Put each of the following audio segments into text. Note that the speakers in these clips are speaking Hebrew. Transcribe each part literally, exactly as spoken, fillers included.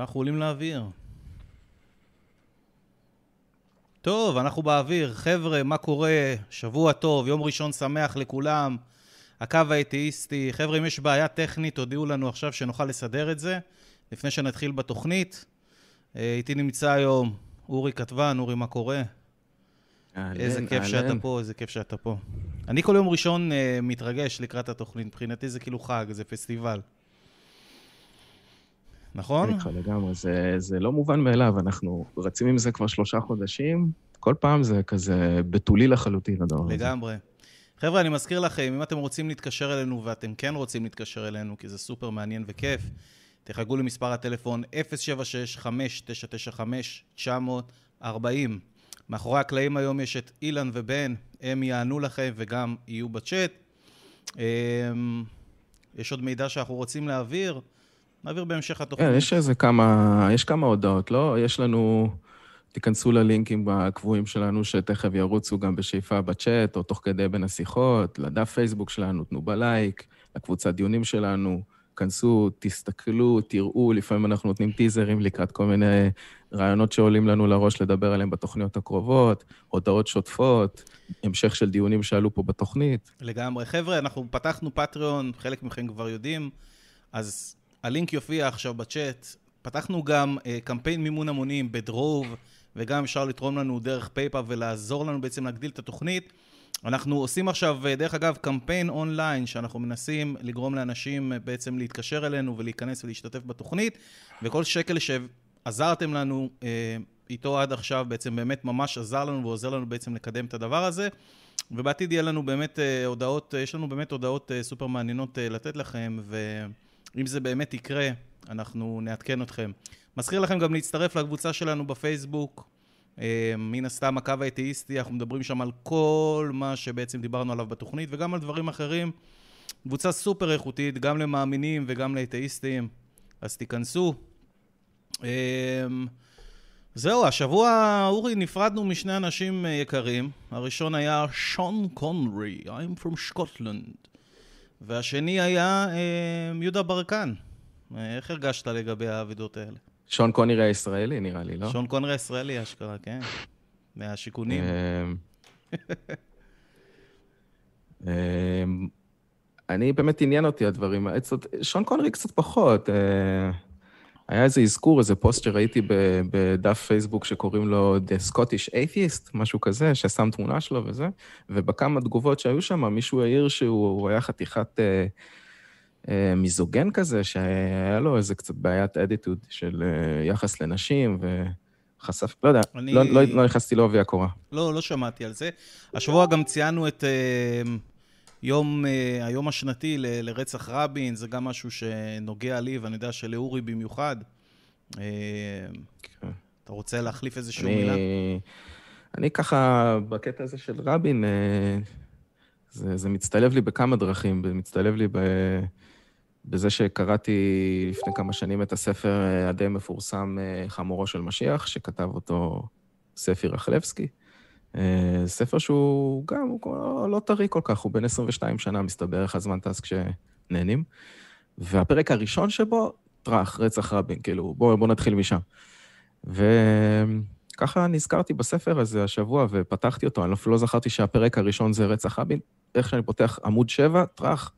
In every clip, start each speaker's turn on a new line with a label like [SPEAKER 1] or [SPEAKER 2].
[SPEAKER 1] אנחנו עולים לאוויר. טוב, אנחנו באוויר. חבר'ה, מה קורה? שבוע טוב, יום ראשון שמח לכולם. הקו האתאיסטי. חבר'ה, אם יש בעיה טכנית, תודיעו לנו עכשיו שנוכל לסדר את זה. לפני שנתחיל בתוכנית. איתי נמצא היום אורי כתבן. אורי, מה קורה?
[SPEAKER 2] אהלן,
[SPEAKER 1] איזה כיף
[SPEAKER 2] אהלן.
[SPEAKER 1] שאתה פה, איזה כיף שאתה פה. אני כל יום ראשון uh, מתרגש לקראת התוכנית. מבחינתי זה כאילו חג, זה פסטיבל. נכון?
[SPEAKER 2] איתך לגמרי, זה, זה לא מובן מאליו, אנחנו רצים עם זה כבר שלושה חודשים, כל פעם זה כזה בתולי לחלוטין הדבר הזה.
[SPEAKER 1] לגמרי. חבר'ה, אני מזכיר לכם, אם אתם רוצים להתקשר אלינו, ואתם כן רוצים להתקשר אלינו, כי זה סופר מעניין וכיף, תחגו למספר הטלפון אפס שבע שש חמש תשע תשע חמש תשע ארבע אפס. מאחורי הקלעים היום יש את אילן ובן, הם יענו לכם וגם יהיו בצ'אט. יש עוד מידע שאנחנו רוצים להעביר, נעביר בהמשך התוכנית.
[SPEAKER 2] יש איזה כמה, יש כמה הודעות, לא? יש לנו, תיכנסו ללינקים הקבועים שלנו, שתכף ירוצו גם בשאיפה בצ'אט, או תוך כדי בין השיחות, לדף פייסבוק שלנו, תנו בלייק, לקבוצת דיונים שלנו, כנסו, תסתכלו, תראו, לפעמים אנחנו נותנים טיזרים לקראת כל מיני רעיונות שעולים לנו לראש לדבר עליהם בתוכניות הקרובות, הודעות שוטפות, המשך של דיונים שעלו פה בתוכנית.
[SPEAKER 1] לגמרי. חבר'ה, אנחנו פתחנו פטריון, חלק מכם כבר יודעים, אז הלינק יופיע עכשיו בצ'אט. פתחנו גם uh, קמפיין מימון המונים בדרוב, וגם אפשר לתרום לנו דרך פייפל ולעזור לנו בעצם להגדיל את התוכנית. אנחנו עושים עכשיו, דרך אגב, קמפיין אונליין, שאנחנו מנסים לגרום לאנשים בעצם להתקשר אלינו ולהיכנס ולהשתתף בתוכנית, וכל שקל שעזרתם לנו uh, איתו עד עכשיו, בעצם באמת ממש עזר לנו ועוזר לנו בעצם לקדם את הדבר הזה, ובעתיד יהיה לנו באמת uh, הודעות, uh, יש לנו באמת הודעות uh, סופר מעניינות uh, לתת לכם, ואם זה באמת יקרה, אנחנו נעדכן אתכם. מזכיר לכם גם להצטרף לקבוצה שלנו בפייסבוק, מן הסתם הקו האתאיסטי, אנחנו מדברים שם על כל מה שבעצם דיברנו עליו בתוכנית, וגם על דברים אחרים. קבוצה סופר איכותית, גם למאמינים וגם לאתאיסטים, אז תיכנסו. זהו, השבוע, אורי, נפרדנו משני אנשים יקרים. הראשון היה שון קונרי, I'm from Scotland. והשני היה יהודה ברקן. איך הרגשת לגבי העבידות האלה?
[SPEAKER 2] שון קונרי הישראלי, נראה לי, לא?
[SPEAKER 1] שון קונרי הישראלי, אשכרה, כן. מהשיכונים.
[SPEAKER 2] אני באמת עניין אותי הדברים. שון קונרי קצת פחות. היה איזה אזכור, איזה פוסט שראיתי בדף פייסבוק שקוראים לו The Scottish Atheist, משהו כזה, ששם תמונה שלו וזה, ובכמה תגובות שהיו שם, מישהו העיר שהוא היה חתיכת מיזוגן כזה, שהיה לו איזה קצת בעיית אדיטוד של יחס לנשים, וחשף, לא יודע, אני... לא, לא, לא נכנסתי לעובי הקורה.
[SPEAKER 1] לא, לא שמעתי על זה. השבוע גם ציינו את יום, היום השנתי ל, לרצח רבין, זה גם משהו שנוגע לי, ואני יודע שלאורי במיוחד. כן. אתה רוצה להחליף איזשהו
[SPEAKER 2] אני,
[SPEAKER 1] מילה?
[SPEAKER 2] אני ככה, בקטע הזה של רבין, זה, זה מצטלב לי בכמה דרכים, מצטלב לי ב... בזה שקראתי לפני כמה שנים את הספר הדי מפורסם חמורו של משיח, שכתב אותו ספי רחלבסקי. ספר שהוא גם, הוא לא טרי כל כך, הוא בן עשרים ושתיים שנה, מסתבר איך הזמן טס כשנהנים. והפרק הראשון שבו, טרח, רצח רבין, כאילו, בוא, בוא נתחיל משם. וככה נזכרתי בספר הזה השבוע, ופתחתי אותו, אני לא, לא זכרתי שהפרק הראשון זה רצח רבין, איך שאני פותח עמוד שבע, טרח.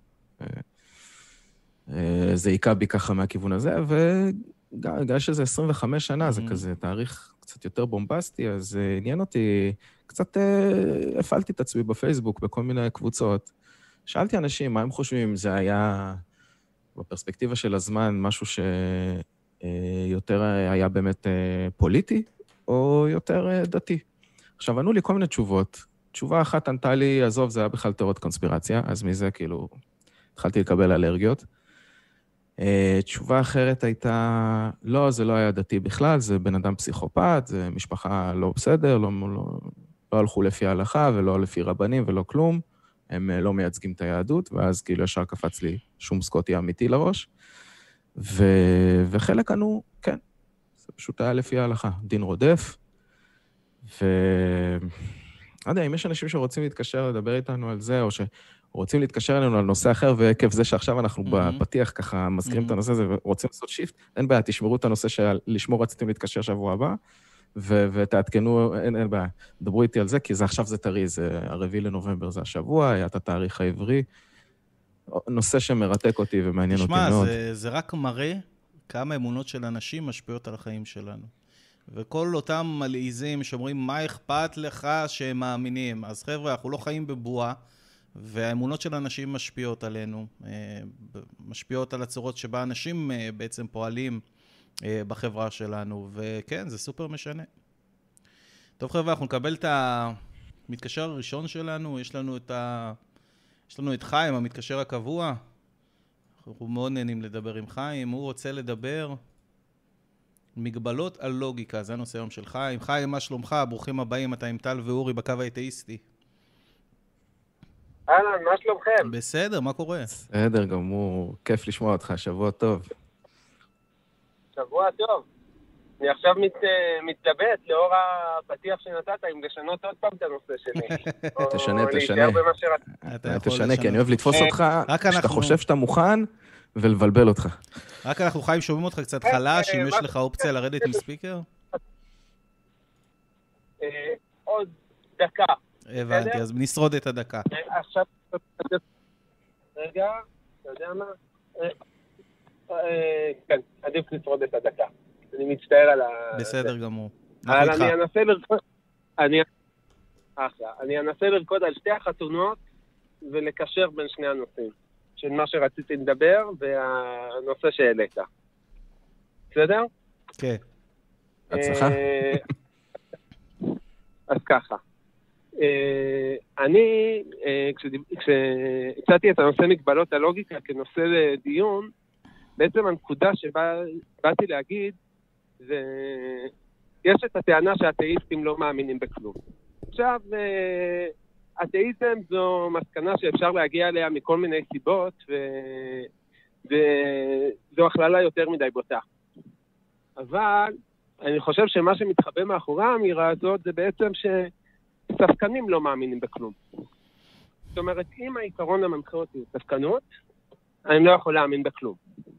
[SPEAKER 2] זה עיקה בי ככה מהכיוון הזה, וגם שזה עשרים וחמש שנה, זה כזה תאריך קצת יותר בומבסטי, אז עניין אותי, קצת הפעלתי את עצמי בפייסבוק, בכל מיני קבוצות. שאלתי אנשים, מה הם חושבים, זה היה, בפרספקטיבה של הזמן, משהו שיותר היה באמת פוליטי, או יותר דתי. עכשיו, ענו לי כל מיני תשובות. תשובה אחת ענתה לי, עזוב, זה היה בכלל תיאוריות קונספירציה, אז מזה כאילו, התחלתי לקבל אלרגיות. תשובה אחרת הייתה, לא, זה לא היה דתי בכלל, זה בן אדם פסיכופת, זה משפחה לא בסדר, לא, לא, לא הלכו לפי ההלכה ולא לפי רבנים ולא כלום, הם לא מייצגים את היהדות, ואז כאילו ישר קפץ לי שום סקוטי אמיתי לראש, ו, וחלק ענו, כן, זה פשוט היה לפי ההלכה, דין רודף, ו... לא יודע, אם יש אנשים שרוצים להתקשר לדבר איתנו על זה, או, ש... רוצים להתקשר אלינו על נושא אחר, ועקב זה שעכשיו אנחנו בפתיח ככה מזכירים את הנושא הזה, ורוצים לעשות שיפט, אין בעיה, תשמרו את הנושא שלשמו רציתם להתקשר שבוע הבא, ותעדכנו, אין בעיה, דברו איתי על זה, כי זה עכשיו זה טרי, זה הרביעי לנובמבר זה השבוע, היה את התאריך העברי, נושא שמרתק אותי ומעניין אותי מאוד.
[SPEAKER 1] תשמע, זה רק מראה כמה אמונות של אנשים משפיעות על החיים שלנו. וכל אותם מלעיזים שאומרים, מה אכפת לך שהם מאמינים? אז חבר'ה, אנחנו לא חיים בבועה, והאמונות של אנשים משפיעות עלינו, משפיעות על הצורות שבה אנשים בעצם פועלים בחברה שלנו, וכן, זה סופר משנה. טוב חבר'ה, אנחנו נקבל את המתקשר הראשון שלנו, יש לנו את, ה... יש לנו את חיים, המתקשר הקבוע. אנחנו מאוד נהנים לדבר עם חיים, הוא רוצה לדבר מגבלות על לוגיקה, זה הנושא היום של חיים. חיים, מה שלומך? ברוכים הבאים, אתה עם טל ואורי בקו האתאיסטי.
[SPEAKER 3] אהלן, מה שלומכם?
[SPEAKER 1] בסדר, מה קורה?
[SPEAKER 2] בסדר, גמור, כיף לשמוע אותך, שבוע טוב.
[SPEAKER 3] שבוע טוב. אני עכשיו מת, מתלבט לאור הפתיח שנתת, אם לשנות עוד פעם את הנושא שלי.
[SPEAKER 2] תשנה, תשנה. תשנה, כי אני אוהב לתפוס אותך, שאתה חושב שאתה מוכן, ולבלבל אותך.
[SPEAKER 1] רק אנחנו חיים שומעים אותך קצת חלש, אם יש לך אופציה לרדת עם ספיקר?
[SPEAKER 3] עוד דקה.
[SPEAKER 1] הבנתי, אז נשרוד את הדקה.
[SPEAKER 3] עכשיו, רגע, אתה יודע מה? כן, עדיף לשרוד את הדקה. אני מצטער על ה...
[SPEAKER 1] בסדר גמור.
[SPEAKER 3] אבל אני אנסה לרקוד... אני אנסה לרקוד על שתי החתונות ולקשר בין שני הנושאים. של מה שרציתי לדבר והנושא שהעלית. בסדר?
[SPEAKER 1] כן.
[SPEAKER 2] הצלחה.
[SPEAKER 3] אז ככה. אני, כשהצעתי את הנושא מגבלות הלוגיקה כנושא לדיון, בעצם הנקודה שבאתי להגיד, זה, יש את הטענה שהאתאיסטים לא מאמינים בכלום. עכשיו, אתאיזם זו מסקנה שאפשר להגיע אליה מכל מיני סיבות, ו... וזו הכללה יותר מדי בוטה. אבל אני חושב שמה שמתחבא מאחורי האמירה הזאת, זה בעצם שספקנים לא מאמינים בכלום. זאת אומרת, אם העיקרון המנחה אותי הוא ספקנות, אני לא יכול להאמין בכלום.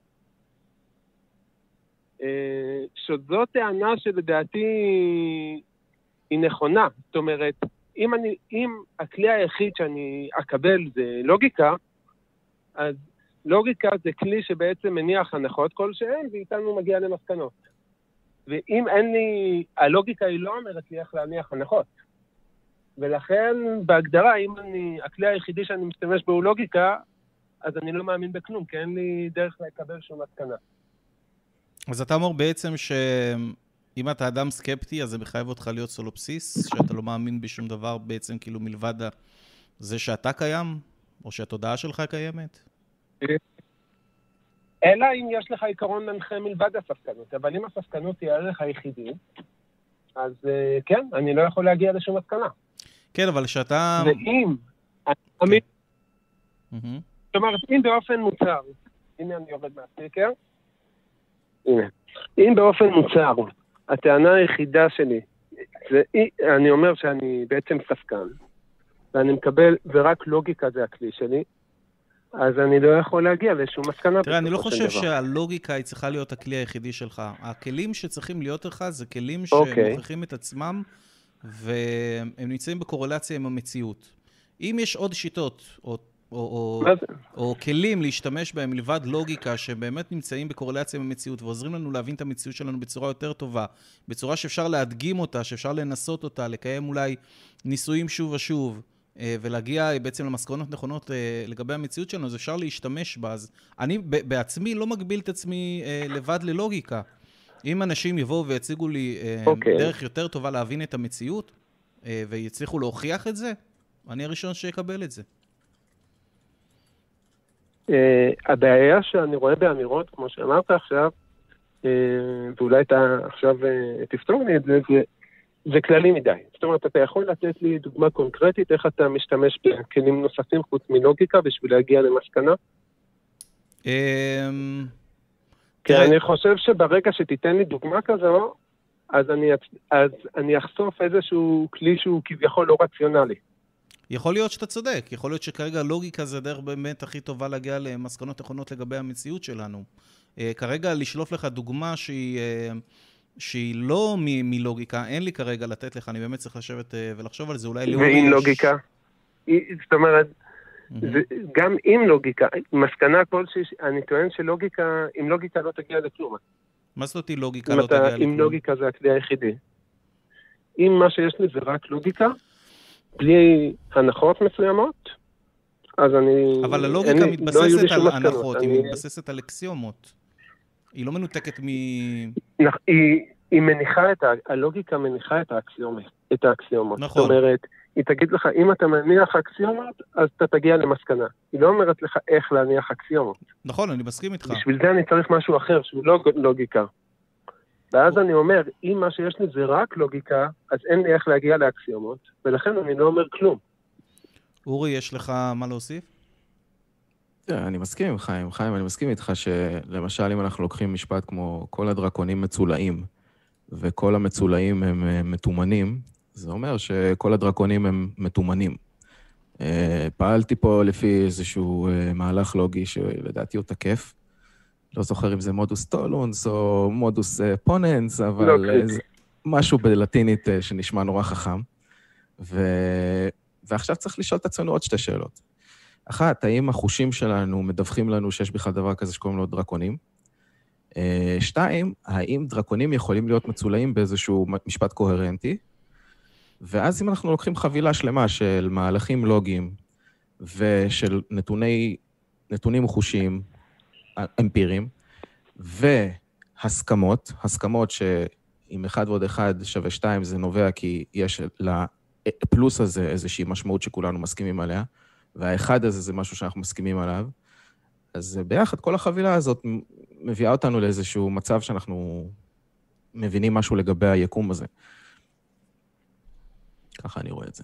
[SPEAKER 3] שזו טענה שלדעתי היא נכונה. זאת אומרת, אם, אני, אם הכלי היחיד שאני אקבל זה לוגיקה, אז לוגיקה זה כלי שבעצם מניח הנחות כלשהן, ואיתנו מגיע למסקנות. ואם אין לי, הלוגיקה היא לא אומרת לי איך להניח הנחות. ולכן, בהגדרה, אם אני, הכלי היחידי שאני משתמש בו הוא לוגיקה, אז אני לא מאמין בכלום, כי אין לי דרך לקבל שום מסקנה.
[SPEAKER 1] אז אתה אומר בעצם שאם אתה אדם סקפטי, אז זה מחייב אותך להיות סולופסיס, שאתה לא מאמין בשום דבר בעצם כאילו מלבד זה שאתה קיים, או שהתודעה שלך קיימת?
[SPEAKER 3] אלא אם יש לך עיקרון מנחה מלבד הספקנות, אבל אם הספקנות היא הערך היחידי, אז כן, אני לא יכול להגיע לשום מסקנה.
[SPEAKER 1] כן, אבל שאתה...
[SPEAKER 3] ואם... זאת אומרת, אם באופן מוצר, הנה אני יורד מהספיקר, הנה, אם באופן מוצר, הטענה היחידה שלי, זה, אני אומר שאני בעצם ספקן, ואני מקבל, ורק לוגיקה זה הכלי שלי, אז אני לא יכול להגיע לשום מסקנה.
[SPEAKER 1] תראה, אני לא חושב שהלוגיקה היא צריכה להיות הכלי היחידי שלך. הכלים שצריכים להיות לך זה כלים שמוכיחים את עצמם, והם נמצאים בקורלציה עם המציאות. אם יש עוד שיטות, או, או, או, או כלים להשתמש בהם מלבד לוגיקה, שבאמת נמצאים בקורלציה עם המציאות, ועוזרים לנו להבין את המציאות שלנו בצורה יותר טובה, בצורה שאפשר להדגים אותה, שאפשר לנסות אותה, לקיים אולי ניסויים שוב ושוב, ולהגיע בעצם למסקנות נכונות לגבי המציאות שלנו, אז אפשר להשתמש בה. אז אני בעצמי לא מגביל את עצמי לבד ללוגיקה. אם אנשים יבואו ויציגו לי okay. דרך יותר טובה להבין את המציאות, ויצליחו להוכיח את זה, אני הראשון שיקבל את זה.
[SPEAKER 3] הבעיה שאני רואה באמירות, כמו שאמרת עכשיו, ואולי אתה עכשיו תפתור לי את זה, זה זה כללי מדי. זאת אומרת, אתה יכול לתת לי דוגמה קונקרטית, איך אתה משתמש בכלים נוספים חוץ מלוגיקה בשביל להגיע למסקנה? כי אני חושב שברגע שתיתן לי דוגמה כזו, אז אני, אז אני אחשוף איזשהו כלי שהוא כביכול לא רציונלי.
[SPEAKER 1] יכול להיות שאתה צודק, יכול להיות שכרגע לוגיקה זה דרך באמת הכי טובה להגיע למסקנות נכונות לגבי המציאות שלנו. כרגע לשלוף לך דוגמה שהיא, שהיא לא מ- מלוגיקה, אין לי כרגע לתת לך, אני באמת צריך לשבת ולחשוב על זה, אולי לאורי
[SPEAKER 3] ועם
[SPEAKER 1] יש...
[SPEAKER 3] לוגיקה. זאת אומרת, זה, גם עם לוגיקה, מסקנה כלשהי, אני טוען שלוגיקה, עם לוגיקה לא תגיע לכלום.
[SPEAKER 1] מה זאת אומרת לוגיקה לא תגיע לכלום?
[SPEAKER 3] עם לוגיקה זה הכלי היחידי. אם מה שיש לי זה רק לוגיקה, בלי הנחות מסוימות, אז אני...
[SPEAKER 1] אבל הלוגיקה מתבססת על הנחות, היא מתבססת על אקסיומות. היא לא מנותקת מ...
[SPEAKER 3] היא מניחה את ה... הלוגיקה מניחה את האקסיומות. את האקסיומות.
[SPEAKER 1] נכון.
[SPEAKER 3] זאת אומרת, היא תגיד לך, אם אתה מניח אקסיומות, אז אתה תגיע למסקנה. היא לא אומרת לך איך להניח אקסיומות.
[SPEAKER 1] נכון, אני מסכים איתך.
[SPEAKER 3] בשביל זה אני צריך משהו אחר, שהוא לא לוגיקה. ואז אני אומר, אם מה שיש לי זה רק לוגיקה, אז אין לי איך להגיע לאקסיומות, ולכן אני לא אומר כלום.
[SPEAKER 1] אורי, יש לך מה להוסיף?
[SPEAKER 2] אני מסכים, חיים. חיים, אני מסכים איתך שלמשל, אם אנחנו לוקחים משפט כמו כל הדרקונים מצולעים, וכל המצולעים הם מתומנים, זה אומר שכל הדרקונים הם מתומנים. פעלתי פה לפי איזשהו מהלך לוגי שלדעתי הוא תקף. לא זוכר אם זה מודוס טולונס או מודוס פוננס, אבל זה משהו בלטינית שנשמע נורא חכם. ו... ועכשיו צריך לשאול את עצמנו עוד שתי שאלות. אחת, האם החושים שלנו מדווחים לנו שיש בכלל דבר כזה שקוראים לו דרקונים? שתיים, האם דרקונים יכולים להיות מצולעים באיזשהו משפט קוהרנטי? ואז אם אנחנו לוקחים חבילה שלמה של מהלכים לוגיים ושל נתוני, נתונים חושיים אמפיריים והסכמות, הסכמות שאם אחד ועוד אחד שווה שתיים זה נובע כי יש לפלוס הזה איזושהי משמעות שכולנו מסכימים עליה, והאחד הזה זה משהו שאנחנו מסכימים עליו, אז ביחד כל החבילה הזאת מביאה אותנו לאיזשהו מצב שאנחנו מבינים משהו לגבי היקום הזה. ככה אני רואה את זה.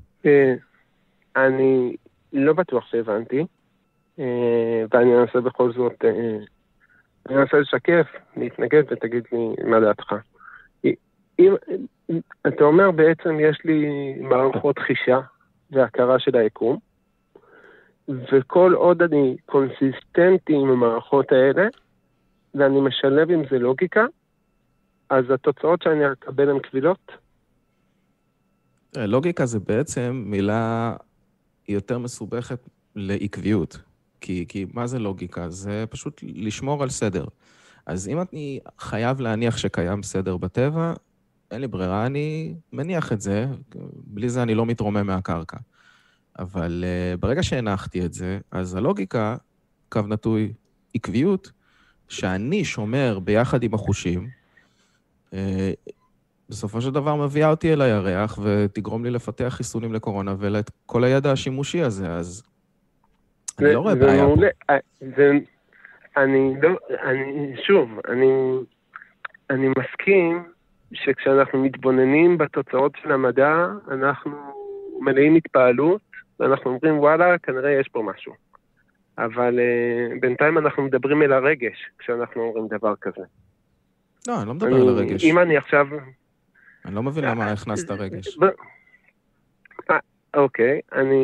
[SPEAKER 3] אני לא בטוח שהבנתי, ואני אנסה בכל זאת, אני אנסה לשקף, להתנגד ותגיד לי מה דעתך. אם, אתה אומר בעצם יש לי מערכות חישה והכרה של היקום, וכל עוד אני קונסיסטנטי עם המערכות האלה, ואני משלב עם זה לוגיקה, אז התוצאות שאני אקבל הן קבילות?
[SPEAKER 2] לוגיקה זה בעצם מילה יותר מסובכת לעקביות. כי, כי מה זה לוגיקה? זה פשוט לשמור על סדר. אז אם אני חייב להניח שקיים סדר בטבע, אין לי ברירה, אני מניח את זה, בלי זה אני לא מתרומם מהקרקע. אבל uh, ברגע שהנחתי את זה, אז הלוגיקה, קו נטוי עקביות, שאני שומר ביחד עם החושים, uh, בסופו של דבר מביאה אותי אל הירח, ותגרום לי לפתח חיסונים לקורונה, ולאת כל הידע השימושי הזה, אז זה, אני לא רואה בעיה פה.
[SPEAKER 3] זה, אני לא, אני, שוב, אני, אני מסכים שכשאנחנו מתבוננים בתוצאות של המדע, אנחנו מלאים התפעלות, ואנחנו אומרים, וואלה, כנראה יש פה משהו. אבל uh, בינתיים אנחנו מדברים אל הרגש, כשאנחנו אומרים דבר כזה.
[SPEAKER 2] לא, אני לא מדבר על הרגש.
[SPEAKER 3] אם אני עכשיו...
[SPEAKER 2] אני לא מבין למה הכנסת רגש.
[SPEAKER 3] אוקיי, אני...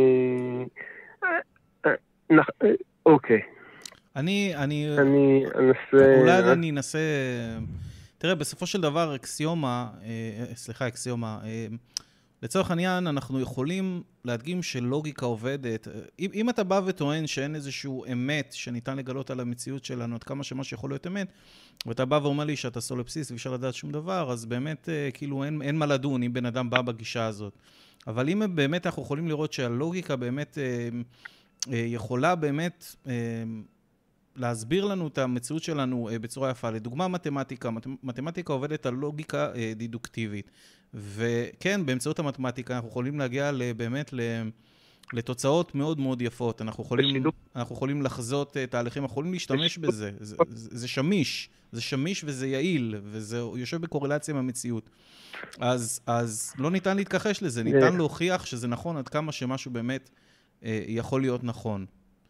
[SPEAKER 3] אוקיי.
[SPEAKER 1] אני... אני...
[SPEAKER 3] אני אנסה...
[SPEAKER 1] אולי אני אנסה... תראה, בסופו של דבר, אקסיומה... סליחה, אקסיומה... לצורך העניין, אנחנו יכולים להדגים שלוגיקה עובדת. אם, אם אתה בא וטוען שאין איזשהו אמת שניתן לגלות על המציאות שלנו, עד כמה שמה שיכול להיות אמת, ואתה בא ואומר לי שאתה סולפסיסט ואפשר לדעת שום דבר, אז באמת כאילו אין, אין מה לדון אם בן אדם בא בגישה הזאת. אבל אם באמת אנחנו יכולים לראות שהלוגיקה באמת יכולה באמת להסביר לנו את המציאות שלנו בצורה יפה. לדוגמה, מתמטיקה. מתמטיקה עובדת על לוגיקה דידוקטיבית. וכן, באמצעות המתמטיקה אנחנו יכולים להגיע באמת לתוצאות מאוד מאוד יפות. אנחנו יכולים, אנחנו יכולים לחזות תהליכים, אנחנו יכולים להשתמש בזה. זה, זה, זה שמיש, זה שמיש וזה יעיל, וזה יושב בקורלציה עם המציאות. אז, אז לא ניתן להתכחש לזה, ניתן להוכיח שזה נכון עד כמה שמשהו באמת יכול להיות נכון.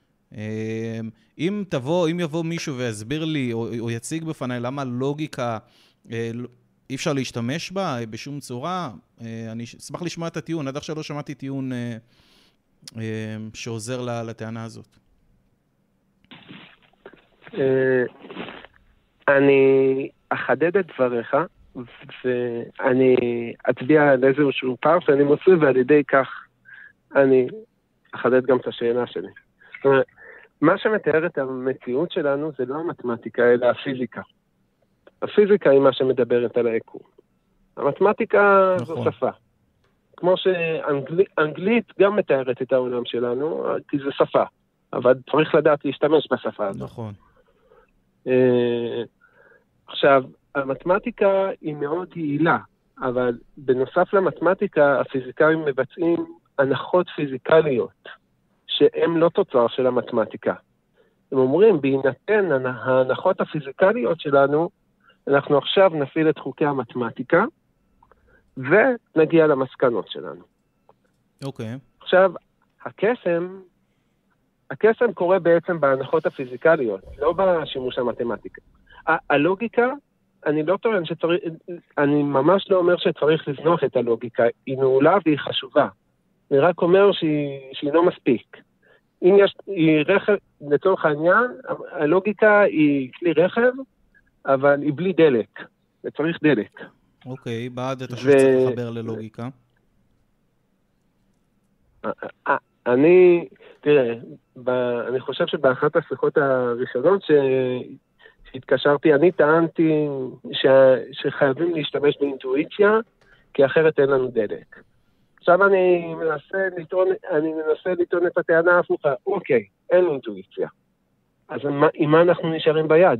[SPEAKER 1] אם תבוא, אם יבוא מישהו ויסביר לי, או, או יציג בפניי למה לוגיקה אי אפשר להשתמש בה בשום צורה, אני אשמח לשמוע את הטיעון. עד עכשיו לא שמעתי טיעון שעוזר לטענה הזאת?
[SPEAKER 3] אני אחדד את דבריך, ואני אצביע על איזשהו פער שאני מוצא, ועל ידי כך אני אחדד גם את השאלה שלי. זאת אומרת, מה שמתאר את המציאות שלנו זה לא המתמטיקה, אלא הפיזיקה. הפיזיקה היא מה שמדברת על היקום. המתמטיקה נכון. זו שפה. כמו שאנגלית גם מתארת את העולם שלנו, כי זו שפה. אבל צריך לדעת להשתמש בשפה הזאת.
[SPEAKER 1] נכון.
[SPEAKER 3] עכשיו, המתמטיקה היא מאוד יעילה, אבל בנוסף למתמטיקה, הפיזיקאים מבצעים הנחות פיזיקליות, שהן לא תוצר של המתמטיקה. הם אומרים, בהינתן ההנחות הפיזיקליות שלנו, אנחנו עכשיו נפעיל את חוקי המתמטיקה, ונגיע למסקנות שלנו.
[SPEAKER 1] אוקיי. Okay.
[SPEAKER 3] עכשיו, הקסם, הקסם קורה בעצם בהנחות הפיזיקליות, לא בשימוש המתמטיקה. ה- הלוגיקה, אני לא טוען שצריך, אני ממש לא אומר שצריך לבנות את הלוגיקה, היא מעולה והיא חשובה. אני רק אומר שהיא, שהיא לא מספיק. אם יש, היא רכב, לצורך העניין, הלוגיקה היא כלי רכב, אבל היא בלי דלק. וצריך דלק.
[SPEAKER 1] אוקיי, בעד אתה שצריך לחבר ללוגיקה?
[SPEAKER 3] אני, תראה, אני חושב שבאחת השיחות הראשונות שהתקשרתי, אני טענתי שחייבים להשתמש באינטואיציה, כי אחרת אין לנו דלק. עכשיו אני מנסה לטעון, אני מנסה לטעון את הטענה ההפוכה. אוקיי, אין אינטואיציה. אז עם מה אנחנו נשארים ביד?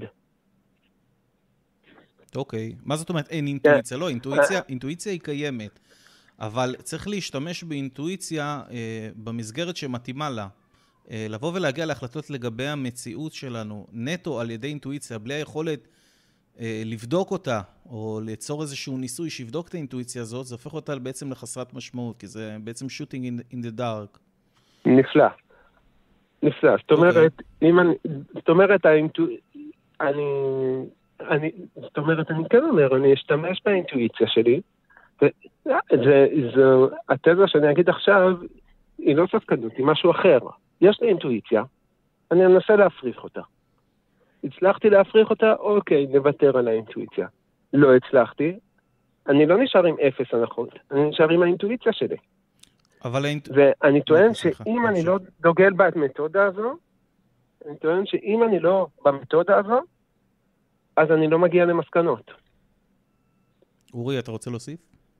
[SPEAKER 1] אוקיי, מה זאת אומרת אין אינטואיציה? לא, אינטואיציה, אינטואיציה היא קיימת, אבל צריך להשתמש באינטואיציה אה, במסגרת שמתאימה לה. אה, לבוא ולהגיע להחלטות לגבי המציאות שלנו, נטו על ידי אינטואיציה, בלי היכולת אה, לבדוק אותה, או ליצור איזשהו ניסוי שיבדוק את האינטואיציה הזאת, זה הופך אותה בעצם לחסרת משמעות, כי זה בעצם shooting in, in the dark.
[SPEAKER 3] נפלא. נפלא. זאת אומרת, okay. אם אני, זאת אומרת, האינטואיציה, אני... אני, זאת אומרת, אני כן אומר, אני אשתמש באינטואיציה שלי, וזה, התזה שאני אגיד עכשיו, היא לא ספקנות, היא משהו אחר. יש לי אינטואיציה, אני אנסה להפריך אותה. הצלחתי להפריך אותה, אוקיי, נוותר על האינטואיציה. לא הצלחתי, אני לא נשאר עם אפס הנחות, אני נשאר עם האינטואיציה שלי.
[SPEAKER 1] אבל האינט...
[SPEAKER 3] ואני טוען שאם אני לא דוגל במתודה הזו, אני טוען שאם אני לא במתודה הזו, אז אני לא מגיע למסקנות.
[SPEAKER 1] אורי, אתה רוצה להוסיף?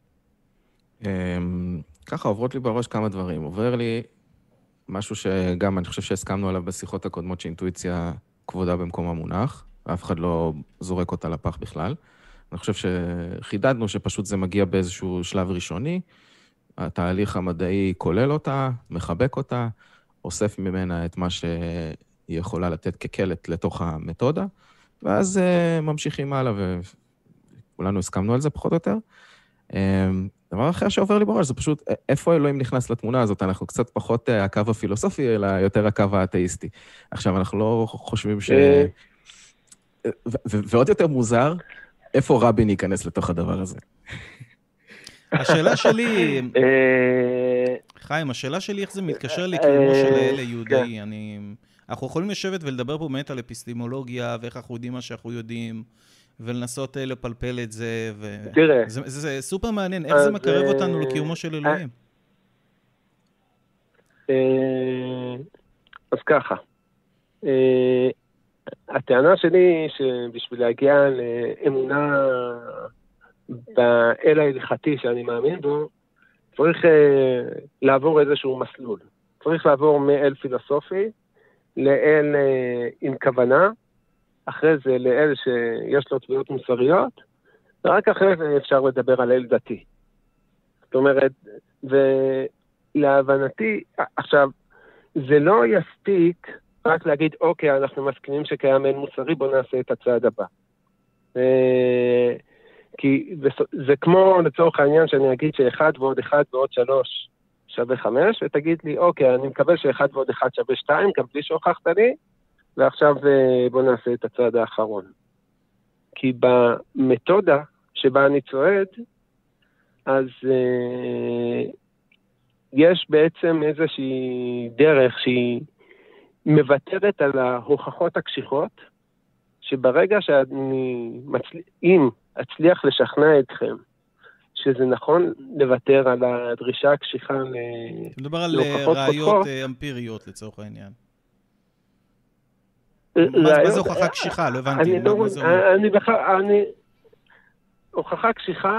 [SPEAKER 2] ככה עוברות לי בראש כמה דברים. עובר לי משהו שגם אני חושב שהסכמנו עליו בשיחות הקודמות, שאינטואיציה כבודה במקום המונח, ואף אחד לא זורק אותה לפח בכלל. אני חושב שחידדנו שפשוט זה מגיע באיזשהו שלב ראשוני, התהליך המדעי כולל אותה, מחבק אותה, אוסף ממנה את מה שהיא יכולה לתת כקלט לתוך המתודה, ואז uh, ממשיכים הלאה, וכולנו הסכמנו על זה פחות או יותר. Um, דבר אחר שעובר לי בראש, זה פשוט, איפה אלוהים נכנס לתמונה הזאת? אנחנו קצת פחות uh, הקו הפילוסופי, אלא יותר הקו האתאיסטי. עכשיו, אנחנו לא חושבים ש... ו- ו- ועוד יותר מוזר, איפה רבין ייכנס לתוך הדבר הזה?
[SPEAKER 1] השאלה שלי... חיים, השאלה שלי איך זה מתקשר לקיומו של האל היהודאי. אני... אנחנו יכולים לשבת ולדבר פה באמת על אפיסטמולוגיה, ואיך אנחנו יודעים מה שאנחנו יודעים, ולנסות לפלפל את זה, ו...
[SPEAKER 3] תראה.
[SPEAKER 1] זה, זה, זה סופר מעניין, איך זה מקרב אותנו לקיומו של אלוהים?
[SPEAKER 3] אז ככה, הטענה שלי שבשביל להגיע לאמונה באל ההלכתי שאני מאמין בו, צריך לעבור איזשהו מסלול. צריך לעבור מאל פילוסופי, לאל עם כוונה, אחרי זה לאל שיש לו תביעות מוסריות, ורק אחרי זה אפשר לדבר על אל דתי. זאת אומרת, ולהבנתי, עכשיו, זה לא יספיק רק להגיד, אוקיי, אנחנו מסכימים שקיים אל מוסרי, בוא נעשה את הצעד הבא. כי זה כמו לצורך העניין שאני אגיד שאחד ועוד אחד ועוד שלוש שווה חמש, ותגיד לי, אוקיי, אני מקבל שאחד ועוד אחד שווה שתיים, גם בלי שהוכחת לי, ועכשיו בוא נעשה את הצעד האחרון. כי במתודה שבה אני צועד, אז יש בעצם איזושהי דרך שהיא מבטרת על ההוכחות הקשיחות, שברגע שאני מצל... אם אצליח לשכנע אתכם שזה נכון לוותר על הדרישה הקשיחה להוכחות חותכות.
[SPEAKER 1] מדבר על ראיות אמפיריות לצורך העניין. מה זה הוכחה קשיחה? לא הבנתי.
[SPEAKER 3] הוכחה קשיחה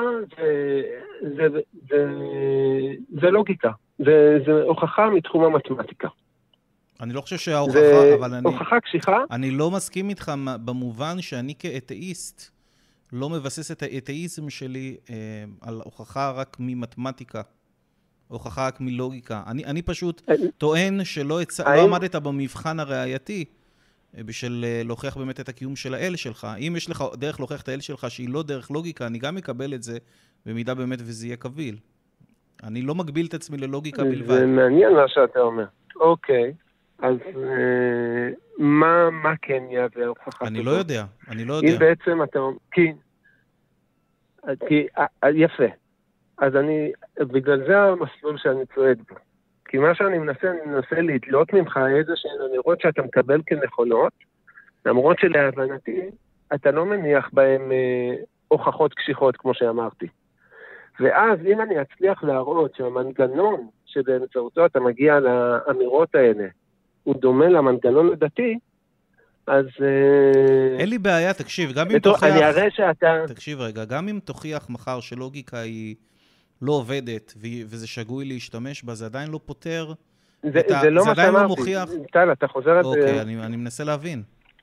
[SPEAKER 3] זה לוגיקה. זה הוכחה מתחום המתמטיקה.
[SPEAKER 1] אני לא חושב שההוכחה, אבל אני...
[SPEAKER 3] הוכחה קשיחה?
[SPEAKER 1] אני לא מסכים איתך במובן שאני כאתאיסט לא מבסס את האתאיזם שלי אה, על הוכחה רק ממתמטיקה, הוכחה רק מלוגיקה. אני, אני פשוט טוען שלא הצ... לא עמדת במבחן הראייתי אה, בשביל אה, להוכיח באמת את הקיום של האל שלך. אם יש לך דרך להוכיח את האל שלך שהיא לא דרך לוגיקה, אני גם מקבל את זה במידה באמת וזה יהיה קביל. אני לא מגביל את עצמי ללוגיקה בלבד.
[SPEAKER 3] זה מעניין מה שאתה אומר. אוקיי. אז אה, מה, מה כן יהווה הוכחה?
[SPEAKER 1] אני לא יודע, אני לא יודע.
[SPEAKER 3] אם בעצם אתה אומר, כי, כי, יפה. אז אני, בגלל זה המסלול שאני צועד בו. כי מה שאני מנסה, אני מנסה להתלות ממך איזה שהן אמירות שאתה מקבל כנכונות, למרות שלהבנתי, אתה לא מניח בהן אה, הוכחות קשיחות, כמו שאמרתי. ואז אם אני אצליח להראות שהמנגנון שבאמצעותו אתה מגיע לאמירות האלה, הוא דומה למנגנון הדתי, אז...
[SPEAKER 1] אין לי בעיה, תקשיב, גם אם תוכיח...
[SPEAKER 3] אני אראה שאתה...
[SPEAKER 1] תקשיב רגע, גם אם תוכיח מחר שלוגיקה היא לא עובדת, וזה שגוי להשתמש בה, זה עדיין לא פותר...
[SPEAKER 3] זה, ה... זה לא מה שאמרתי. טל, אתה חוזר על זה...
[SPEAKER 1] אוקיי, אני, אני מנסה להבין.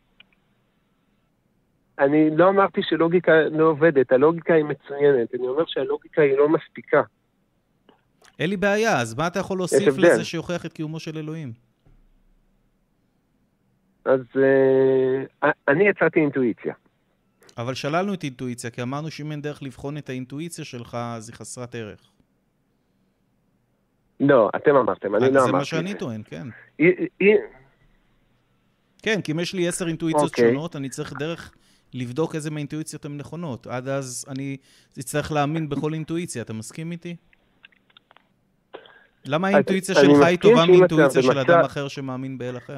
[SPEAKER 3] אני לא אמרתי שלוגיקה לא עובדת, הלוגיקה היא מצוינת, אני אומר שהלוגיקה היא לא מספיקה.
[SPEAKER 1] אין לי בעיה, אז מה אתה יכול להוסיף לזה שיוכיח את קיומו של אלוהים?
[SPEAKER 3] אז uh, אני יצאתי אינטואיציה.
[SPEAKER 1] אבל שללנו את אינטואיציה, כי אמרנו שאם אין דרך לבחון את האינטואיציה שלך, אז היא חסרת ערך.
[SPEAKER 3] לא, אתם אמרתם, אני לא אמרתי.
[SPEAKER 1] זה מה שאני טוען, כן. כן, כי אם יש לי עשר אינטואיציות שונות, אני צריך דרך לבדוק איזה מהאינטואיציות הן נכונות. עד אז אני צריך להאמין בכל אינטואיציה. אתה מסכים איתי? למה האינטואיציה שלך היא טובה מאינטואיציה של אדם אחר שמאמין באל אחר?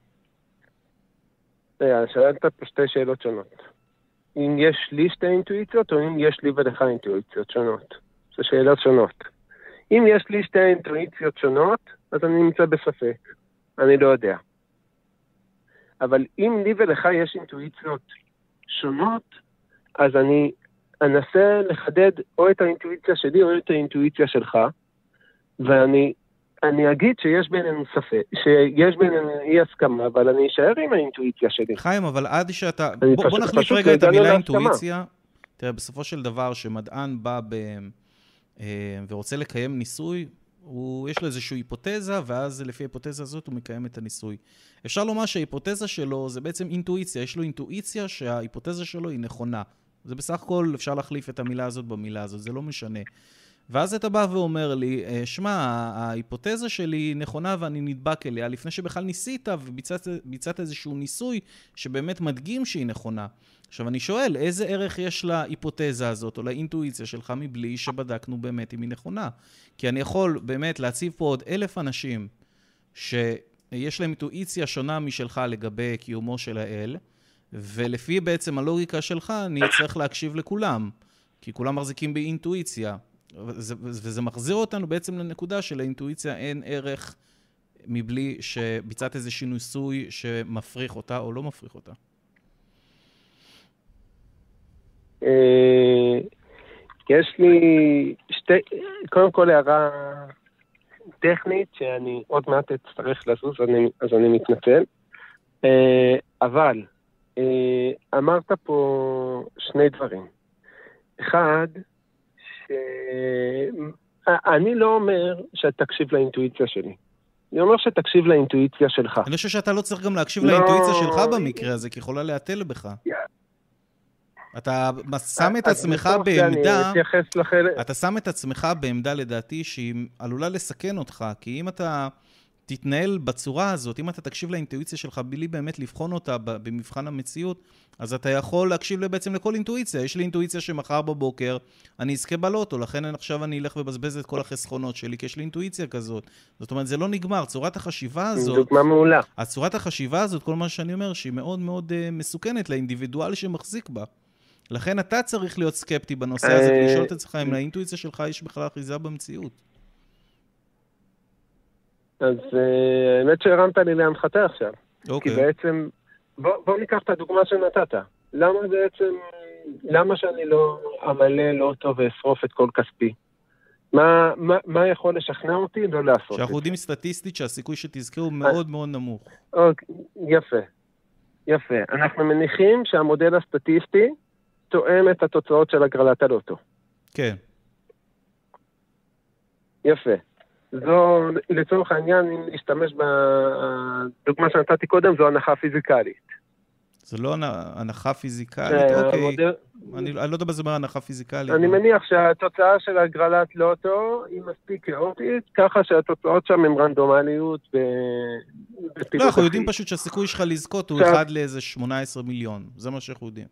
[SPEAKER 3] שאלת פה שתי שאלות שונות. אם יש לי שתי אינטואיציות, או אם יש לי ולך אינטואיציות שונות. זה שאלות שונות. אם יש לי שתי אינטואיציות שונות, אז אני נמצא בספק. אני לא יודע. אבל אם לי ולך יש אינטואיציות שונות, אז אני אנסה לחדד או את האינטואיציה שלי או את האינטואיציה שלך, ואני אני אגיד שיש בינינו ספק, שיש בינינו אי הסכמה, אבל אני אשאר עם האינטואיציה שלי.
[SPEAKER 1] חיים, אבל עד שאתה... בוא, בוא נחליף רגע את המילה אינטואיציה. תראה, בסופו של דבר, שמדען בא ב... ורוצה לקיים ניסוי, הוא... יש לו איזושהי היפותזה, ואז לפי ההיפותזה הזאת הוא מקיים את הניסוי. אפשר לומר שההיפותזה שלו זה בעצם אינטואיציה. יש לו אינטואיציה שההיפותזה שלו היא נכונה. זה בסך הכל אפשר להחליף את המילה הזאת במילה הזאת, זה לא משנה. ואז אתה בא ואומר לי, שמע, ההיפותזה שלי היא נכונה ואני נדבק אליה, לפני שבכלל ניסית וביצעת איזשהו ניסוי שבאמת מדגים שהיא נכונה. עכשיו אני שואל, איזה ערך יש להיפותזה הזאת או לאינטואיציה שלך מבלי שבדקנו באמת אם היא נכונה? כי אני יכול באמת להציב פה עוד אלף אנשים שיש להם אינטואיציה שונה משלך לגבי קיומו של האל, ולפי בעצם הלוגיקה שלך אני צריך להקשיב לכולם, כי כולם מחזיקים באינטואיציה. וזה, וזה מחזיר אותנו בעצם לנקודה של האינטואיציה אין ערך מבלי שביצעת איזשהו ניסוי שמפריך אותה או לא מפריך אותה.
[SPEAKER 3] יש לי שתי, קודם כל הערה טכנית שאני עוד מעט אצטרך לזוז, אז אני מתנצל. אבל אמרת פה שני דברים. אחד, אני לא אומר שתקשיב לאינטואיציה שלי. אני אומר שתקשיב לאינטואיציה שלך.
[SPEAKER 1] אני חושב שאתה לא צריך גם להקשיב לאינטואיציה שלך במקרה הזה, כי יכולה להתל בך. אתה שם את עצמך בעמדה, אתה שם את עצמך בעמדה לדעתי שהיא עלולה לסכן אותך, כי אם אתה תתנהל בצורה הזאת, אם אתה תקשיב לאינטואיציה שלך בלי באמת לבחון אותה במבחן המציאות, אז אתה יכול להקשיב בעצם לכל אינטואיציה. יש לי אינטואיציה שמחר בבוקר אני אזכה בלוטו, לכן עכשיו אני אלך ובזבז את כל החסכונות שלי, כי יש לי אינטואיציה כזאת. זאת אומרת, זה לא נגמר. צורת החשיבה הזאת,
[SPEAKER 3] דוגמה מעולה.
[SPEAKER 1] הצורת החשיבה הזאת, כל מה שאני אומר, שהיא מאוד מאוד uh, מסוכנת לאינדיבידואל שמחזיק בה. לכן אתה צריך להיות סקפטי בנושא הזה, ולשאול את עצמך אם לאינטואיציה שלך יש בכלל אחיזה במציאות.
[SPEAKER 3] אז האמת שהרמת לי להנחתה עכשיו.
[SPEAKER 1] אוקיי.
[SPEAKER 3] כי בעצם, בוא, בוא ניקח את הדוגמה שנתת. למה בעצם, למה שאני לא אמלא לוטו ואשרוף את כל כספי? מה, מה, מה יכול לשכנע אותי לא לעשות את זה?
[SPEAKER 1] שאנחנו יודעים סטטיסטית שהסיכוי שתזכה הוא מאוד מאוד נמוך.
[SPEAKER 3] אוקיי, יפה. יפה. אנחנו מניחים שהמודל הסטטיסטי תואם את התוצאות של הגרלת הלוטו.
[SPEAKER 1] כן.
[SPEAKER 3] יפה. זו, לצורך העניין, אם להשתמש בדוגמה שנתתי קודם, זו הנחה פיזיקלית.
[SPEAKER 1] זו לא הנחה פיזיקלית, אוקיי. המודל... אני, אני לא יודע בזה מה הנחה פיזיקלית.
[SPEAKER 3] אני מניח שהתוצאה של הגרלת לוטו היא מספיק כאוטית, ככה שהתוצאות שם הן רנדומליות ב...
[SPEAKER 1] לא, אנחנו יודעים פשוט שהסיכוי שלך לזכות הוא אחד לאיזה שמונה עשרה מיליון. זה מה שאנחנו יודעים.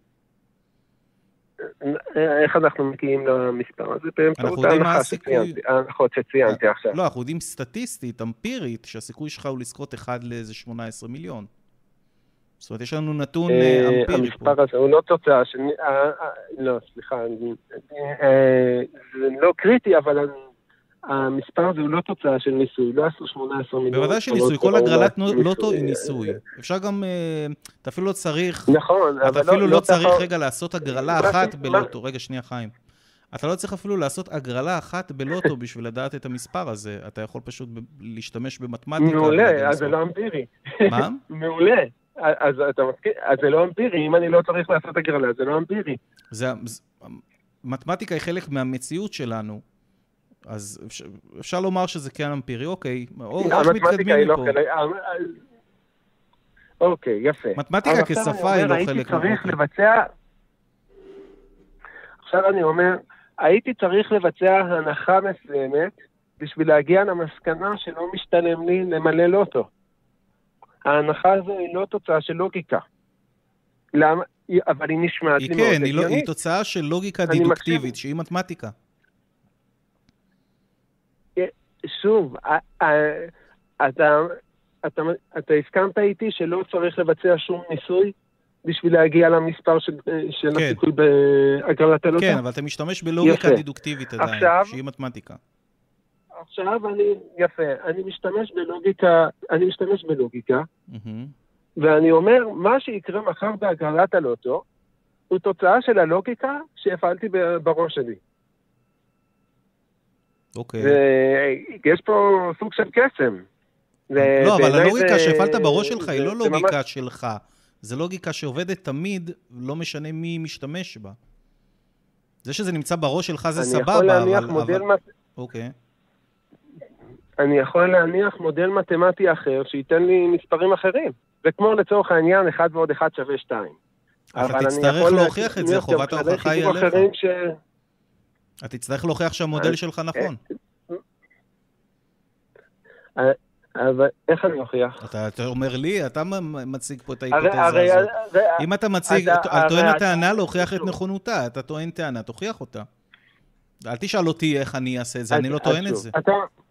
[SPEAKER 3] איך אנחנו מגיעים למספר הזה? באמצעות ההנחות שציינתי עכשיו.
[SPEAKER 1] לא, אנחנו יודעים סטטיסטית, אמפירית, שהסיכוי שלך הוא לזכות אחד לאיזה שמונה עשרה מיליון. זאת אומרת, יש לנו נתון אמפירי פה.
[SPEAKER 3] המספר הזה הוא לא תוצאה של... לא, סליחה, זה לא קריטי, אבל המספר הזה הוא לא תוצאה של ניסוי, לא עשו שמונה עשרה מיליון.
[SPEAKER 1] בוודאי שניסוי, כל הגרלת לוטו היא ניסוי. אפשר גם, אתה אפילו לא צריך...
[SPEAKER 3] נכון, אבל
[SPEAKER 1] אתה אפילו לא צריך רגע לעשות הגרלה אחת בלוטו. רגע, שנייה חיים. אתה לא צריך אפילו לעשות הגרלה אחת בלוטו בשביל לדעת את המספר הזה. אתה יכול פשוט להשתמש במתמטיקה.
[SPEAKER 3] מעולה, אז זה לא אמפירי.
[SPEAKER 1] מה?
[SPEAKER 3] מעולה. אז אתה מסכים, אז זה לא אמפירי. אם אני לא צריך לעשות הגרלה, זה לא אמפירי.
[SPEAKER 1] מתמטיקה היא חלק מהמציאות שלנו. אז אפשר, אפשר לומר שזה כן אמפירי, אוקיי. או איך מתקדמים מפה.
[SPEAKER 3] אוקיי, יפה.
[SPEAKER 1] מתמטיקה כשפה היא לא חלק
[SPEAKER 3] לבצע... עכשיו אני אומר, הייתי צריך לבצע הנחה מסוימת בשביל להגיע למסקנה שלא משתלם לי למלא לוטו. ההנחה הזו היא לא תוצאה של לוגיקה. למה? אבל היא נשמעת לי מאוד
[SPEAKER 1] הגיונית.
[SPEAKER 3] הגיונית.
[SPEAKER 1] כן, היא תוצאה של לוגיקה דידוקטיבית, שהיא מתמטיקה.
[SPEAKER 3] שוב, אתה, אתה, אתה הסכמת איתי שלא צריך לבצע שום ניסוי בשביל להגיע למספר של, של
[SPEAKER 1] כן.
[SPEAKER 3] הסיכוי בהגרלת הלוטו?
[SPEAKER 1] כן, אבל אתה משתמש בלוגיקה יפה. דידוקטיבית עדיין, עכשיו, שהיא מתמטיקה.
[SPEAKER 3] עכשיו אני, יפה, אני משתמש בלוגיקה, אני משתמש בלוגיקה, mm-hmm. ואני אומר, מה שיקרה מחר בהגרלת הלוטו, הוא תוצאה של הלוגיקה שהפעלתי בראש שלי.
[SPEAKER 1] אוקיי.
[SPEAKER 3] ויש פה סוג של קסם.
[SPEAKER 1] לא, אבל הלוגיקה שהפעלת בראש שלך היא לא לוגיקה שלך. זה לוגיקה שעובדת תמיד, לא משנה מי משתמש בה. זה שזה נמצא בראש שלך זה סבבה, אבל...
[SPEAKER 3] אני יכול להניח מודל...
[SPEAKER 1] אוקיי.
[SPEAKER 3] אני יכול להניח מודל מתמטי אחר שייתן לי מספרים אחרים. זה כמו לצורך העניין, אחד ועוד אחד שווה שתיים.
[SPEAKER 1] אתה תצטרך להוכיח את זה, חובת ההוכחה היא עליך. אתה תצטרך להוכיח שהמודל שלך נכון.
[SPEAKER 3] אבל איך אני אוכיח?
[SPEAKER 1] אתה אומר לי, אתה מציג פה את ההיפותזה הזאת. אם אתה מציג, אתה טוען הטענה להוכיח את נכונותה, אתה טוען טענה, תוכיח אותה. אל תשאל אותי איך אני אעשה את זה, אני לא טוען את זה.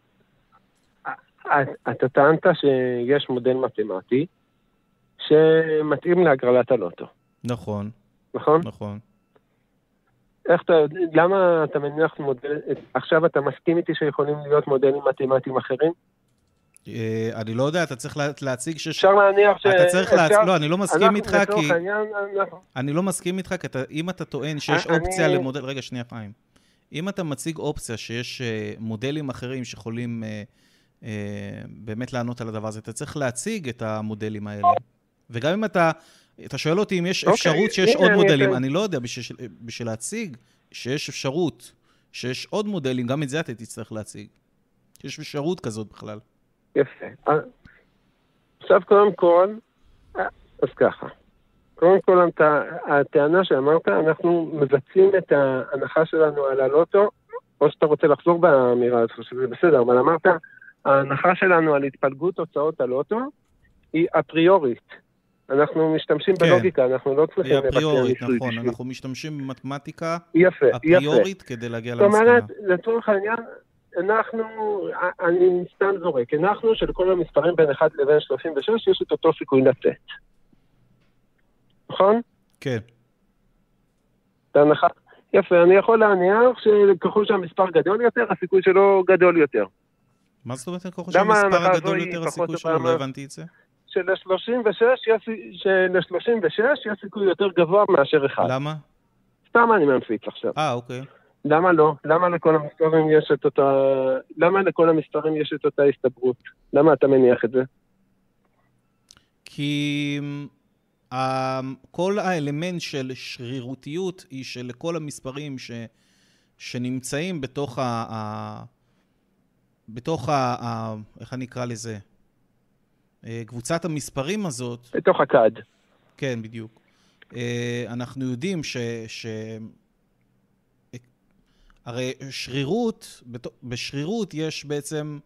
[SPEAKER 3] אתה טענת שיש מודל מתמטי שמתאים להגרלת הלוטו.
[SPEAKER 1] נכון.
[SPEAKER 3] נכון?
[SPEAKER 1] נכון.
[SPEAKER 3] איך אתה, למה אתה מניח מודל, עכשיו אתה מסכים איתי שיכולים להיות מודלים מתמטיים אחרים?
[SPEAKER 1] אני לא יודע, אתה צריך להציג ש...
[SPEAKER 3] אפשר להניח ש...
[SPEAKER 1] אתה צריך להציג... לא, אני לא מסכים איתך כי... אני לא מסכים איתך כי אם אתה טוען שיש אופציה למודל... רגע, שנייה חיים. אם אתה מציג אופציה שיש מודלים אחרים שיכולים באמת לענות על הדבר הזה, אתה צריך להציג את המודלים האלה. וגם אם אתה... אתה שואל אותי אם יש אפשרות שיש עוד מודלים, אני לא יודע, בשביל להציג שיש אפשרות, שיש עוד מודלים, גם את זה אתה תצטרך להציג. יש אפשרות כזאת בכלל.
[SPEAKER 3] יפה. עכשיו קודם כל, אז ככה. קודם כל, הטענה שאמרת, אנחנו מבצעים את ההנחה שלנו על הלוטו, או שאתה רוצה לחזור באמירה הזאת, שזה בסדר, אבל אמרת, ההנחה שלנו על התפלגות תוצאות הלוטו היא אפריורית. אנחנו משתמשים
[SPEAKER 1] כן.
[SPEAKER 3] בלוגיקה, אנחנו לא צריכים
[SPEAKER 1] היא אפריורית,
[SPEAKER 3] ניסוי
[SPEAKER 1] נכון.
[SPEAKER 3] בשביל.
[SPEAKER 1] אנחנו משתמשים במתמטיקה
[SPEAKER 3] יפה,
[SPEAKER 1] אפריורית
[SPEAKER 3] יפה.
[SPEAKER 1] כדי להגיע
[SPEAKER 3] זאת
[SPEAKER 1] למסקנה.
[SPEAKER 3] אומרת, לצורך העניין, אנחנו, אני סתם זורק, אנחנו שלכל המספרים בין אחד לבין שלושים ושש יש את אותו סיכוי לצאת. נכון?
[SPEAKER 1] כן.
[SPEAKER 3] זה הנחה. יפה, אני יכול להניח שככל שהמספר גדול יותר, הסיכוי שלו גדול יותר.
[SPEAKER 1] מה זאת אומרת? ככל
[SPEAKER 3] למה
[SPEAKER 1] שהמספר
[SPEAKER 3] ההנחה הזו
[SPEAKER 1] הגדול
[SPEAKER 3] היא
[SPEAKER 1] יותר,
[SPEAKER 3] פחות
[SPEAKER 1] הסיכוי
[SPEAKER 3] או
[SPEAKER 1] שלו,
[SPEAKER 3] פעם-
[SPEAKER 1] לא הבנתי את זה.
[SPEAKER 3] של-שלושים ושש יש- של-שלושים ושש יש סיכוי יותר גבוה מאשר אחד.
[SPEAKER 1] למה?
[SPEAKER 3] סתם אני ממפיץ עכשיו.
[SPEAKER 1] אה, אוקיי.
[SPEAKER 3] למה לא? למה לכל המספרים יש את אותה... למה לכל המספרים יש את אותה הסתברות? למה אתה מניח את זה?
[SPEAKER 1] כי um, כל האלמנט של שרירותיות היא שלכל המספרים ש, שנמצאים בתוך ה... ה בתוך ה... ה איך אני אקרא לזה? קבוצת המספרים הזאת...
[SPEAKER 3] בתוך הקד.
[SPEAKER 1] כן, בדיוק. אנחנו יודעים ש... ש... הרי שרירות, בשרירות יש בעצם...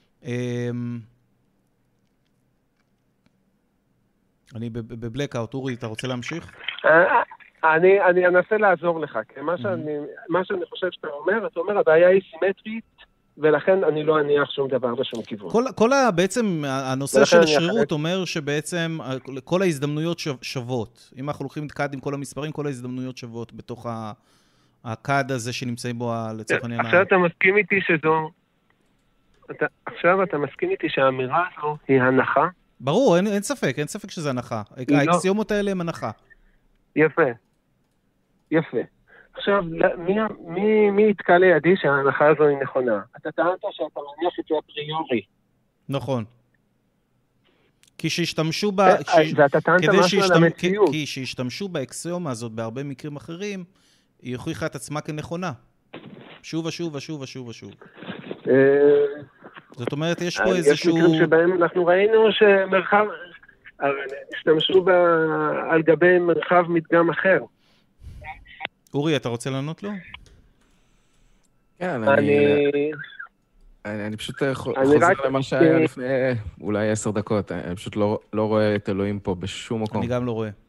[SPEAKER 1] אני בבלקאוט, אורי, אתה רוצה להמשיך?
[SPEAKER 3] אני, אני אנסה לעזור לך, כי מה שאני, מה שאני חושב שאתה אומר, אתה אומר, הבעיה היא סימטרית, ולכן אני לא אניח שום דבר בשום כיוון.
[SPEAKER 1] כל, כל ה, בעצם, הנושא של השרירות אומר שבעצם כל ההזדמנויות שוות. אם אנחנו לוקחים את קאד עם כל המספרים, כל ההזדמנויות שוות בתוך הקאד הזה שנמצאים בו לצורך העניין.
[SPEAKER 3] עכשיו אתה מסכים איתי שזו, אתה, עכשיו אתה מסכים איתי שהאמירה הזו היא הנחה?
[SPEAKER 1] ברור, אין, אין ספק, אין ספק שזה הנחה. האקסיומות האלה הם הנחה.
[SPEAKER 3] יפה, יפה. עכשיו, מי, מי, מי יתקע לידי שההנחה הזו היא נכונה? אתה טענת שאתה מניח את זה אפריורי.
[SPEAKER 1] נכון. כי שהשתמשו ב...
[SPEAKER 3] ואתה טענת משהו על המציאות.
[SPEAKER 1] כי שהשתמשו באקסיומה הזאת בהרבה מקרים אחרים, היא הוכיחה את עצמה כנכונה. שוב ושוב ושוב ושוב ושוב. זאת אומרת, יש פה איזשהו...
[SPEAKER 3] יש מקרים שבהם אנחנו ראינו שמרחב... השתמשו על גבי מרחב מדגם אחר.
[SPEAKER 1] אורי, אתה רוצה לענות לו?
[SPEAKER 2] כן, אני... אני פשוט חוזר למה שהיה לפני אולי עשר דקות. אני פשוט לא רואה את אלוהים פה בשום מקום.
[SPEAKER 1] אני גם לא רואה.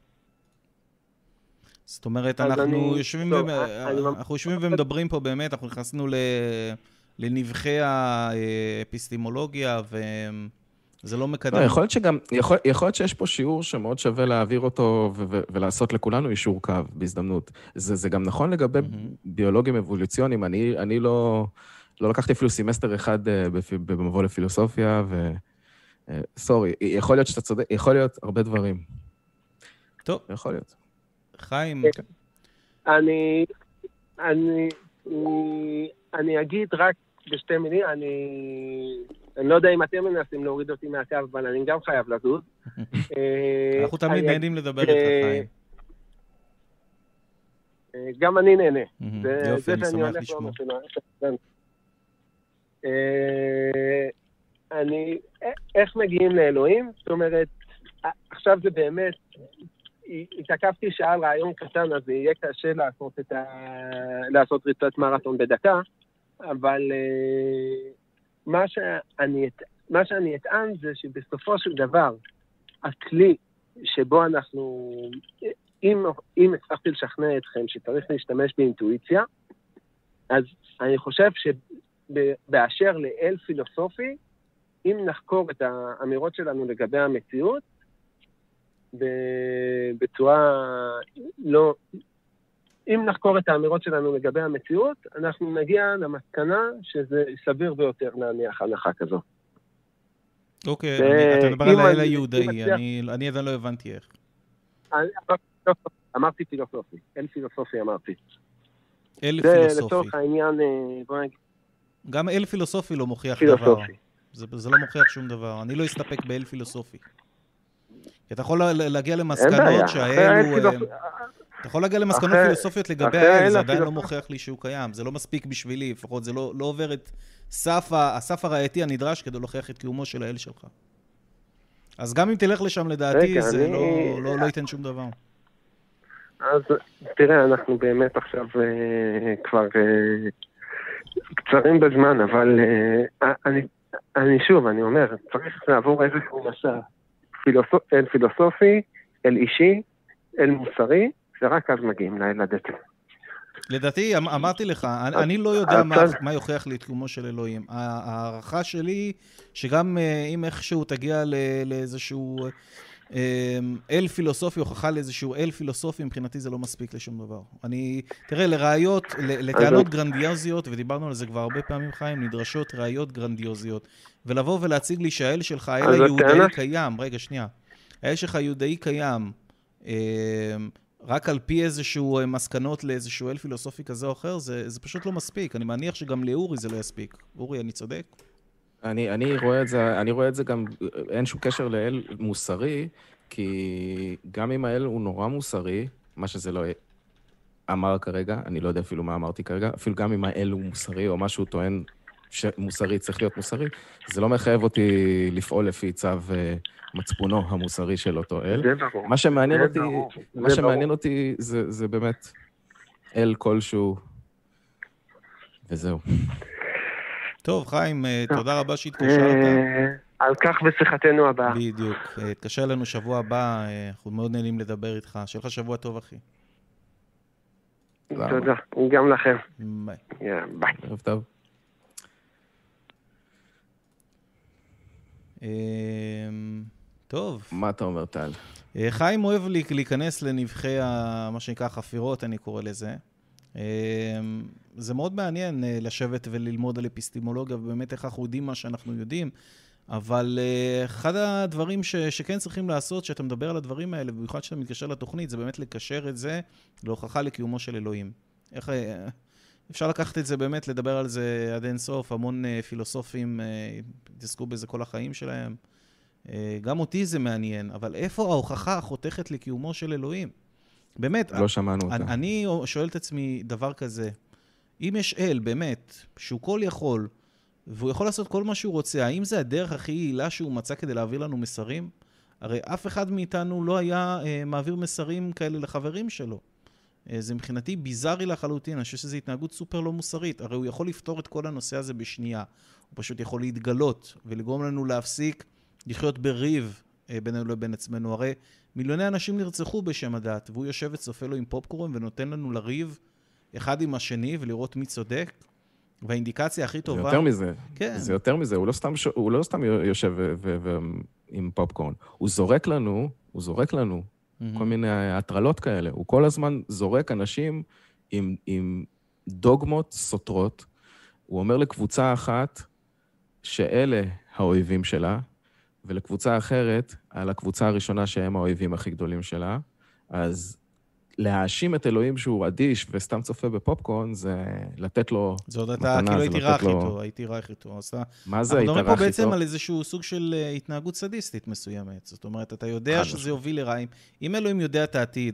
[SPEAKER 1] זאת אומרת, אנחנו יושבים ומדברים פה באמת, אנחנו נכנסנו לנבחי האפיסטימולוגיה, וזה לא מקדם.
[SPEAKER 2] יכול להיות שגם, יכול להיות שיש פה שיעור שמאוד שווה להעביר אותו ולעשות לכולנו אישור קו בהזדמנות. זה גם נכון לגבי ביולוגים אבולוציוניים. אני לא לקחתי אפילו סמסטר אחד במבוא לפילוסופיה, וסורי, יכול להיות שאתה צודק, יכול להיות הרבה דברים.
[SPEAKER 1] טוב.
[SPEAKER 2] יכול להיות.
[SPEAKER 1] חיים.
[SPEAKER 3] אני, אני, אני אגיד רק בשתי מילים, אני, אני לא יודע אם אתם מנסים להוריד אותי מהקו, אבל אני גם חייב לזוז.
[SPEAKER 1] אנחנו תמיד נהנים לדבר איתך, חיים.
[SPEAKER 3] גם אני נהנה.
[SPEAKER 1] יופי, אני שמח לשמוע.
[SPEAKER 3] אני, איך מגיעים לאלוהים? זאת אומרת, עכשיו זה באמת, התעכבתי שעה על רעיון קטן, אז זה יהיה קשה לעשות את ה... לעשות ריצת מרתון בדקה, אבל מה שאני, מה שאני אטען זה שבסופו של דבר, הכלי שבו אנחנו, אם, אם הצלחתי לשכנע אתכם שצריך להשתמש באינטואיציה, אז אני חושב שבאשר לאל פילוסופי, אם נחקור את האמירות שלנו לגבי המציאות, בצורה לא... אם נחקור את האמירות שלנו לגבי המציאות, אנחנו נגיע למסקנה שזה סביר ביותר להניח הנחה כזו.
[SPEAKER 1] אוקיי, אתה מדבר על האל היהודאי, אני עדיין לא הבנתי איך.
[SPEAKER 3] אמרתי פילוסופי, אל פילוסופי אמרתי.
[SPEAKER 1] אל פילוסופי.
[SPEAKER 3] זה לצורך העניין, בוא נגיד.
[SPEAKER 1] גם אל פילוסופי לא מוכיח דבר. זה לא מוכיח שום דבר. אני לא אסתפק באל פילוסופי. אתה יכול להגיע למסקנות שהאל הוא... אתה יכול להגיע למסקנות פילוסופיות לגבי האל, זה עדיין לא מוכיח לי שהוא קיים. זה לא מספיק בשבילי, לפחות זה לא עובר את הסף הראייתי הנדרש כדי להוכיח את קיומו של האל שלך. אז גם אם תלך לשם לדעתי, זה לא ייתן שום דבר.
[SPEAKER 3] אז תראה, אנחנו באמת עכשיו כבר קצרים בזמן, אבל אני שוב, אני אומר, צריך לעבור איזשהו מסע פילוסופ... אל פילוסופי, אל אישי, אל מוסרי, ורק אז מגיעים לילדתי.
[SPEAKER 1] לדעתי, אמ- אמרתי לך, אני, אני לא יודע מה, מה יוכיח לי את קיומו של אלוהים. ההערכה שלי, שגם אם איכשהו תגיע לא- לאיזשהו אל פילוסופי, הוכחה לאיזשהו אל פילוסופי, מבחינתי זה לא מספיק לשום דבר. אני, תראה, לראיות, לטענות גרנדיוזיות, ודיברנו על זה כבר הרבה פעמים, חיים, נדרשות ראיות גרנדיוזיות, ולבוא ולהציג לי שהאל שלך, האל היהודאי קיים, רגע, שנייה, האל שלך היהודאי קיים, רק על פי איזשהו מסקנות לאיזשהו אל פילוסופי כזה או אחר, זה, זה פשוט לא מספיק. אני מניח שגם לאורי זה לא יספיק. אורי, אני צודק?
[SPEAKER 2] אני, אני רואה את זה, אני רואה את זה גם, אין שום קשר לאל מוסרי, כי גם אם האל הוא נורא מוסרי, מה שזה לא אמר כרגע, אני לא יודע אפילו מה אמרתי כרגע, אפילו גם אם האל הוא מוסרי, או משהו טוען שמוסרי צריך להיות מוסרי, זה לא מחייב אותי לפעול לפי צו מצפונו המוסרי של אותו אל. מה שמעניין אותי, מה שמעניין אותי זה, זה באמת אל כלשהו, וזהו.
[SPEAKER 1] טוב, חיים, תודה רבה שהתקשרת.
[SPEAKER 3] על כך בשיחתנו הבאה.
[SPEAKER 1] בדיוק. תקשר לנו שבוע הבא, אנחנו מאוד נהנים לדבר איתך. שיהיה לך שבוע טוב, אחי.
[SPEAKER 3] תודה, גם לכם.
[SPEAKER 1] ביי.
[SPEAKER 3] ביי.
[SPEAKER 2] ערב טוב.
[SPEAKER 1] טוב.
[SPEAKER 2] מה אתה אומר, טל?
[SPEAKER 1] חיים אוהב להיכנס לנבחי מה שנקרא חפירות, אני קורא לזה. זה מאוד מעניין לשבת וללמוד על אפיסטימולוגיה, ובאמת איך אנחנו יודעים מה שאנחנו יודעים, אבל אחד הדברים ש, שכן צריכים לעשות, שאתה מדבר על הדברים האלה, במיוחד שאתה מתקשר לתוכנית, זה באמת לקשר את זה להוכחה לקיומו של אלוהים. איך אפשר לקחת את זה באמת, לדבר על זה עד אין סוף, המון פילוסופים התעסקו בזה כל החיים שלהם. גם אותי זה מעניין, אבל איפה ההוכחה החותכת לקיומו של אלוהים? באמת,
[SPEAKER 2] לא שמענו אותה.
[SPEAKER 1] אני, אני שואל את עצמי דבר כזה, אם יש אל, באמת, שהוא כל יכול, והוא יכול לעשות כל מה שהוא רוצה, האם זה הדרך הכי יעילה שהוא מצא כדי להעביר לנו מסרים? הרי אף אחד מאיתנו לא היה אה, מעביר מסרים כאלה לחברים שלו. אה, זה מבחינתי ביזרי לחלוטין, אני חושב שזו התנהגות סופר לא מוסרית. הרי הוא יכול לפתור את כל הנושא הזה בשנייה. הוא פשוט יכול להתגלות ולגרום לנו להפסיק לחיות בריב אה, בינינו לבין עצמנו. הרי מיליוני אנשים נרצחו בשם הדת, והוא יושב וצופה לו עם פופקורן ונותן לנו לריב אחד עם השני ולראות מי צודק. והאינדיקציה הכי טובה...
[SPEAKER 2] זה יותר מזה.
[SPEAKER 1] כן.
[SPEAKER 2] זה יותר מזה. הוא לא סתם, הוא לא סתם יושב ו- ו- ו- עם פופקורן. הוא זורק לנו, הוא זורק לנו mm-hmm. כל מיני הטרלות כאלה. הוא כל הזמן זורק אנשים עם, עם דוגמות סותרות. הוא אומר לקבוצה אחת שאלה האויבים שלה, ולקבוצה אחרת, על הקבוצה הראשונה שהם האויבים הכי גדולים שלה. אז להאשים את אלוהים שהוא אדיש וסתם צופה בפופקורן, זה לתת לו מתנה.
[SPEAKER 1] זה עוד אתה, כאילו הייתי רך איתו, הייתי רך איתו.
[SPEAKER 2] מה זה הייתי רך איתו?
[SPEAKER 1] אנחנו מדברים פה בעצם על איזשהו סוג של התנהגות סדיסטית מסוימת. זאת אומרת, אתה יודע שזה יוביל לרעים. אם אלוהים יודע את העתיד,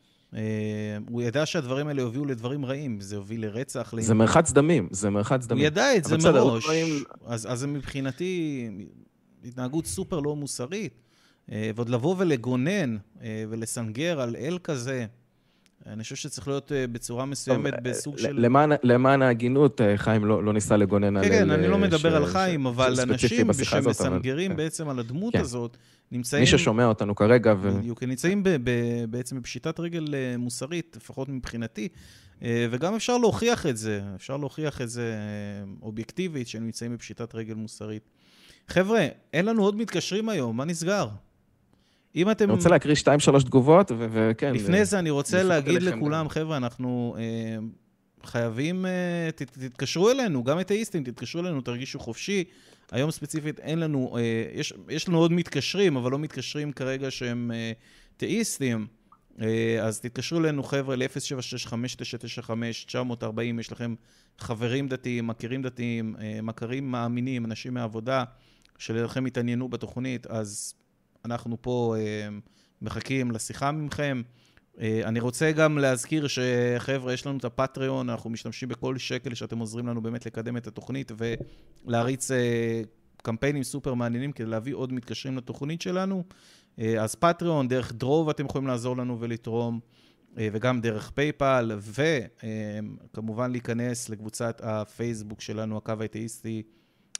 [SPEAKER 1] הוא ידע שהדברים האלה יובילו לדברים רעים, זה יוביל לרצח.
[SPEAKER 2] זה מרחץ דמים, זה מרחץ דמים.
[SPEAKER 1] הוא ידע את זה מראש. אז זה מבחינתי התנהגות סופר לא מוסרית. ועוד לבוא ולגונן ולסנגר על אל כזה, אני חושב שצריך להיות בצורה מסוימת בסוג של...
[SPEAKER 2] למען ההגינות, חיים לא ניסה לגונן על...
[SPEAKER 1] כן, אני לא מדבר על חיים, אבל אנשים שמסנגרים בעצם על הדמות הזאת, נמצאים...
[SPEAKER 2] מי ששומע אותנו כרגע ו...
[SPEAKER 1] בדיוק, נמצאים בעצם בפשיטת רגל מוסרית, לפחות מבחינתי, וגם אפשר להוכיח את זה, אפשר להוכיח את זה אובייקטיבית, שהם נמצאים בפשיטת רגל מוסרית. חבר'ה, אין לנו עוד מתקשרים היום, מה נסגר? אם אתם...
[SPEAKER 2] אני רוצה להקריא שתיים, שלוש תגובות, וכן...
[SPEAKER 1] לפני זה אני רוצה להגיד לכולם, חבר'ה, אנחנו חייבים, תתקשרו אלינו, גם אתאיסטים, תתקשרו אלינו, תרגישו חופשי. היום ספציפית אין לנו, יש לנו עוד מתקשרים, אבל לא מתקשרים כרגע שהם אתאיסטים. אז תתקשרו אלינו, חבר'ה, ל-אפס שבע שש חמש תשע תשע חמש תשע ארבע אפס, יש לכם חברים דתיים, מכירים דתיים, מכרים מאמינים, אנשים מהעבודה, שלכם התעניינו בתוכנית, אז אנחנו פה מחכים לשיחה ממכם. אני רוצה גם להזכיר שחבר'ה, יש לנו את הפטריון, אנחנו משתמשים בכל שקל שאתם עוזרים לנו באמת לקדם את התוכנית, ולהריץ קמפיינים סופר מעניינים כדי להביא עוד מתקשרים לתוכנית שלנו. אז פטריון, דרך דרוב אתם יכולים לעזור לנו ולתרום, וגם דרך פייפל, וכמובן להיכנס לקבוצת הפייסבוק שלנו, הקו האתאיסטי,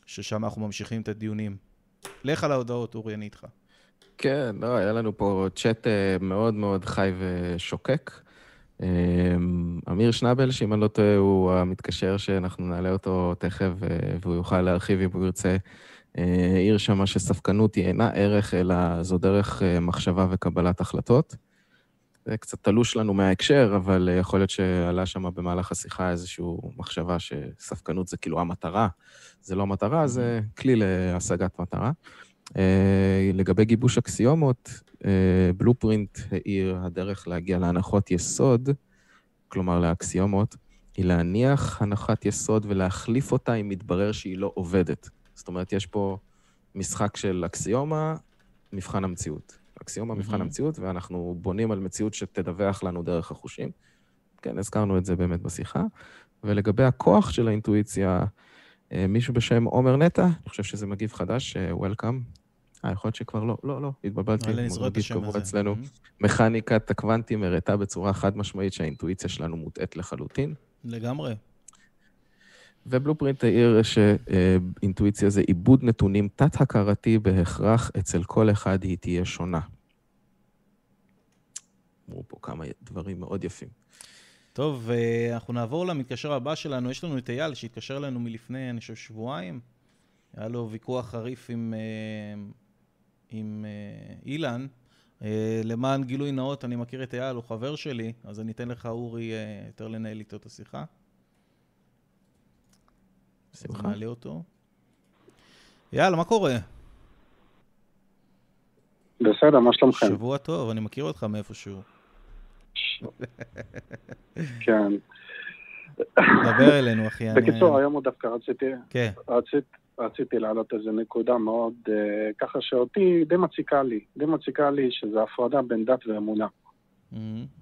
[SPEAKER 1] ששם אנחנו ממשיכים את הדיונים. לך על ההודעות, אורי, אני איתך.
[SPEAKER 2] כן, לא, היה לנו פה צ'אט מאוד מאוד חי ושוקק. אמיר שנבל, שאם אני לא טועה, הוא המתקשר שאנחנו נעלה אותו תכף, והוא יוכל להרחיב אם הוא ירצה. העיר שמה שספקנות היא אינה ערך, אלא זו דרך מחשבה וקבלת החלטות. זה קצת תלוש לנו מההקשר, אבל יכול להיות שעלה שם במהלך השיחה איזושהי מחשבה שספקנות זה כאילו המטרה. זה לא מטרה, זה כלי להשגת מטרה. לגבי גיבוש אקסיומות, בלופרינט העיר הדרך להגיע להנחות יסוד, כלומר לאקסיומות, היא להניח הנחת יסוד ולהחליף אותה אם מתברר שהיא לא עובדת. זאת אומרת, יש פה משחק של אקסיומה, מבחן המציאות. אקסיומה, מבחן המציאות, ואנחנו בונים על מציאות שתדווח לנו דרך החושים. כן, הזכרנו את זה באמת בשיחה. ולגבי הכוח של האינטואיציה, מישהו בשם עומר נטע, אני חושב שזה מגיב חדש, וולקאם. אה, יכול להיות שכבר לא, לא, לא, התבלבלתי.
[SPEAKER 1] אני נזרוק את השם הזה.
[SPEAKER 2] אצלנו. מכניקת הקוונטים הראתה בצורה חד משמעית שהאינטואיציה שלנו מוטעת לחלוטין.
[SPEAKER 1] לגמרי.
[SPEAKER 2] ובלופרינט העיר שאינטואיציה זה עיבוד נתונים תת-הכרתי בהכרח, אצל כל אחד היא תהיה שונה. אמרו פה כמה דברים מאוד יפים.
[SPEAKER 1] טוב, אנחנו נעבור למתקשר הבא שלנו. יש לנו את אייל שהתקשר לנו מלפני, אני חושב, שבועיים. היה לו ויכוח חריף עם, עם אילן. למען גילוי נאות, אני מכיר את אייל, הוא חבר שלי, אז אני אתן לך, אורי, יותר לנהל איתו את השיחה.
[SPEAKER 2] שמחה.
[SPEAKER 1] נעלה אותו. יאללה, מה קורה?
[SPEAKER 4] בסדר, מה שלומכם?
[SPEAKER 1] שבוע טוב, אני מכיר אותך מאיפשהו.
[SPEAKER 4] כן.
[SPEAKER 1] דבר אלינו, אחי.
[SPEAKER 4] בקיצור, היום הוא דווקא רציתי...
[SPEAKER 1] כן.
[SPEAKER 4] רצית, רציתי להעלות איזו נקודה מאוד, uh, ככה שאותי די מציקה לי, די מציקה לי שזה הפרדה בין דת ואמונה.
[SPEAKER 1] Mm-hmm.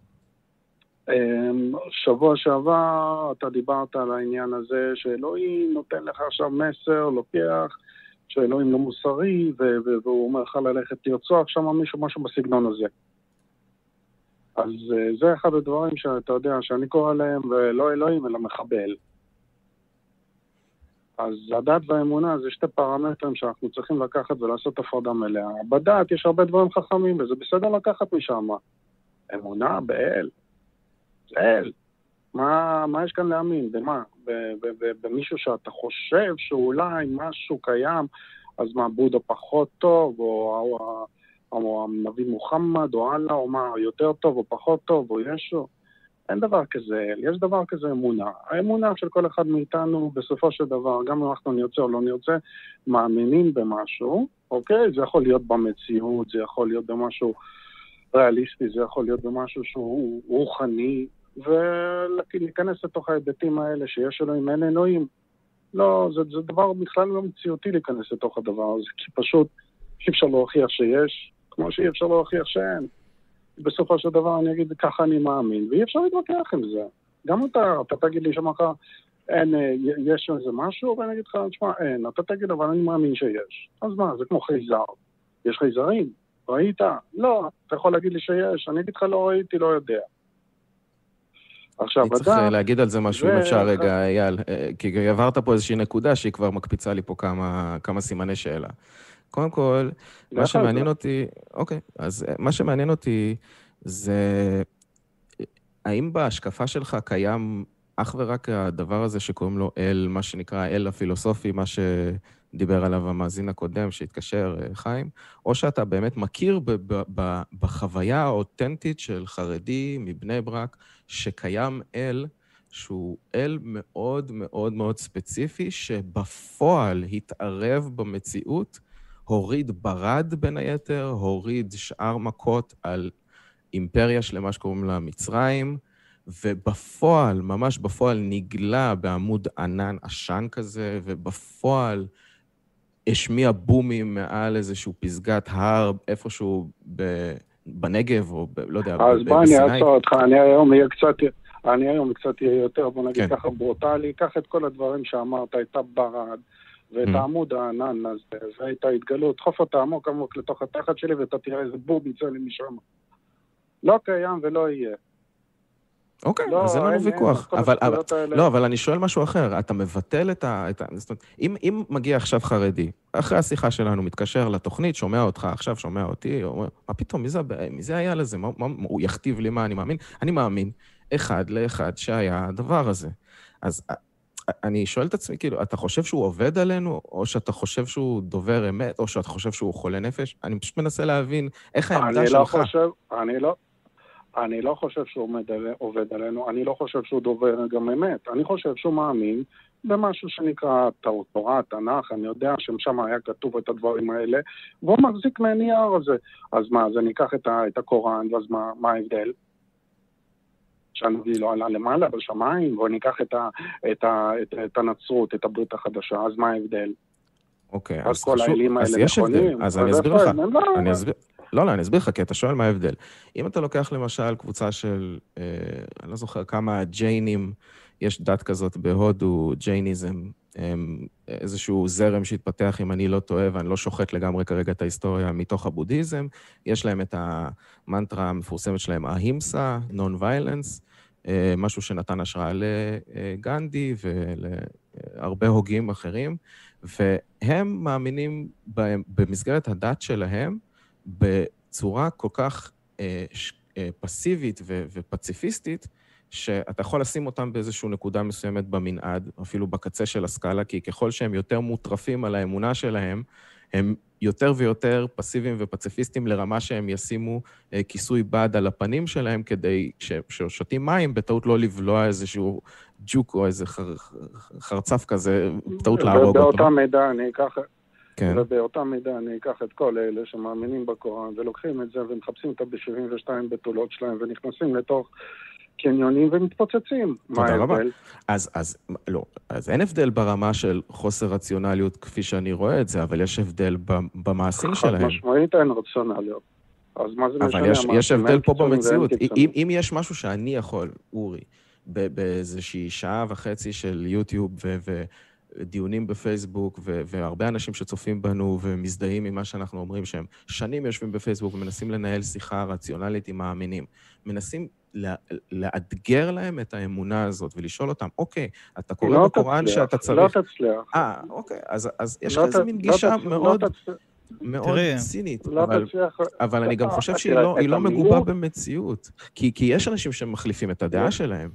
[SPEAKER 4] שבוע שעבר אתה דיברת על העניין הזה שאלוהים נותן לך עכשיו מסר, לוקח, שאלוהים לא מוסרי, והוא אומר לך ללכת לרצוח שם מישהו, משהו בסגנון הזה. אז זה אחד הדברים שאתה יודע, שאני קורא להם, ולא אלוהים, אלא מחבל. אז הדת והאמונה זה שתי פרמטרים שאנחנו צריכים לקחת ולעשות הפרדה מלאה. בדת יש הרבה דברים חכמים, וזה בסדר לקחת משם. אמונה באל. אל, מה, מה יש כאן להאמין? במה? במישהו שאתה חושב שאולי משהו קיים, אז מה, בודה פחות טוב, או, או, או הנביא מוחמד, או אללה, או מה, יותר טוב, או פחות טוב, או ישו? אין דבר כזה, יש דבר כזה אמונה. האמונה של כל אחד מאיתנו, בסופו של דבר, גם אם אנחנו נרצה או לא נרצה, מאמינים במשהו, אוקיי? זה יכול להיות במציאות, זה יכול להיות במשהו ריאליסטי, זה יכול להיות במשהו שהוא רוחני, ולהיכנס לתוך ההיבטים האלה שיש אלוהים, אין אלוהים. לא, זה, זה דבר בכלל לא מציאותי להיכנס לתוך הדבר הזה, כי פשוט אי אפשר להוכיח שיש, כמו שאי אפשר להוכיח שאין. בסופו של דבר אני אגיד, ככה אני מאמין, ואי אפשר להתווכח עם זה. גם אתה, אתה תגיד לי שמך, אין, יש איזה משהו, ואני אגיד לך, תשמע, אין, אתה תגיד, אבל אני מאמין שיש. אז מה, זה כמו חייזר. יש חייזרים? ראית? לא, אתה יכול להגיד לי שיש, אני אגיד לך לא ראיתי, לא יודע. עכשיו,
[SPEAKER 2] אני צריך להגיד על זה משהו, אם אפשר רגע, אייל, כי עברת פה איזושהי נקודה שהיא כבר מקפיצה לי פה כמה, כמה סימני שאלה. קודם כל, מה שמעניין אותי, אוקיי, אז מה שמעניין אותי זה, האם בהשקפה שלך קיים אך ורק הדבר הזה שקוראים לו אל, מה שנקרא אל הפילוסופי, מה שדיבר עליו המאזין הקודם שהתקשר, חיים, או שאתה באמת מכיר ב- ב- בחוויה האותנטית של חרדי מבני ברק, שקיים אל, שהוא אל מאוד מאוד מאוד ספציפי, שבפועל התערב במציאות, הוריד ברד בין היתר, הוריד שאר מכות על אימפריה שלמה שקוראים לה מצרים, ובפועל, ממש בפועל נגלה בעמוד ענן עשן כזה, ובפועל השמיע בומים מעל איזשהו פסגת הר, איפשהו בנגב, או ב, לא יודע,
[SPEAKER 4] בסיני. אז בוא אני אעצור אותך, אני היום אהיה קצת, אני היום קצת אהיה יותר, בוא נגיד ככה ברוטלי, קח את כל הדברים שאמרת, הייתה ברד, ואת העמוד הענן הזה, והייתה התגלות, דחוף אותה עמוק עמוק לתוך התחת שלי, ואתה תראה איזה בום יצא לי משם. לא קיים ולא יהיה.
[SPEAKER 2] אוקיי,
[SPEAKER 4] לא,
[SPEAKER 2] אז אין לנו
[SPEAKER 4] אין- אין,
[SPEAKER 2] ויכוח.
[SPEAKER 4] כל
[SPEAKER 2] אבל, אבל,
[SPEAKER 4] השטויות האלה.
[SPEAKER 2] לא, אבל אני שואל משהו אחר. אתה מבטל את ה... את ה זאת אומרת, אם, אם מגיע עכשיו חרדי, אחרי השיחה שלנו מתקשר לתוכנית, שומע אותך, עכשיו שומע אותי, אומר, מה פתאום, מי זה, מי זה היה לזה? מה, מה, הוא יכתיב לי מה אני מאמין? אני מאמין אחד לאחד שהיה הדבר הזה. אז אני שואל את עצמי, כאילו, אתה חושב שהוא עובד עלינו, או שאתה חושב שהוא דובר אמת, או שאתה חושב שהוא חולה נפש? אני פשוט מנסה להבין איך העמדה
[SPEAKER 4] אני
[SPEAKER 2] שלך.
[SPEAKER 4] לא חושב, אני לא, אני לא חושב שהוא עומד על- עובד עלינו, אני לא חושב שהוא דובר גם אמת, אני חושב שהוא מאמין במשהו שנקרא תור- תורה, תנ"ך, אני יודע ששם היה כתוב את הדברים האלה, והוא מחזיק מהנייר הזה. אז מה, אז אני אקח את, ה, את הקוראן, ואז מה, מה ההבדל? שהנביא לא עלה למעלה בשמיים, בואו ניקח את, ה, את, ה, את, את הנצרות, את הברית החדשה, אז מה ההבדל?
[SPEAKER 2] אוקיי,
[SPEAKER 4] אז
[SPEAKER 2] אז
[SPEAKER 4] כל
[SPEAKER 2] חשוב,
[SPEAKER 4] האלים
[SPEAKER 2] אז
[SPEAKER 4] האלה
[SPEAKER 2] יש הבדל.
[SPEAKER 4] נכונים.
[SPEAKER 2] אז אני
[SPEAKER 4] אז
[SPEAKER 2] אסביר
[SPEAKER 4] איפה
[SPEAKER 2] לך.
[SPEAKER 4] הם? לא,
[SPEAKER 2] אני אסביר... לא, לא, אני אסביר לך, כי אתה שואל מה ההבדל. אם אתה לוקח למשל קבוצה של, אה, אני לא זוכר כמה ג'יינים, יש דת כזאת בהודו, ג'ייניזם, הם, איזשהו זרם שהתפתח, אם אני לא טועה, ואני לא שוחט לגמרי כרגע את ההיסטוריה, מתוך הבודהיזם. יש להם את המנטרה המפורסמת שלהם, ההימסה, non-violence, אה, משהו שנתן השראה לגנדי ולהרבה הוגים אחרים, והם מאמינים בהם, במסגרת הדת שלהם, בצורה כל כך אה, ש, אה, פסיבית ו, ופציפיסטית, שאתה יכול לשים אותם באיזושהי נקודה מסוימת במנעד, אפילו בקצה של הסקאלה, כי ככל שהם יותר מוטרפים על האמונה שלהם, הם יותר ויותר פסיביים ופציפיסטים לרמה שהם ישימו אה, כיסוי בד על הפנים שלהם, כדי ששותים מים, בטעות לא לבלוע איזשהו ג'וק או איזה חר, חרצף כזה, בטעות להרוג אותו.
[SPEAKER 4] ובאותה מידה אני אקח...
[SPEAKER 2] כן.
[SPEAKER 4] ובאותה מידה אני אקח את כל אלה שמאמינים בקוראן, ולוקחים את זה ומחפשים את ה-שבעים ושתיים בתולות שלהם, ונכנסים לתוך קניונים ומתפוצצים. מה
[SPEAKER 2] תודה רבה.
[SPEAKER 4] ההבדל?
[SPEAKER 2] אז, אז, לא, אז אין הבדל ברמה של חוסר רציונליות כפי שאני רואה את זה, אבל יש הבדל במעשים שלהם.
[SPEAKER 4] חד משמעית אין רציונליות. אז מה זה משנה?
[SPEAKER 2] אבל יש, יש הבדל פה במציאות.
[SPEAKER 4] אם,
[SPEAKER 2] אם, אם יש משהו שאני יכול, אורי, באיזושהי שעה וחצי של יוטיוב ו... ו דיונים בפייסבוק, ו- והרבה אנשים שצופים בנו ומזדהים ממה שאנחנו אומרים, שהם שנים יושבים בפייסבוק ומנסים לנהל שיחה רציונלית עם מאמינים. מנסים לה- לאתגר להם את האמונה הזאת ולשאול אותם, אוקיי, אתה קורא
[SPEAKER 4] לא
[SPEAKER 2] בקוראן
[SPEAKER 4] תצליח,
[SPEAKER 2] שאתה צריך...
[SPEAKER 4] לא תצליח.
[SPEAKER 2] אה, אוקיי, אז, אז יש
[SPEAKER 4] לא
[SPEAKER 2] לך איזה
[SPEAKER 4] ת-
[SPEAKER 2] מין
[SPEAKER 4] לא
[SPEAKER 2] גישה
[SPEAKER 4] תצ-
[SPEAKER 2] מאוד,
[SPEAKER 4] לא תצ-
[SPEAKER 2] מאוד
[SPEAKER 1] תראה,
[SPEAKER 2] צינית,
[SPEAKER 4] לא
[SPEAKER 2] אבל,
[SPEAKER 4] תצליח...
[SPEAKER 2] אבל אני גם חושב שהיא
[SPEAKER 4] תראה,
[SPEAKER 2] לא,
[SPEAKER 4] את
[SPEAKER 2] היא לא
[SPEAKER 4] המיעוט-
[SPEAKER 2] מגובה במציאות. כי, כי יש אנשים שמחליפים את הדעה שלהם.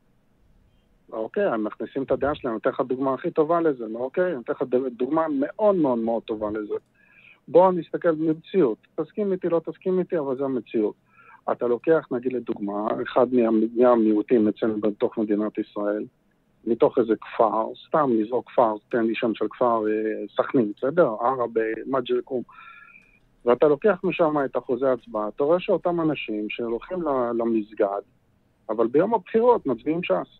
[SPEAKER 4] אוקיי, הם מכניסים את הדעה שלהם, אני אתן לך דוגמה הכי טובה לזה, אוקיי? אני אתן לך דוגמה מאוד מאוד מאוד טובה לזה. בואו נסתכל במציאות. תסכים איתי, לא תסכים איתי, אבל זה המציאות. אתה לוקח, נגיד לדוגמה, אחד מהמיעוטים אצלנו בתוך מדינת ישראל, מתוך איזה כפר, סתם לזרוק כפר, תן לי שם של כפר סכנין, בסדר? ערבה, מג'ד אל-כרום. ואתה לוקח משם את אחוזי ההצבעה, אתה רואה שאותם אנשים שהולכים למסגד, אבל ביום הבחירות מצביעים ש"ס.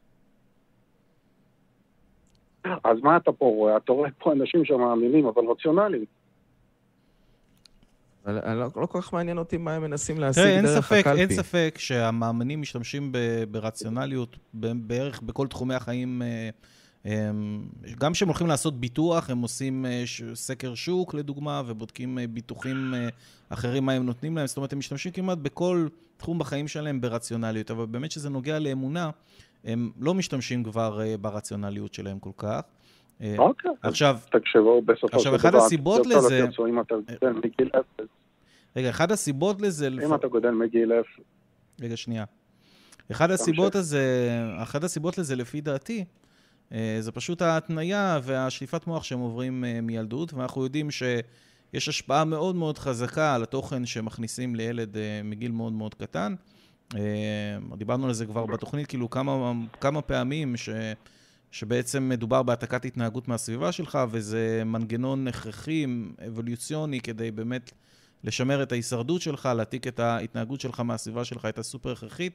[SPEAKER 4] אז מה אתה פה רואה? אתה רואה פה אנשים שמאמינים, אבל רציונליים.
[SPEAKER 2] אבל לא, לא כל כך מעניין אותי מה הם מנסים להשיג
[SPEAKER 1] תראה, אין
[SPEAKER 2] דרך
[SPEAKER 1] ספק,
[SPEAKER 2] הקלפי.
[SPEAKER 1] אין ספק שהמאמנים משתמשים ב- ברציונליות בערך בכל תחומי החיים. הם, גם כשהם הולכים לעשות ביטוח, הם עושים ש- סקר שוק לדוגמה, ובודקים ביטוחים אחרים מה הם נותנים להם. זאת אומרת, הם משתמשים כמעט בכל תחום בחיים שלהם ברציונליות, אבל באמת שזה נוגע לאמונה, הם לא משתמשים כבר ברציונליות שלהם כל כך.
[SPEAKER 4] אוקיי.
[SPEAKER 1] עכשיו,
[SPEAKER 4] תקשיבו, בסופו
[SPEAKER 1] עכשיו, אחד הסיבות לזה...
[SPEAKER 4] אם אתה גודל מגיל אפס.
[SPEAKER 1] רגע, אחד הסיבות לזה...
[SPEAKER 4] אם אתה גודל מגיל אפס.
[SPEAKER 1] רגע, שנייה. אחד הסיבות הזה, אחד הסיבות לזה, לפי דעתי, זה פשוט ההתניה והשליפת מוח שהם עוברים מילדות, ואנחנו יודעים שיש השפעה מאוד מאוד חזקה על התוכן שמכניסים לילד מגיל מאוד מאוד קטן. דיברנו על זה כבר בתוכנית, כאילו כמה, כמה פעמים ש... שבעצם מדובר בהעתקת התנהגות מהסביבה שלך, וזה מנגנון הכרחי, אבולוציוני, כדי באמת לשמר את ההישרדות שלך, להעתיק את ההתנהגות שלך מהסביבה שלך, את הסופר הכרחית.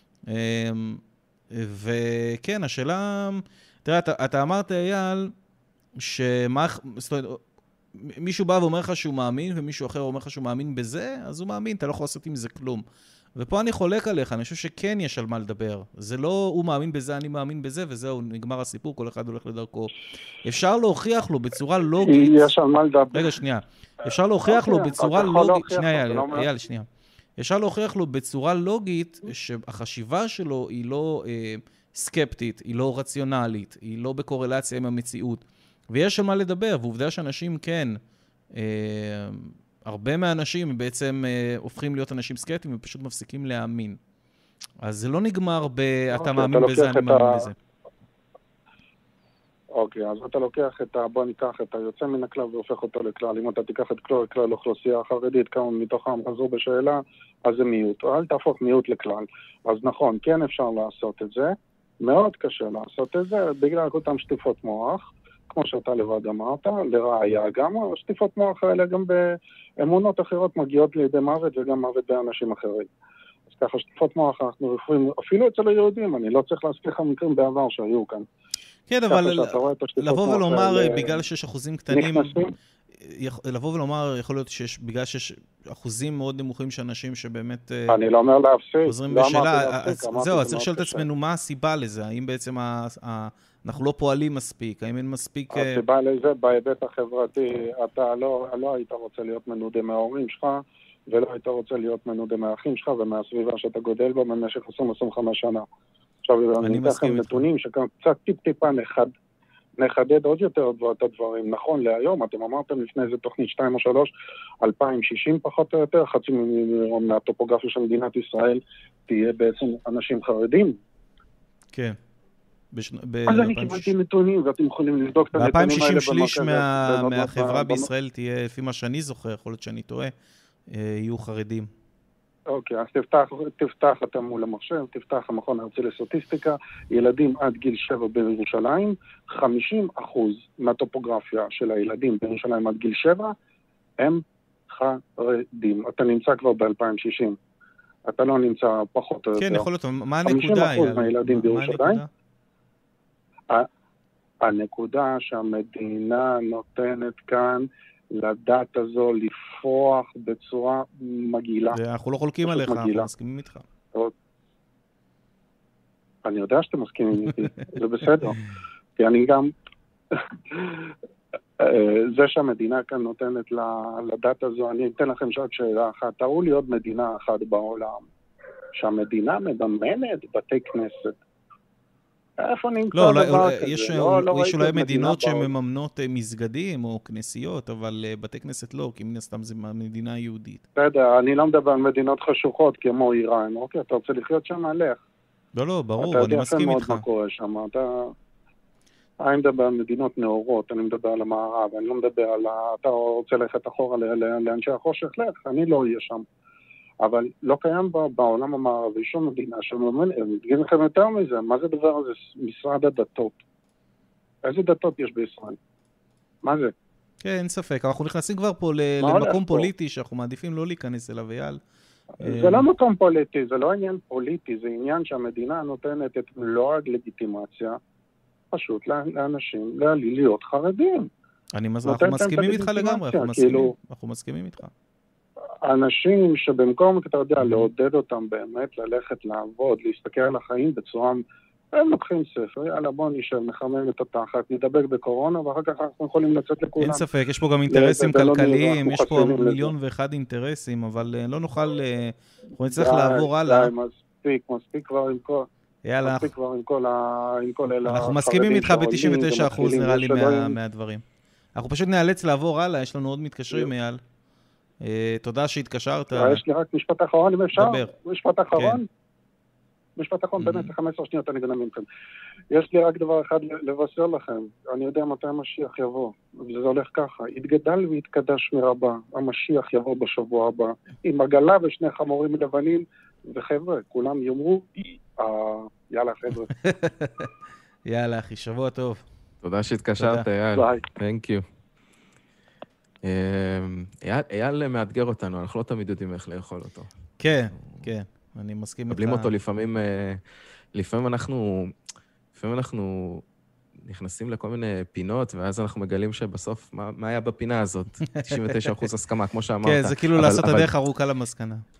[SPEAKER 1] וכן, השאלה, תראה, אתה, אתה אמרת, אייל, שמה, זאת אומרת, מישהו בא ואומר לך שהוא מאמין, ומישהו אחר אומר לך שהוא מאמין בזה, אז הוא מאמין, אתה לא יכול לעשות עם זה כלום. ופה אני חולק עליך, אני חושב שכן יש על מה לדבר. זה לא, הוא מאמין בזה, אני מאמין בזה, וזהו, נגמר הסיפור, כל אחד הולך לדרכו. אפשר להוכיח לו בצורה לוגית...
[SPEAKER 4] יש על מה לדבר.
[SPEAKER 1] רגע, שנייה. אפשר להוכיח לו בצורה לוגית... שנייה, אייל, אייל, שנייה. אפשר להוכיח לו בצורה לוגית שהחשיבה שלו היא לא אה, סקפטית, היא לא רציונלית, היא לא בקורלציה עם המציאות. ויש על מה לדבר, ועובדה שאנשים כן, אה, הרבה מהאנשים בעצם אה, הופכים להיות אנשים סקפטיים ופשוט מפסיקים להאמין. אז זה לא נגמר ב... אתה מאמין בזה, אני מאמין בזה.
[SPEAKER 4] אוקיי, אז אתה לוקח את ה... בוא ניקח את היוצא מן הכלל והופך אותו לכלל. אם אתה תיקח את כלל, כלל אוכלוסייה החרדית, כמה מתוכם חזרו בשאלה, אז זה מיעוט. אל תהפוך מיעוט לכלל. אז נכון, כן אפשר לעשות את זה. מאוד קשה לעשות את זה, בגלל אותם שטיפות מוח, כמו שאתה לבד אמרת, לראיה גם, שטיפות מוח האלה גם באמונות אחרות מגיעות לידי מוות וגם מוות באנשים אחרים. אז ככה שטיפות מוח אנחנו רפואים, אפילו אצל היהודים, אני לא צריך להזכיר לך מקרים בעבר שהיו כאן.
[SPEAKER 1] כן, אבל לבוא ולומר, בגלל שיש אחוזים קטנים, לבוא ולומר, יכול להיות שיש, בגלל שיש אחוזים מאוד נמוכים של אנשים שבאמת
[SPEAKER 4] אני לא אומר להפסיק,
[SPEAKER 1] חוזרים בשאלה, זהו, צריך לשאול את עצמנו מה הסיבה לזה, האם בעצם אנחנו לא פועלים מספיק, האם אין מספיק...
[SPEAKER 4] הסיבה לזה, בהיבט החברתי, אתה לא היית רוצה להיות מנודה מההורים שלך, ולא היית רוצה להיות מנודה מהאחים שלך ומהסביבה שאתה גודל בה במשך עשרים עשרים וחמש שנה. עכשיו, אני אתן לכם נתונים שקצת טיפ-טיפה נחד, נחדד עוד יותר את הדברים. נכון להיום, אתם אמרתם לפני איזה תוכנית שתיים או שלוש, אלפיים שישים פחות או יותר, חצי מהטופוגרפיה של מדינת ישראל תהיה בעצם אנשים חרדים.
[SPEAKER 1] כן.
[SPEAKER 4] אז אני קיבלתי נתונים, ואתם יכולים לבדוק את הנתונים האלה.
[SPEAKER 1] ב-אלפיים ושישים שליש מהחברה בישראל תהיה, לפי מה שאני זוכר, יכול להיות שאני טועה, יהיו חרדים.
[SPEAKER 4] אוקיי, אז תפתח, תפתח אתה מול המחשב, תפתח המכון הארצי לסטטיסטיקה, ילדים עד גיל שבע בירושלים, חמישים אחוז מהטופוגרפיה של הילדים בירושלים עד גיל שבע, הם חרדים. אתה נמצא כבר ב-אלפיים ושישים. אתה לא נמצא פחות או יותר.
[SPEAKER 1] כן, יכול להיות, מה הנקודה?
[SPEAKER 4] חמישים אחוז מהילדים בירושלים. הנקודה שהמדינה נותנת כאן, לדת הזו לפרוח בצורה מגעילה.
[SPEAKER 1] ואנחנו לא חולקים עליך, אנחנו מסכימים איתך.
[SPEAKER 4] אני יודע שאתם מסכימים איתי, זה בסדר. כי אני גם... זה שהמדינה כאן נותנת לדת הזו, אני אתן לכם שעת שאלה אחת. תראו לי עוד מדינה אחת בעולם, שהמדינה מממנת בתי כנסת. איפה נמצא דבר כזה?
[SPEAKER 1] יש אולי מדינות שמממנות מסגדים או כנסיות, אבל בתי כנסת לא, כי מן הסתם זה מדינה יהודית.
[SPEAKER 4] בסדר, אני לא מדבר על מדינות חשוכות כמו איראן, אוקיי? אתה רוצה לחיות שם, הלך.
[SPEAKER 1] לא, לא, ברור, אני מסכים איתך.
[SPEAKER 4] אתה יודע מאוד מה קורה שם, אתה... אני מדבר על מדינות נאורות, אני מדבר על המערב, אני לא מדבר על... אתה רוצה ללכת אחורה לאנשי החושך, לך, אני לא אהיה שם. אבל לא קיים בעולם המערבי שום מדינה שמממן, אני אגיד לכם יותר מזה, מה זה דבר הזה? משרד הדתות. איזה דתות יש בישראל? מה זה?
[SPEAKER 1] כן, אין ספק, אנחנו נכנסים כבר פה למקום פוליטי שאנחנו מעדיפים לא להיכנס אליו, אייל.
[SPEAKER 4] זה לא מקום פוליטי, זה לא עניין פוליטי, זה עניין שהמדינה נותנת את מלוא הלגיטימציה, פשוט לאנשים להיות חרדים.
[SPEAKER 1] אנחנו מסכימים איתך לגמרי, אנחנו מסכימים איתך.
[SPEAKER 4] אנשים שבמקום, אתה יודע, לעודד אותם באמת, ללכת לעבוד, להסתכל על החיים בצורה, הם לוקחים ספר, יאללה בוא נשב, נחמם את התחת, נדבק בקורונה, ואחר כך אנחנו יכולים לצאת לכולם.
[SPEAKER 1] אין ספק, יש פה גם אינטרסים כלכליים, יש פה מיליון ואחד אינטרסים, אבל לא נוכל, אנחנו נצטרך לעבור הלאה.
[SPEAKER 4] מספיק, מספיק כבר עם כל...
[SPEAKER 1] יאללה.
[SPEAKER 4] מספיק כבר עם כל ה...
[SPEAKER 1] אנחנו מסכימים איתך ב-תשעים ותשעה אחוז נראה לי מהדברים. אנחנו פשוט נאלץ לעבור הלאה, יש לנו עוד מתקשרים, אייל. תודה שהתקשרת.
[SPEAKER 4] יש לי רק משפט אחרון, אם אפשר? משפט אחרון? משפט אחרון, באמת, ל-חמש עשרה שניות אני גנב מכם. יש לי רק דבר אחד לבשר לכם. אני יודע מתי המשיח יבוא, וזה הולך ככה. יתגדל ויתקדש מרבה. המשיח יבוא בשבוע הבא, עם עגלה ושני חמורים לבנים, וחבר'ה, כולם יאמרו, יאללה חבר'ה.
[SPEAKER 1] יאללה אחי, שבוע טוב.
[SPEAKER 2] תודה שהתקשרת, אייל.
[SPEAKER 4] ביי.
[SPEAKER 2] Thank you. אייל מאתגר אותנו, אנחנו לא תמיד יודעים איך לאכול אותו.
[SPEAKER 1] כן, כן, אני מסכים איתך.
[SPEAKER 2] קבלים אותו לפעמים, לפעמים אנחנו, לפעמים אנחנו נכנסים לכל מיני פינות, ואז אנחנו מגלים שבסוף, מה היה בפינה הזאת? תשעים ותשעה אחוז הסכמה, כמו שאמרת.
[SPEAKER 1] כן, זה כאילו לעשות הדרך ארוכה למסקנה.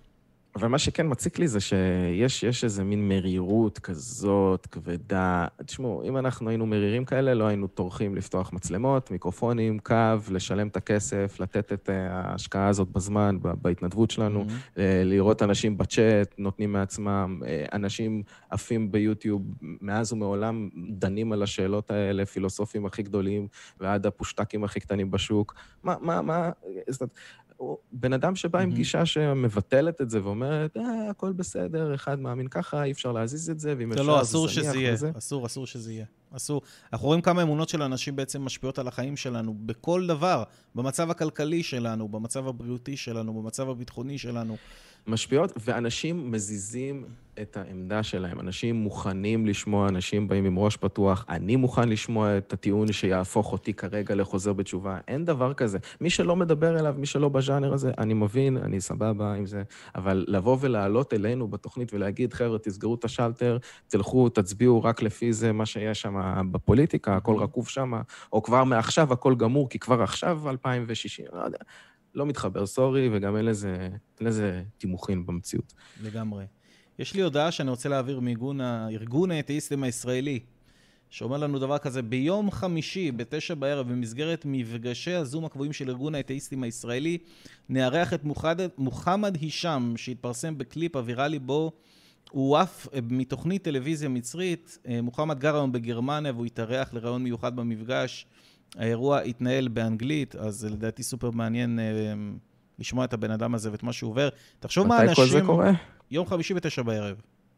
[SPEAKER 2] אבל מה שכן מציק לי זה שיש יש איזה מין מרירות כזאת, כבדה. תשמעו, אם אנחנו היינו מרירים כאלה, לא היינו טורחים לפתוח מצלמות, מיקרופונים, קו, לשלם את הכסף, לתת את ההשקעה הזאת בזמן, בהתנדבות שלנו, mm-hmm. לראות אנשים בצ'אט, נותנים מעצמם, אנשים עפים ביוטיוב, מאז ומעולם דנים על השאלות האלה, פילוסופים הכי גדולים, ועד הפושטקים הכי קטנים בשוק. מה, מה, מה... בן אדם שבא עם גישה שמבטלת את זה ואומרת, אה, הכל בסדר, אחד מאמין ככה, אי אפשר להזיז את זה, ואם אפשר,
[SPEAKER 1] זה זניח וזה. אסור, אסור שזה יהיה. אסור. אנחנו רואים כמה אמונות של אנשים בעצם משפיעות על החיים שלנו, בכל דבר, במצב הכלכלי שלנו, במצב הבריאותי שלנו, במצב הביטחוני שלנו.
[SPEAKER 2] משפיעות, ואנשים מזיזים את העמדה שלהם. אנשים מוכנים לשמוע, אנשים באים עם ראש פתוח. אני מוכן לשמוע את הטיעון שיהפוך אותי כרגע לחוזר בתשובה. אין דבר כזה. מי שלא מדבר אליו, מי שלא בז'אנר הזה, אני מבין, אני סבבה עם זה. אבל לבוא ולעלות אלינו בתוכנית ולהגיד, חבר'ה, תסגרו את השלטר, תלכו, תצביעו רק לפי זה מה שיש שם בפוליטיקה, הכל רקוב שם, או כבר מעכשיו הכל גמור, כי כבר עכשיו אלפיים ושישים, לא יודע. לא מתחבר, סורי, וגם אין לזה, אין לזה תימוכין במציאות.
[SPEAKER 1] לגמרי. יש לי הודעה שאני רוצה להעביר מארגון הארגון האתאיסטים הישראלי, שאומר לנו דבר כזה, ביום חמישי, בתשע בערב, במסגרת מפגשי הזום הקבועים של ארגון האתאיסטים הישראלי, נארח את מוחמד הישם, שהתפרסם בקליפ הוויראלי בו, הוא אף מתוכנית טלוויזיה מצרית, מוחמד גר היום בגרמניה, והוא התארח לרעיון מיוחד במפגש, האירוע התנהל באנגלית, אז לדעתי סופר מעניין לשמוע את הבן אדם הזה ואת מה שהוא עובר. תחשוב מה אנשים...
[SPEAKER 2] מתי כל זה קורה?
[SPEAKER 1] יום חמישי בתשע בערב.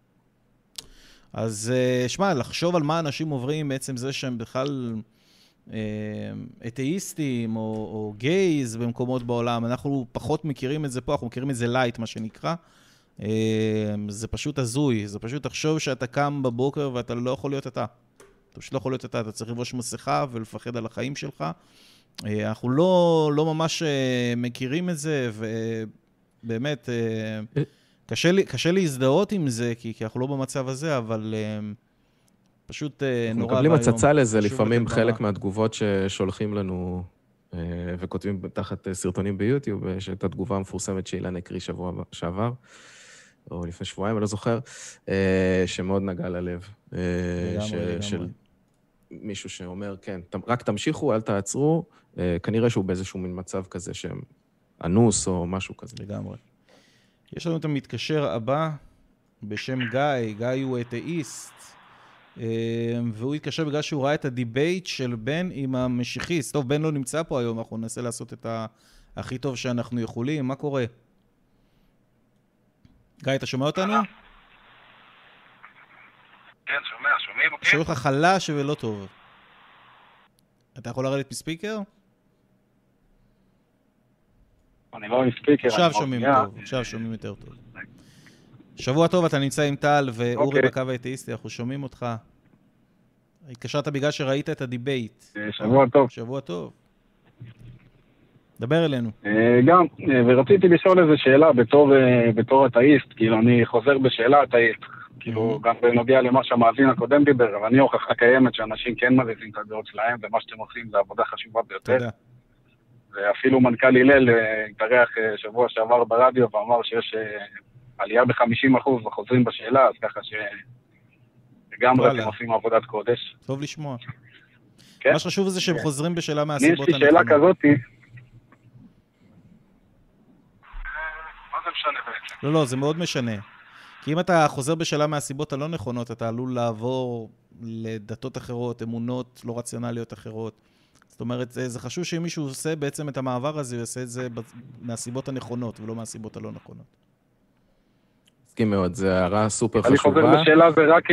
[SPEAKER 1] אז שמע, לחשוב על מה אנשים עוברים, בעצם זה שהם בכלל אתאיסטים או, או גייז במקומות בעולם. אנחנו פחות מכירים את זה פה, אנחנו מכירים את זה לייט, מה שנקרא. זה פשוט הזוי, זה פשוט תחשוב שאתה קם בבוקר ואתה לא יכול להיות אתה. אתה פשוט לא יכול להיות אתה, אתה צריך לבוש מסכה ולפחד על החיים שלך. אנחנו לא, לא ממש מכירים את זה, ובאמת, קשה לי, קשה להזדהות עם זה, כי, כי אנחנו לא במצב הזה, אבל פשוט נורא
[SPEAKER 2] והיום. מקבלים הצצה לזה, לפעמים חלק מהתגובות ששולחים לנו, וכותבים תחת סרטונים ביוטיוב, יש את התגובה המפורסמת שאילן הקריא שבוע שעבר, או לפני שבועיים, אני לא זוכר, שמאוד נגע ללב.
[SPEAKER 1] לגמרי,
[SPEAKER 2] של מישהו שאומר, כן, רק תמשיכו, אל תעצרו, כנראה שהוא באיזשהו מין מצב כזה שהם אנוס או משהו כזה.
[SPEAKER 1] לגמרי. יש לנו את המתקשר הבא בשם גיא, גיא הוא אתאיסט, והוא התקשר בגלל שהוא ראה את הדיבייט של בן עם המשיחיסט. טוב, בן לא נמצא פה היום, אנחנו ננסה לעשות את הכי טוב שאנחנו יכולים. מה קורה? גיא, אתה שומע אותנו?
[SPEAKER 5] כן, שומע, שומעים, אוקיי?
[SPEAKER 1] שומע לך חלש ולא טוב. אתה יכול לרדת מספיקר?
[SPEAKER 5] אני לא מספיקר.
[SPEAKER 1] עכשיו שומעים טוב, עכשיו שומעים יותר טוב. שבוע טוב, אתה נמצא עם טל ואורי בקו האתאיסטי, אנחנו שומעים אותך. התקשרת בגלל שראית את הדיבייט.
[SPEAKER 5] שבוע טוב.
[SPEAKER 1] שבוע טוב. דבר אלינו.
[SPEAKER 5] גם, ורציתי לשאול איזו שאלה בתור אתאיסט, כאילו אני חוזר בשאלה אתאיסט, כאילו גם בנוגע למה שהמאזין הקודם דיבר, אבל אני הוכחה קיימת שאנשים כן מזיזים את הדעות שלהם, ומה שאתם עושים זה עבודה חשובה ביותר. תודה. ואפילו מנכ"ל הלל התארח שבוע שעבר ברדיו ואמר שיש עלייה ב-חמישים אחוז וחוזרים בשאלה, אז ככה שגם אתם עושים עבודת קודש.
[SPEAKER 1] טוב לשמוע. מה שחשוב זה שהם חוזרים בשאלה מהסיבות הנכונות.
[SPEAKER 5] יש לי שאלה כזאת. מה זה משנה בעצם?
[SPEAKER 1] לא, לא, זה מאוד משנה. כי אם אתה חוזר בשאלה מהסיבות הלא נכונות, אתה עלול לעבור לדתות אחרות, אמונות לא רציונליות אחרות. זאת אומרת, זה חשוב שאם מישהו עושה בעצם את המעבר הזה, הוא יעשה את זה מהסיבות הנכונות, ולא מהסיבות הלא נכונות.
[SPEAKER 2] מסכים מאוד, זו הערה סופר חשובה.
[SPEAKER 5] אני חוזר בשאלה זה רק...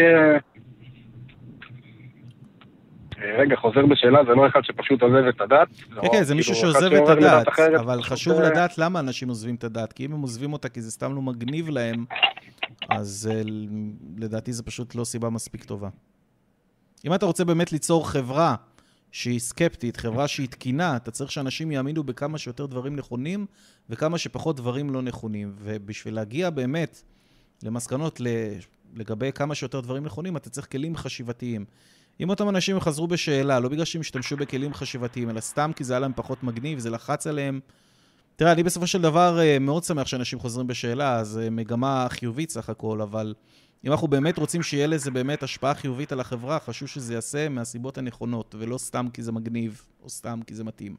[SPEAKER 5] רגע, חוזר בשאלה זה לא אחד שפשוט עוזב את הדת.
[SPEAKER 1] כן, כן, זה מישהו שעוזב את הדת, אבל חשוב לדעת למה אנשים עוזבים את הדת, כי אם הם עוזבים אותה כי זה סתם לא מגניב להם, אז לדעתי זה פשוט לא סיבה מספיק טובה. אם אתה רוצה באמת ליצור חברה שהיא סקפטית, חברה שהיא תקינה, אתה צריך שאנשים יאמינו בכמה שיותר דברים נכונים, וכמה שפחות דברים לא נכונים. ובשביל להגיע באמת למסקנות לגבי כמה שיותר דברים נכונים, אתה צריך כלים חשיבתיים. אם אותם אנשים חזרו בשאלה, לא בגלל שהם השתמשו בכלים חשיבתיים, אלא סתם כי זה היה להם פחות מגניב, זה לחץ עליהם, תראה, אני בסופו של דבר מאוד שמח שאנשים חוזרים בשאלה, אז מגמה חיובית סך הכל, אבל אם אנחנו באמת רוצים שיהיה לזה באמת השפעה חיובית על החברה, חשוב שזה יעשה מהסיבות הנכונות, ולא סתם כי זה מגניב, או סתם כי זה מתאים.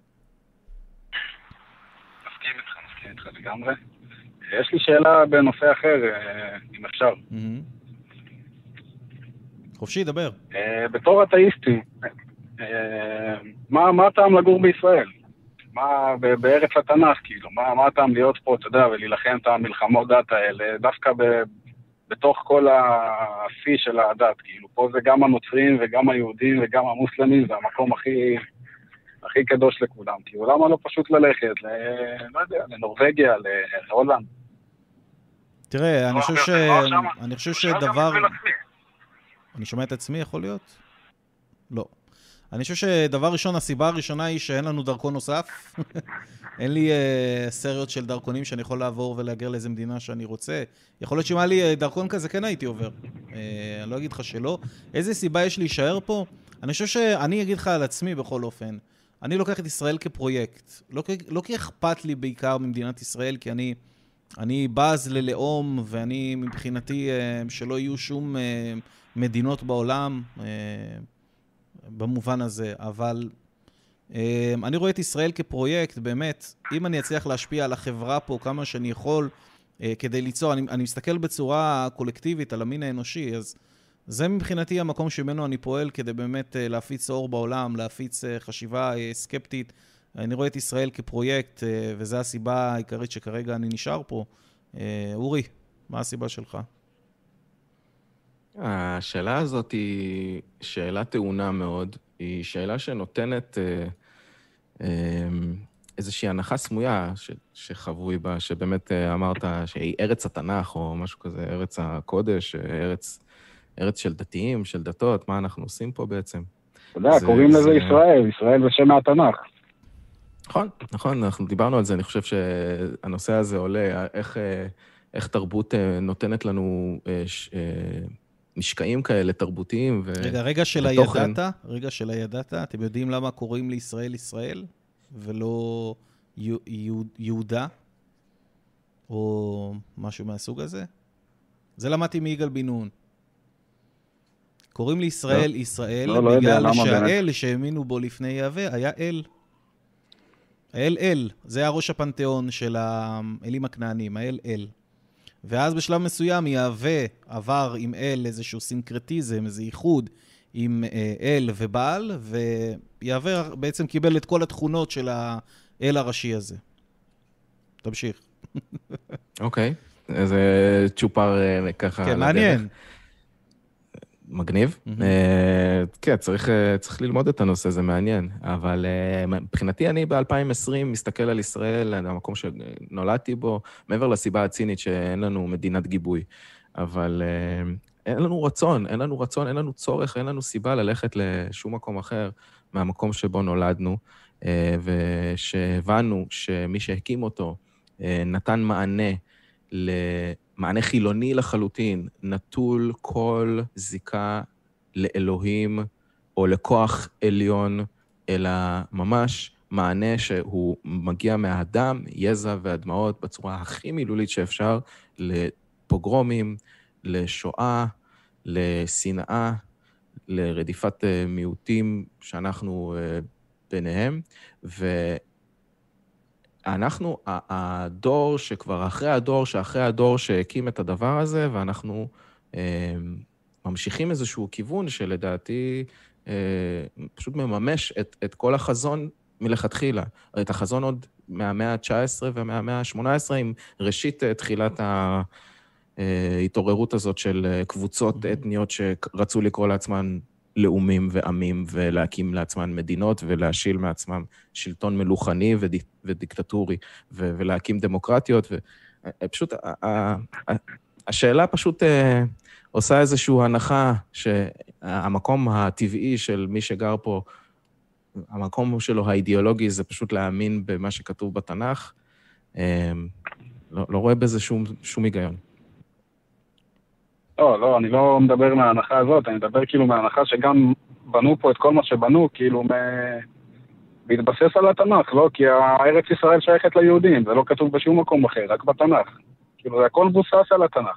[SPEAKER 5] מסכים איתך, מסכים איתך לגמרי. יש לי שאלה בנושא אחר, אם אפשר.
[SPEAKER 1] חופשי, דבר.
[SPEAKER 5] בתור אתאיסטי, מה הטעם לגור בישראל? מה בארץ התנ"ך, כאילו? מה הטעם להיות פה, אתה יודע, ולהילחם את המלחמות דת האלה, דווקא בתוך כל השיא של הדת, כאילו? פה זה גם הנוצרים וגם היהודים וגם המוסלמים, זה המקום הכי... הכי קדוש לכולם, כאילו, למה לא פשוט ללכת, ל... לא יודע, לנורווגיה, להולנד?
[SPEAKER 1] תראה, אני חושב ש... אני חושב שדבר... אני שומע את עצמי, יכול להיות? לא. אני חושב שדבר ראשון, הסיבה הראשונה היא שאין לנו דרכון נוסף. אין לי uh, סריות של דרכונים שאני יכול לעבור ולהגר לאיזה מדינה שאני רוצה. יכול להיות שאם היה לי דרכון כזה, כן הייתי עובר. Uh, אני לא אגיד לך שלא. איזה סיבה יש להישאר פה? אני חושב שאני אגיד לך על עצמי בכל אופן. אני לוקח את ישראל כפרויקט. לא, לא כי אכפת לי בעיקר ממדינת ישראל, כי אני, אני בז ללאום, ואני מבחינתי uh, שלא יהיו שום uh, מדינות בעולם, uh, במובן הזה, אבל um, אני רואה את ישראל כפרויקט, באמת, אם אני אצליח להשפיע על החברה פה כמה שאני יכול, uh, כדי ליצור, אני, אני מסתכל בצורה קולקטיבית על המין האנושי, אז זה מבחינתי המקום שמנו אני פועל כדי באמת uh, להפיץ אור בעולם, להפיץ uh, חשיבה uh, סקפטית. אני רואה את ישראל כפרויקט, uh, וזו הסיבה העיקרית שכרגע אני נשאר פה. Uh, אורי, מה הסיבה שלך?
[SPEAKER 2] השאלה הזאת היא שאלה טעונה מאוד, היא שאלה שנותנת אה, אה, איזושהי הנחה סמויה ש, שחבוי בה, שבאמת אה, אמרת שהיא ארץ התנ"ך או משהו כזה, ארץ הקודש, ארץ, ארץ של דתיים, של דתות, מה אנחנו עושים פה בעצם?
[SPEAKER 5] אתה יודע, קוראים לזה זה... ישראל, ישראל זה שם מהתנ"ך.
[SPEAKER 2] נכון, נכון, אנחנו דיברנו על זה, אני חושב שהנושא הזה עולה, איך, איך תרבות נותנת לנו... ש, משקעים כאלה, תרבותיים ו...
[SPEAKER 1] רגע, רגע של הידעת, רגע של הידעת, אתם יודעים למה קוראים לישראל ישראל, ולא יהודה, או משהו מהסוג הזה? זה למדתי מיגאל בן נון. קוראים לישראל ישראל, בגלל שהאל שהאמינו בו לפני יהווה, היה אל. האל אל, זה היה ראש הפנתיאון של האלים הכנענים, האל אל. ואז בשלב מסוים יהווה עבר עם אל איזשהו סינקרטיזם, איזה ייחוד עם אל ובעל, ויהווה בעצם קיבל את כל התכונות של האל הראשי הזה. תמשיך.
[SPEAKER 2] אוקיי, איזה צ'ופר ככה...
[SPEAKER 1] כן, מעניין.
[SPEAKER 2] מגניב. כן, צריך ללמוד את הנושא, זה מעניין. אבל מבחינתי אני ב-אלפיים עשרים מסתכל על ישראל, המקום שנולדתי בו, מעבר לסיבה הצינית שאין לנו מדינת גיבוי. אבל אין לנו רצון, אין לנו רצון, אין לנו צורך, אין לנו סיבה ללכת לשום מקום אחר מהמקום שבו נולדנו, ושהבנו שמי שהקים אותו נתן מענה ל... מענה חילוני לחלוטין, נטול כל זיקה לאלוהים או לכוח עליון, אלא ממש מענה שהוא מגיע מהאדם, יזע והדמעות, בצורה הכי מילולית שאפשר, לפוגרומים, לשואה, לשנאה, לרדיפת מיעוטים שאנחנו ביניהם, ו... אנחנו, הדור שכבר אחרי הדור, שאחרי הדור שהקים את הדבר הזה, ואנחנו אה, ממשיכים איזשהו כיוון שלדעתי אה, פשוט מממש את, את כל החזון מלכתחילה. את החזון עוד מהמאה ה-תשע עשרה ומהמאה ה-שמונה עשרה, עם ראשית תחילת ההתעוררות הזאת של קבוצות אתניות שרצו לקרוא לעצמן לאומים ועמים, ולהקים לעצמן מדינות, ולהשיל מעצמם שלטון מלוכני ודיק, ודיקטטורי, ו, ולהקים דמוקרטיות. ופשוט, השאלה פשוט עושה איזושהי הנחה, שהמקום הטבעי של מי שגר פה, המקום שלו האידיאולוגי, זה פשוט להאמין במה שכתוב בתנ"ך. לא, לא רואה בזה שום, שום היגיון.
[SPEAKER 5] לא, לא, אני לא מדבר מההנחה הזאת, אני מדבר כאילו מההנחה שגם בנו פה את כל מה שבנו, כאילו בהתבסס על התנ"ך, לא? כי הארץ ישראל שייכת ליהודים, זה לא כתוב בשום מקום אחר, רק בתנ"ך. כאילו, זה הכל מבוסס על התנ"ך.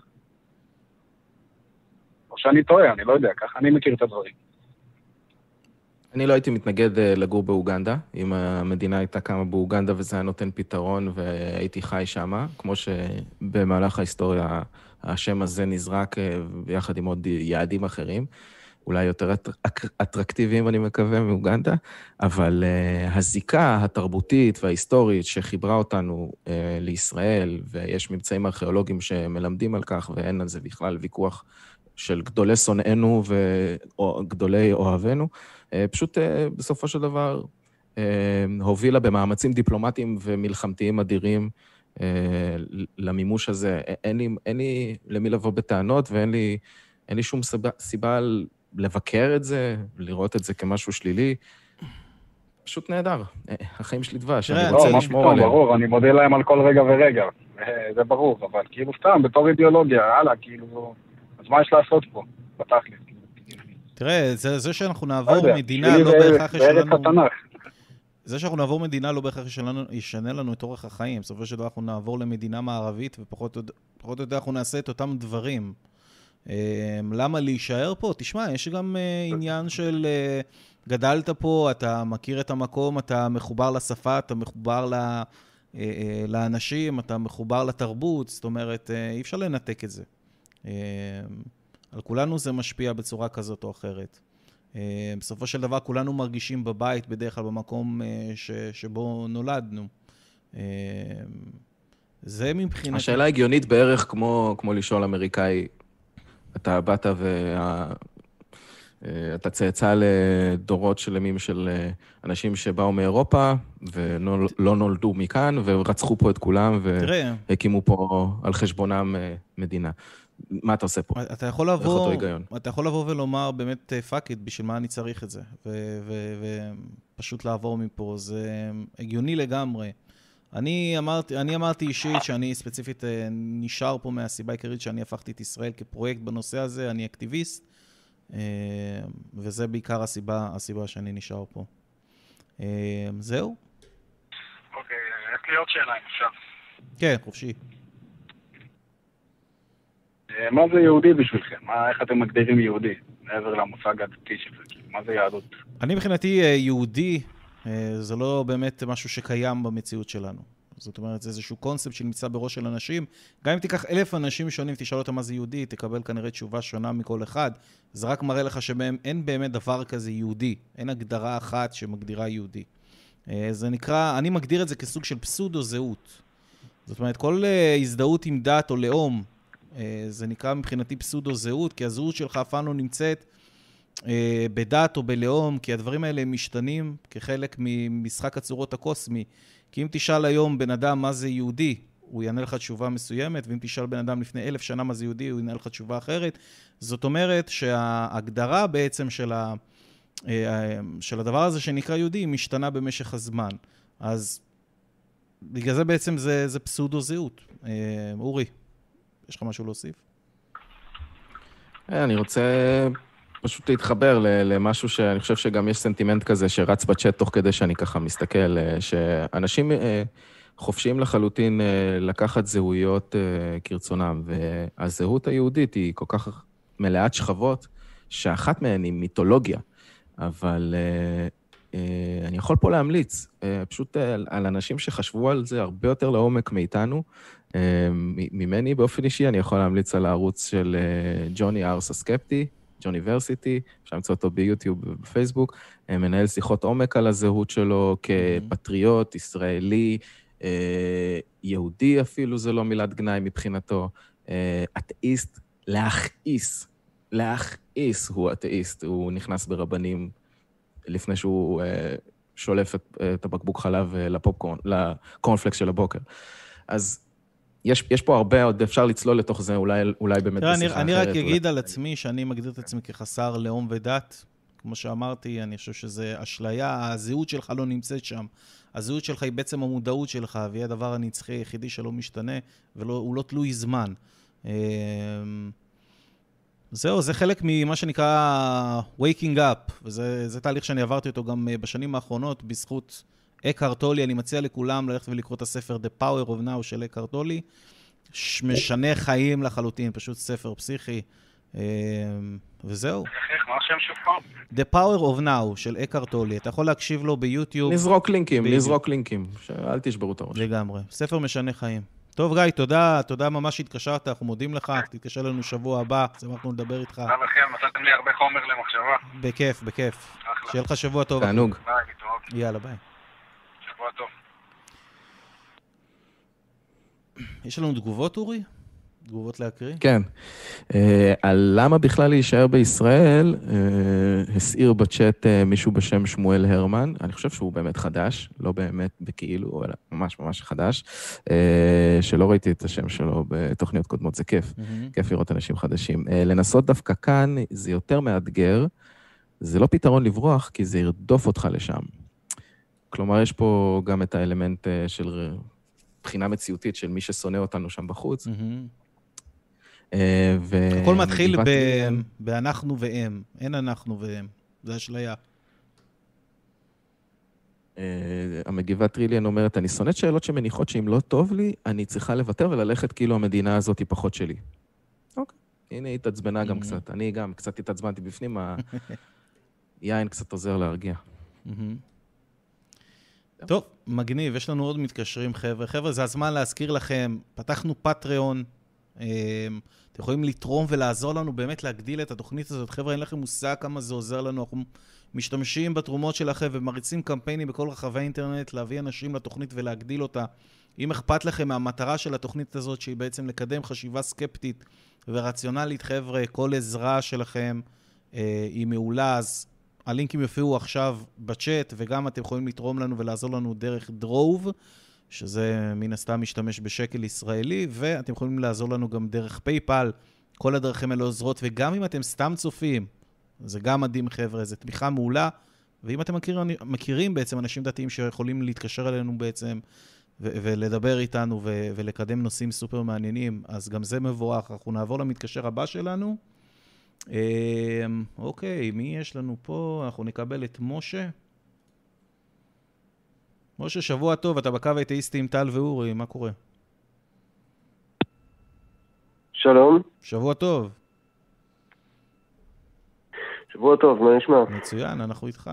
[SPEAKER 5] או שאני טועה, אני לא יודע, ככה אני מכיר את הדברים.
[SPEAKER 2] אני לא הייתי מתנגד לגור באוגנדה, אם המדינה הייתה קמה באוגנדה וזה היה נותן פתרון והייתי חי שמה, כמו שבמהלך ההיסטוריה השם הזה נזרק ביחד עם עוד יעדים אחרים, אולי יותר אטרקטיביים אני מקווה מאוגנדה, אבל הזיקה התרבותית וההיסטורית שחיברה אותנו לישראל, ויש ממצאים ארכיאולוגיים שמלמדים על כך, ואין על זה בכלל ויכוח של גדולי שונאינו וגדולי אוהבינו, פשוט בסופו של דבר הובילה במאמצים דיפלומטיים ומלחמתיים אדירים למימוש הזה. אין לי, אין לי למי לבוא בטענות ואין לי, אין לי שום סיבה, סיבה לבקר את זה, לראות את זה כמשהו שלילי. פשוט נהדר. החיים שלי דבש, אני רוצה לשמור עליהם.
[SPEAKER 5] ברור, אני מודה להם על כל רגע ורגע. זה ברור, אבל כאילו סתם, בתור אידיאולוגיה, הלאה, כאילו, אז מה יש לעשות פה? פתח לי.
[SPEAKER 1] תראה, זה, זה שאנחנו נעבור מדינה לא בהכרח ישנה לנו... זה שאנחנו נעבור מדינה לא בהכרח ישנה לנו את אורח החיים. בסופו של דבר אנחנו נעבור למדינה מערבית, ופחות או יותר אנחנו נעשה את אותם דברים. למה להישאר פה? תשמע, יש גם עניין של גדלת פה, אתה מכיר את המקום, אתה מחובר לשפה, אתה מחובר לאנשים, אתה מחובר לתרבות, זאת אומרת, אי אפשר לנתק את זה. על כולנו זה משפיע בצורה כזאת או אחרת. בסופו של דבר כולנו מרגישים בבית, בדרך כלל במקום ש, שבו נולדנו. זה מבחינת...
[SPEAKER 2] השאלה הגיונית בערך כמו, כמו לשאול אמריקאי, אתה באת ואתה צאצא לדורות שלמים של אנשים שבאו מאירופה ולא נולדו מכאן ורצחו פה את כולם והקימו פה על חשבונם מדינה. מה אתה עושה פה?
[SPEAKER 1] אתה יכול לבוא, אתה יכול לבוא ולומר באמת fuck it, בשביל מה אני צריך את זה, ופשוט לעבור מפה, זה הגיוני לגמרי. אני אמרתי, אני אמרתי אישית שאני ספציפית נשאר פה מהסיבה העיקרית שאני הפכתי את ישראל כפרויקט בנושא הזה, אני אקטיביסט, וזה בעיקר הסיבה, הסיבה שאני נשאר פה. זהו?
[SPEAKER 5] אוקיי, יש לי עוד שאלה, אם אפשר.
[SPEAKER 1] כן, חופשי.
[SPEAKER 5] מה זה יהודי בשבילכם? מה, איך אתם מגדירים יהודי? מעבר למושג הדתי של זה, מה זה יהדות?
[SPEAKER 1] אני מבחינתי יהודי, זה לא באמת משהו שקיים במציאות שלנו. זאת אומרת, זה איזשהו קונספט שנמצא בראש של אנשים. גם אם תיקח אלף אנשים שונים, תשאל אותם מה זה יהודי, תקבל כנראה תשובה שונה מכל אחד. זה רק מראה לך שאין באמת דבר כזה יהודי. אין הגדרה אחת שמגדירה יהודי. זה נקרא, אני מגדיר את זה כסוג של פסודו זהות. זאת אומרת, כל הזדהות עם דת או לאום, זה נקרא מבחינתי פסודו זהות, כי הזהות שלך אף פעם לא נמצאת בדת או בלאום, כי הדברים האלה משתנים כחלק ממשחק הצורות הקוסמי. כי אם תשאל היום בן אדם מה זה יהודי, הוא יענה לך תשובה מסוימת, ואם תשאל בן אדם לפני אלף שנה מה זה יהודי, הוא יענה לך תשובה אחרת. זאת אומרת שההגדרה בעצם של, ה, של הדבר הזה שנקרא יהודי, היא משתנה במשך הזמן. אז בגלל זה בעצם זה, זה פסודו זהות. אורי, יש לך משהו להוסיף?
[SPEAKER 2] אני רוצה פשוט להתחבר למשהו שאני חושב שגם יש סנטימנט כזה שרץ בצ'אט תוך כדי שאני ככה מסתכל, שאנשים חופשיים לחלוטין לקחת זהויות כרצונם, והזהות היהודית היא כל כך מלאת שכבות, שאחת מהן היא מיתולוגיה, אבל אני יכול פה להמליץ, פשוט על אנשים שחשבו על זה הרבה יותר לעומק מאיתנו, ממני באופן אישי אני יכול להמליץ על הערוץ של ג'וני ארס הסקפטי, ג'וניברסיטי, אפשר למצוא אותו ביוטיוב ובפייסבוק, מנהל שיחות עומק על הזהות שלו כפטריוט, ישראלי, יהודי אפילו, זה לא מילת גנאי מבחינתו, אתאיסט, להכעיס, להכעיס הוא אתאיסט, הוא נכנס ברבנים לפני שהוא שולף את הבקבוק חלב לפופקורן, לקורנפלקס של הבוקר. אז יש, יש פה הרבה, עוד אפשר לצלול לתוך זה, אולי, אולי באמת
[SPEAKER 1] תראה,
[SPEAKER 2] בשיחה
[SPEAKER 1] אני,
[SPEAKER 2] אחרת.
[SPEAKER 1] אני רק אגיד
[SPEAKER 2] אולי...
[SPEAKER 1] על עצמי שאני מגדיר את עצמי כחסר לאום ודת. כמו שאמרתי, אני חושב שזה אשליה, הזהות שלך לא נמצאת שם. הזהות שלך היא בעצם המודעות שלך, והיא הדבר הנצחי היחידי שלא משתנה, והוא לא תלוי זמן. זהו, זה חלק ממה שנקרא waking up, וזה זה תהליך שאני עברתי אותו גם בשנים האחרונות, בזכות אקהרט טולי. אני מציע לכולם ללכת ולקרוא את הספר The Power of Now של אקהרט טולי, משנה חיים לחלוטין, פשוט ספר פסיכי, וזהו.
[SPEAKER 5] איך, מה השם שוב פעם?
[SPEAKER 1] The Power of Now של אקהרט טולי, אתה יכול להקשיב לו ביוטיוב.
[SPEAKER 2] נזרוק לינקים, נזרוק לינקים, אל תשברו את הראש.
[SPEAKER 1] לגמרי, ספר משנה חיים. טוב גיא, תודה, תודה ממש שהתקשרת, אנחנו מודים לך, תתקשר לנו שבוע הבא, שמחנו לדבר איתך.
[SPEAKER 5] תודה לכם, מצאתם לי הרבה חומר למחשבה.
[SPEAKER 1] בכיף, בכיף.
[SPEAKER 5] אחלה.
[SPEAKER 1] שיהיה לך שבוע טוב.
[SPEAKER 2] תענוג.
[SPEAKER 5] ביי, טוב.
[SPEAKER 1] יאללה, ביי.
[SPEAKER 5] שבוע טוב.
[SPEAKER 1] יש לנו תגובות, אורי? תגובות להקריא?
[SPEAKER 2] כן. על למה בכלל להישאר בישראל, הסעיר בצ'אט מישהו בשם שמואל הרמן, אני חושב שהוא באמת חדש, לא באמת בכאילו, אלא ממש ממש חדש, שלא ראיתי את השם שלו בתוכניות קודמות, זה כיף, כיף לראות אנשים חדשים. לנסות דווקא כאן זה יותר מאתגר, זה לא פתרון לברוח, כי זה ירדוף אותך לשם. כלומר, יש פה גם את האלמנט של בחינה מציאותית של מי ששונא אותנו שם בחוץ,
[SPEAKER 1] הכל מתחיל באנחנו והם, אין אנחנו והם, זה אשליה.
[SPEAKER 2] המגיבה טריליאן אומרת, אני שונאת שאלות שמניחות שאם לא טוב לי, אני צריכה לוותר וללכת כאילו המדינה הזאת היא פחות שלי. אוקיי, הנה היא התעצבנה גם קצת, אני גם קצת התעצבנתי בפנים, היין קצת עוזר להרגיע.
[SPEAKER 1] טוב, מגניב, יש לנו עוד מתקשרים חבר'ה. חבר'ה, זה הזמן להזכיר לכם, פתחנו פטריון, אתם יכולים לתרום ולעזור לנו באמת להגדיל את התוכנית הזאת. חבר'ה, אין לכם מושג כמה זה עוזר לנו. אנחנו משתמשים בתרומות שלכם ומריצים קמפיינים בכל רחבי האינטרנט, להביא אנשים לתוכנית ולהגדיל אותה. אם אכפת לכם מהמטרה של התוכנית הזאת, שהיא בעצם לקדם חשיבה סקפטית ורציונלית, חבר'ה, כל עזרה שלכם אה, היא מעולה, אז הלינקים יופיעו עכשיו בצ'אט, וגם אתם יכולים לתרום לנו ולעזור לנו דרך דרוב, שזה מן הסתם משתמש בשקל ישראלי, ואתם יכולים לעזור לנו גם דרך פייפל, כל הדרכים האלה עוזרות, וגם אם אתם סתם צופים, זה גם מדהים חבר'ה, זה תמיכה מעולה, ואם אתם מכירים, מכירים בעצם אנשים דתיים שיכולים להתקשר אלינו בעצם, ו- ולדבר איתנו ו- ולקדם נושאים סופר מעניינים, אז גם זה מבורך. אנחנו נעבור למתקשר הבא שלנו. אוקיי, מי יש לנו פה? אנחנו נקבל את משה. משה, שבוע טוב, אתה בקו האתאיסטי עם טל ואורי, מה קורה?
[SPEAKER 6] שלום.
[SPEAKER 1] שבוע טוב.
[SPEAKER 6] שבוע טוב, מה נשמע?
[SPEAKER 1] מצוין, אנחנו איתך.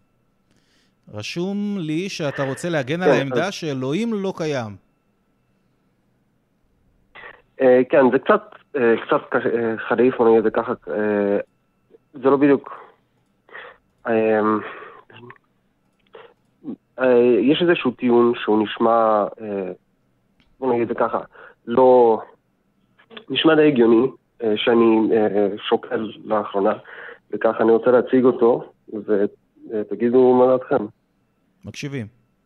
[SPEAKER 1] רשום לי שאתה רוצה להגן על העמדה שאלוהים לא קיים.
[SPEAKER 6] כן, זה קצת, קצת חריף, אני אגיד זה ככה, זה לא בדיוק. יש איזשהו טיעון שהוא נשמע, בוא נגיד זה ככה, לא, נשמע די הגיוני, שאני שוקל לאחרונה, וככה אני רוצה להציג אותו, ותגידו מה דעתכם.
[SPEAKER 1] מקשיבים.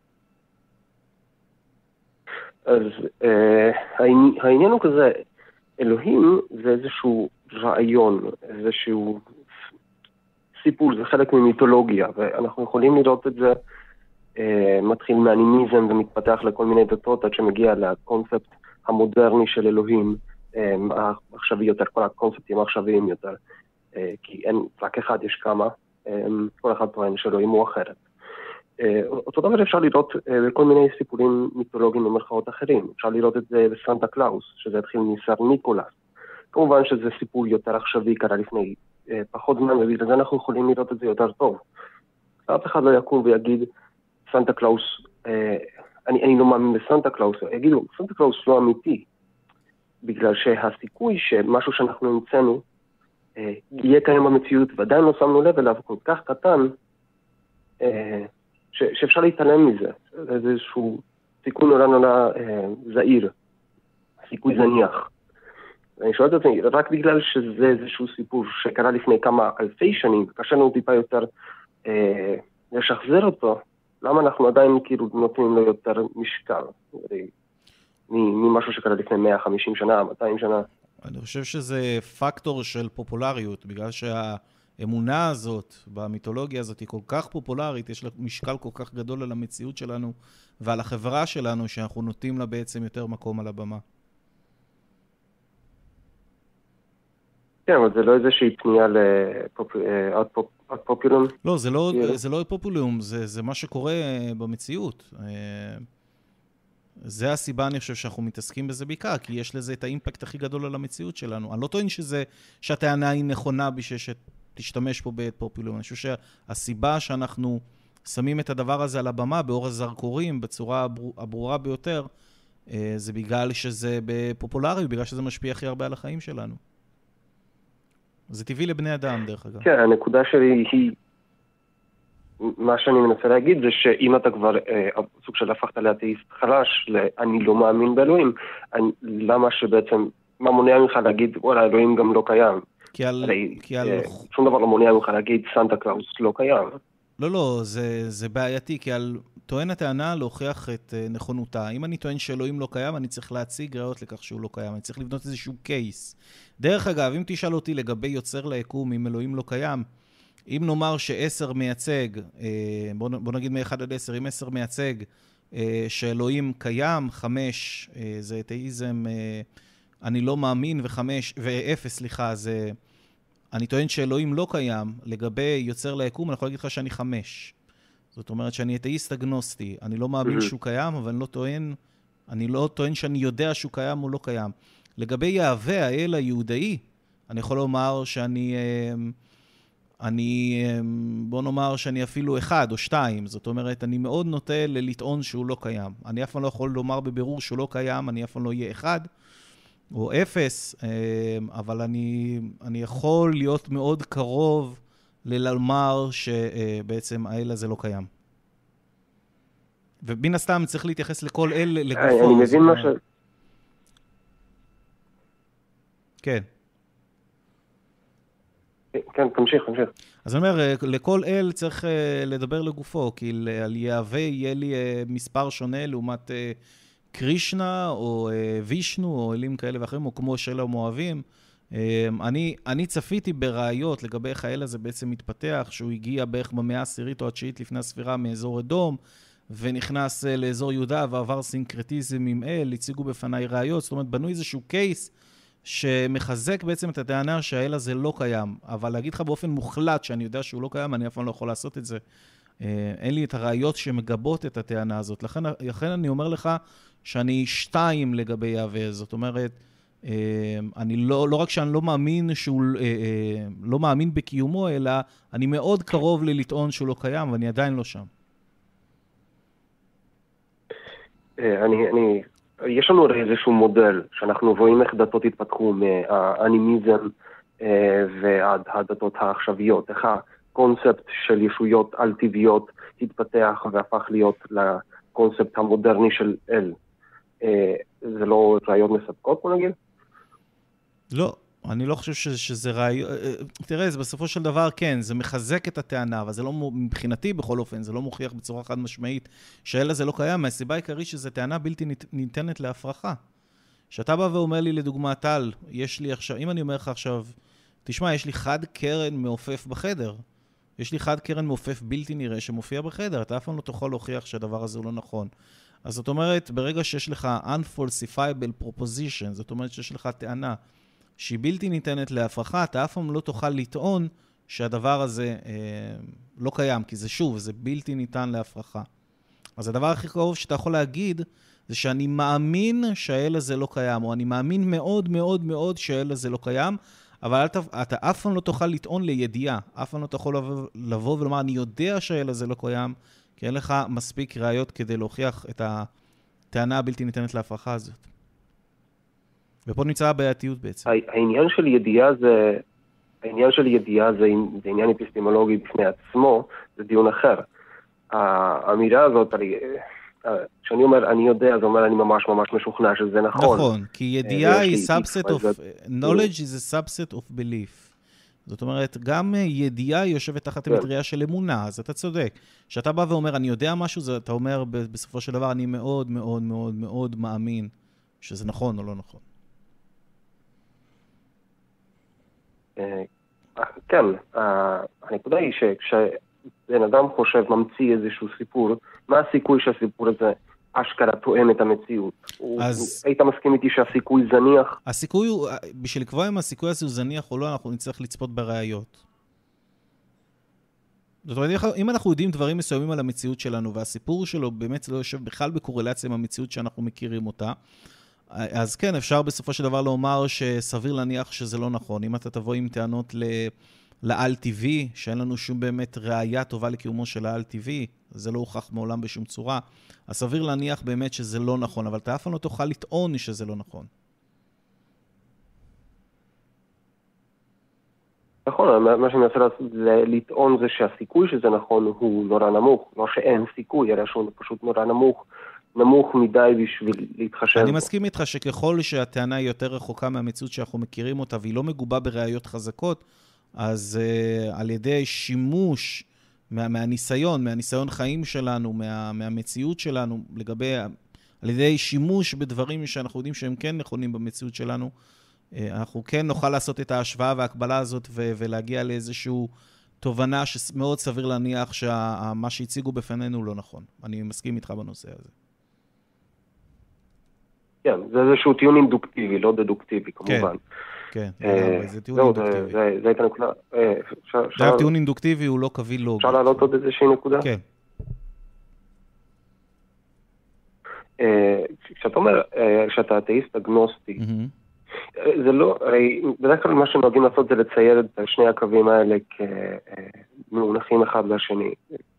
[SPEAKER 6] אז אה, העניין הוא כזה, אלוהים זה איזשהו רעיון, איזשהו סיפור, זה חלק ממיתולוגיה, ואנחנו יכולים לראות את זה, אה, מתחיל מהנימיזם ומתפתח לכל מיני דתות, עד שמגיע לקונספט המודרני של אלוהים, אה, העכשווי יותר, כל הקונספטים העכשוויים יותר, אה, כי אין רק אחד, יש כמה, אה, כל אחד טוען שאלוהים הוא אחרת. אותו דבר אפשר לראות בכל מיני סיפורים מיתולוגיים במרכאות אחרים. אפשר לראות את זה בסנטה קלאוס, שזה התחיל מסר ניקולס. כמובן שזה סיפור יותר עכשווי, קרה לפני פחות זמן, ובגלל זה אנחנו יכולים לראות את זה יותר טוב. אף אחד לא יקום ויגיד, סנטה קלאוס, אני, אני לא מאמין בסנטה קלאוס, יגידו, סנטה קלאוס לא אמיתי, בגלל שהסיכוי שמשהו שאנחנו נמצאנו, יהיה קיים במציאות, ועדיין לא שמנו לב אליו כל כך קטן, ש- שאפשר להתעלם מזה. זה איזשהו סיכוי נורא נורא אה, זהיר, סיכוי זניח. ואני שואל את עצמי, רק בגלל שזה איזשהו סיפור שקרה לפני כמה אלפי שנים, קשה לנו טיפה יותר אה, לשחזר אותו, למה אנחנו עדיין כאילו נותנים לו יותר משקל? ממשהו שקרה לפני מאה וחמישים שנה, מאתיים שנה.
[SPEAKER 1] אני חושב שזה פקטור של פופולריות, בגלל שה... האמונה הזאת, במיתולוגיה הזאת, היא כל כך פופולרית, יש לה משקל כל כך גדול על המציאות שלנו ועל החברה שלנו, שאנחנו נותנים לה בעצם יותר מקום על הבמה.
[SPEAKER 6] כן, אבל זה לא איזושהי פנייה ל-ad populum?
[SPEAKER 1] לא, זה לא, זה לא פופולום, זה, זה מה שקורה במציאות. זה הסיבה, אני חושב, שאנחנו מתעסקים בזה בעיקר, כי יש לזה את האימפקט הכי גדול על המציאות שלנו. אני לא טוען שזה, שהטענה היא נכונה בשביל שתשתמש פה בעת פופולום. אני חושב שהסיבה שאנחנו שמים את הדבר הזה על הבמה, באור הזרקורים, בצורה הברורה ביותר, זה בגלל שזה בפופולרי, בגלל שזה משפיע הכי הרבה על החיים שלנו. זה טבעי לבני אדם, דרך אגב.
[SPEAKER 6] כן, הנקודה שלי היא, מה שאני מנסה להגיד זה שאם אתה כבר אה, סוג של הפכת לאתאיסט חלש, אני לא מאמין באלוהים, אני, למה שבעצם, מה מונע ממך להגיד, וואלה, אלוהים גם לא קיים?
[SPEAKER 1] כי על...
[SPEAKER 6] הרי,
[SPEAKER 1] כי על...
[SPEAKER 6] אה, שום דבר לא מונע ממך להגיד, סנטה קלאוס לא קיים.
[SPEAKER 1] לא, לא, זה, זה בעייתי, כי על טוען הטענה להוכיח את uh, נכונותה. אם אני טוען שאלוהים לא קיים, אני צריך להציג ראיות לכך שהוא לא קיים. אני צריך לבנות איזשהו קייס. דרך אגב, אם תשאל אותי לגבי יוצר ליקום, אם אלוהים לא קיים, אם נאמר שעשר מייצג, אה, בוא, בוא נגיד מאחד עד עשר, אם עשר מייצג אה, שאלוהים קיים, חמש אה, זה אתאיזם, אה, אני לא מאמין, וחמש, ואפס, סליחה, זה... אני טוען שאלוהים לא קיים, לגבי יוצר ליקום, אני יכול להגיד לך שאני חמש. זאת אומרת שאני אתאיסט אגנוסטי. אני לא מאמין שהוא קיים, אבל אני לא טוען, אני לא טוען שאני יודע שהוא קיים או לא קיים. לגבי יהווה, האל היהודאי, אני יכול לומר שאני, אני, בוא נאמר שאני אפילו אחד או שתיים. זאת אומרת, אני מאוד נוטה לטעון שהוא לא קיים. אני אף פעם לא יכול לומר בבירור שהוא לא קיים, אני אף פעם לא יהיה אחד. או אפס, אבל אני, אני יכול להיות מאוד קרוב ללומר שבעצם האל הזה לא קיים. ובין הסתם צריך להתייחס לכל אל לגופו.
[SPEAKER 6] אני מבין מה ש...
[SPEAKER 1] כן.
[SPEAKER 6] כן, תמשיך, תמשיך.
[SPEAKER 1] אז אני אומר, לכל אל צריך לדבר לגופו, כי על יהווה יהיה לי מספר שונה לעומת... קרישנה או וישנו או אלים כאלה ואחרים, או כמו שלום אוהבים. אני, אני צפיתי בראיות לגבי איך האל הזה בעצם מתפתח, שהוא הגיע בערך במאה העשירית או התשיעית לפני הספירה מאזור אדום, ונכנס לאזור יהודה ועבר סינקרטיזם עם אל, הציגו בפניי ראיות, זאת אומרת, בנו איזשהו קייס שמחזק בעצם את הטענה שהאל הזה לא קיים. אבל להגיד לך באופן מוחלט שאני יודע שהוא לא קיים, אני אף פעם לא יכול לעשות את זה. אין לי את הראיות שמגבות את הטענה הזאת. לכן, לכן אני אומר לך שאני שתיים לגבי יהווה. זאת אומרת, אני לא, לא רק שאני לא מאמין שהוא לא מאמין בקיומו, אלא אני מאוד קרוב ללטעון שהוא לא קיים, ואני עדיין לא שם.
[SPEAKER 6] אני, אני, יש לנו איזשהו מודל שאנחנו רואים איך דתות התפתחו מהאנימיזם ועד הדתות העכשוויות. איך הקונספט של ישויות על-טבעיות התפתח והפך להיות לקונספט המודרני של אל. זה לא רעיון מספקות, בוא נגיד?
[SPEAKER 1] לא, אני לא חושב שזה רעיון... תראה, זה בסופו של דבר, כן, זה מחזק את הטענה, אבל זה לא, מבחינתי בכל אופן, זה לא מוכיח בצורה חד משמעית שהאל הזה לא קיים, מהסיבה העיקרית שזה טענה בלתי ניתנת להפרחה. שאתה בא ואומר לי לדוגמה, טל, יש לי עכשיו, אם אני אומר לך עכשיו, תשמע, יש לי חד קרן מעופף בחדר, יש לי חד קרן מעופף בלתי נראה שמופיע בחדר, אתה אף פעם לא תוכל להוכיח שהדבר הזה הוא לא נכון. אז זאת אומרת, ברגע שיש לך unfalsifiable proposition, זאת אומרת שיש לך טענה שהיא בלתי ניתנת להפרחה, אתה אף פעם לא תוכל לטעון שהדבר הזה אה, לא קיים, כי זה שוב, זה בלתי ניתן להפרחה. אז הדבר הכי קרוב שאתה יכול להגיד, זה שאני מאמין שהאל הזה לא קיים, או אני מאמין מאוד מאוד מאוד שהאל הזה לא קיים, אבל אתה, אתה אף פעם לא תוכל לטעון לידיעה, אף פעם לא תוכל לבוא, לבוא ולומר, אני יודע שהאל הזה לא קיים, כי אין לך מספיק ראיות כדי להוכיח את הטענה הבלתי ניתנת להפרחה הזאת. ופה נמצאה הבעייתיות בעצם.
[SPEAKER 6] העניין של ידיעה זה, העניין של ידיעה זה, זה עניין אפיסטמולוגי בפני עצמו, זה דיון אחר. האמירה הזאת, כשאני אומר אני יודע, זה אומר אני ממש ממש משוכנע שזה נכון.
[SPEAKER 1] נכון, כי ידיעה היא subset of, knowledge is a subset of belief. זאת אומרת, גם ידיעה יושבת תחת המטריה של אמונה, אז אתה צודק. כשאתה בא ואומר אני יודע משהו, אתה אומר בסופו של דבר אני מאוד מאוד מאוד מאוד מאמין שזה נכון או לא נכון.
[SPEAKER 6] כן, הנקודה היא שכשבן אדם חושב, ממציא איזשהו סיפור, מה הסיכוי שהסיפור הזה אשכרה תואם את המציאות.
[SPEAKER 1] אז...
[SPEAKER 6] היית מסכים איתי שהסיכוי זניח?
[SPEAKER 1] הסיכוי הוא, בשביל לקבוע אם הסיכוי הזה הוא זניח או לא, אנחנו נצטרך לצפות בראיות. זאת אומרת, אם אנחנו יודעים דברים מסוימים על המציאות שלנו, והסיפור שלו באמת לא יושב בכלל בקורלציה עם המציאות שאנחנו מכירים אותה, אז כן, אפשר בסופו של דבר לומר שסביר להניח שזה לא נכון. אם אתה תבוא עם טענות לעל טבעי, שאין לנו שום באמת ראייה טובה לקיומו של העל טבעי, זה לא הוכח מעולם בשום צורה, אז סביר להניח באמת שזה לא נכון, אבל אתה אף פעם לא תוכל לטעון שזה לא נכון.
[SPEAKER 6] נכון, מה שאני מנסה לטעון זה שהסיכוי שזה נכון הוא נורא נמוך, לא שאין סיכוי, אלא שהוא פשוט נורא נמוך, נמוך מדי בשביל להתחשב.
[SPEAKER 1] אני מסכים איתך שככל שהטענה היא יותר רחוקה מהמציאות שאנחנו מכירים אותה, והיא לא מגובה בראיות חזקות, אז uh, על ידי שימוש מה, מהניסיון, מהניסיון חיים שלנו, מה, מהמציאות שלנו, לגבי, על ידי שימוש בדברים שאנחנו יודעים שהם כן נכונים במציאות שלנו, אנחנו כן נוכל לעשות את ההשוואה וההקבלה הזאת ו- ולהגיע לאיזשהו תובנה שמאוד סביר להניח שמה שהציגו בפנינו לא נכון. אני מסכים איתך בנושא הזה.
[SPEAKER 6] כן, זה איזשהו טיעון אינדוקטיבי, לא דדוקטיבי כמובן.
[SPEAKER 1] כן, כן, זה טיעון אינדוקטיבי.
[SPEAKER 6] זה הייתה נקודה.
[SPEAKER 1] זה טיעון אינדוקטיבי, הוא לא קביל לוגי.
[SPEAKER 6] אפשר להעלות עוד איזושהי נקודה?
[SPEAKER 1] כן.
[SPEAKER 6] כשאתה אומר שאתה אתאיסט אגנוסטי, זה לא, הרי בדרך כלל מה שנוהגים לעשות זה לצייר את שני הקווים האלה כמונחים אחד לשני.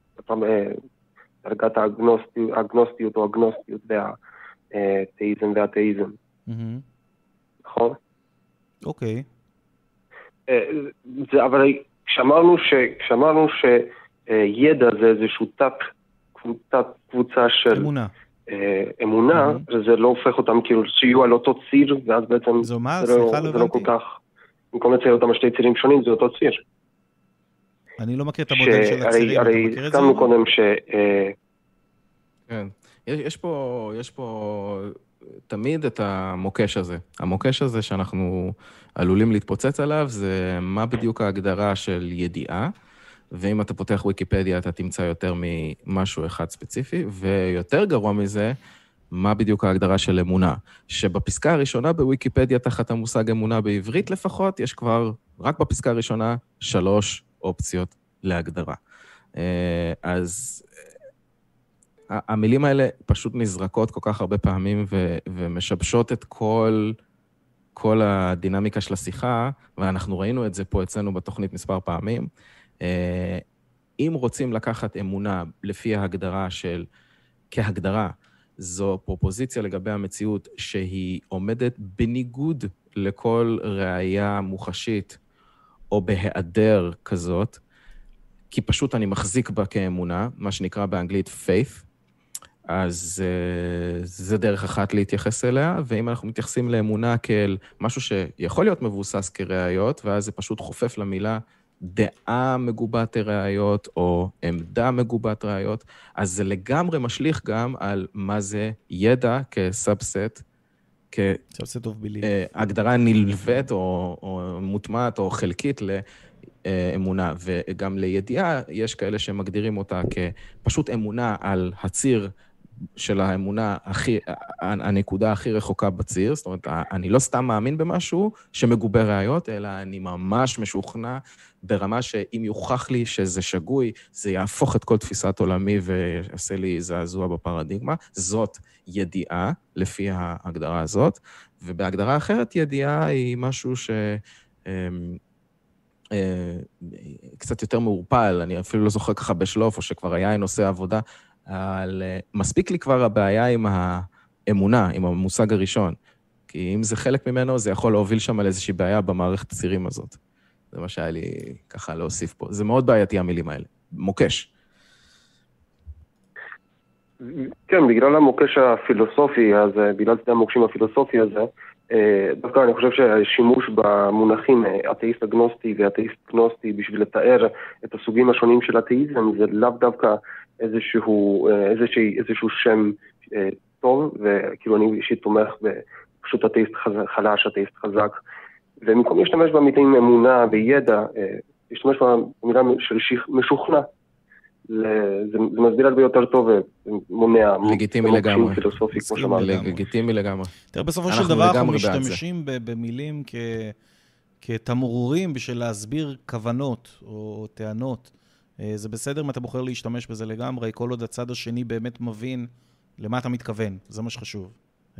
[SPEAKER 6] דרגת האגנוסטיות או אגנוסטיות והתאיזם והתאיזם. נכון?
[SPEAKER 1] אוקיי.
[SPEAKER 6] אבל כשאמרנו שידע זה איזשהו תת קבוצה של...
[SPEAKER 1] אמונה.
[SPEAKER 6] אמונה, וזה לא הופך אותם כאילו שיהיו על אותו ציר, ואז בעצם
[SPEAKER 1] זו מה?
[SPEAKER 6] זה לא כל כך, במקום לצייר אותם שתי צירים שונים, זה אותו ציר.
[SPEAKER 1] אני לא מכיר את המודל של הצירים, אתה מכיר את זה?
[SPEAKER 6] הרי הסכמנו קודם ש...
[SPEAKER 2] כן, יש פה, יש פה תמיד את המוקש הזה. המוקש הזה שאנחנו עלולים להתפוצץ עליו, זה מה בדיוק ההגדרה של ידיעה, ואם אתה פותח ויקיפדיה, אתה תמצא יותר ממשהו אחד ספציפי, ויותר גרוע מזה, מה בדיוק ההגדרה של אמונה. שבפסקה הראשונה בוויקיפדיה, תחת המושג אמונה בעברית לפחות, יש כבר, רק בפסקה הראשונה, שלוש אופציות להגדרה. אז המילים האלה פשוט נזרקות כל כך הרבה פעמים, ו- ומשבשות את כל, כל הדינמיקה של השיחה, ואנחנו ראינו את זה פה אצלנו בתוכנית מספר פעמים, אם רוצים לקחת אמונה לפי ההגדרה של, כהגדרה, זו פרופוזיציה לגבי המציאות שהיא עומדת בניגוד לכל ראייה מוחשית או בהיעדר כזאת, כי פשוט אני מחזיק בה כאמונה, מה שנקרא באנגלית faith, אז זה דרך אחת להתייחס אליה, ואם אנחנו מתייחסים לאמונה כאל משהו שיכול להיות מבוסס כראיות, ואז זה פשוט חופף למילה דעה מגובת ראיות, או עמדה מגובת ראיות, אז זה לגמרי משליך גם על מה זה ידע כסאבסט, כהגדרה נלווית או, או מוטמעת או חלקית לאמונה, וגם לידיעה יש כאלה שמגדירים אותה כפשוט אמונה על הציר של האמונה הכי, הנקודה הכי רחוקה בציר, זאת אומרת, אני לא סתם מאמין במשהו שמגובה ראיות, אלא אני ממש משוכנע ברמה שאם יוכח לי שזה שגוי, זה יהפוך את כל תפיסת עולמי ויעשה לי זעזוע בפרדיגמה. זאת ידיעה, לפי ההגדרה הזאת, ובהגדרה אחרת ידיעה היא משהו ש... קצת יותר מעורפל, אני אפילו לא זוכר ככה בשלוף, או שכבר היה עם נושא עבודה, אבל מספיק לי כבר הבעיה עם האמונה, עם המושג הראשון, כי אם זה חלק ממנו, זה יכול להוביל שם על איזושהי בעיה במערכת הצירים הזאת. זה מה שהיה לי ככה להוסיף פה. זה מאוד בעייתי המילים האלה. מוקש.
[SPEAKER 6] כן, בגלל המוקש הפילוסופי, אז בגלל זה המוקשים הפילוסופי הזה, דווקא אני חושב שהשימוש במונחים אתאיסט אגנוסטי ואתאיסט גנוסטי בשביל לתאר את הסוגים השונים של אתאיזם, זה לאו דווקא איזשהו, איזשהו, איזשהו שם טוב, וכאילו אני אישית תומך בפשוט אתאיסט חלש, אתאיסט חזק, ומקום להשתמש במילים אמונה וידע, להשתמש במילה של משוכנע, זה מסביר הרבה יותר טוב ומונע.
[SPEAKER 2] לגיטימי לגמרי.
[SPEAKER 6] פילוסופי, כמו שאמרת.
[SPEAKER 2] לגיטימי לגמרי.
[SPEAKER 1] תראה, בסופו של דבר אנחנו משתמשים במילים כתמרורים בשביל להסביר כוונות או טענות. זה בסדר אם אתה בוחר להשתמש בזה לגמרי, כל עוד הצד השני באמת מבין למה אתה מתכוון. זה מה שחשוב.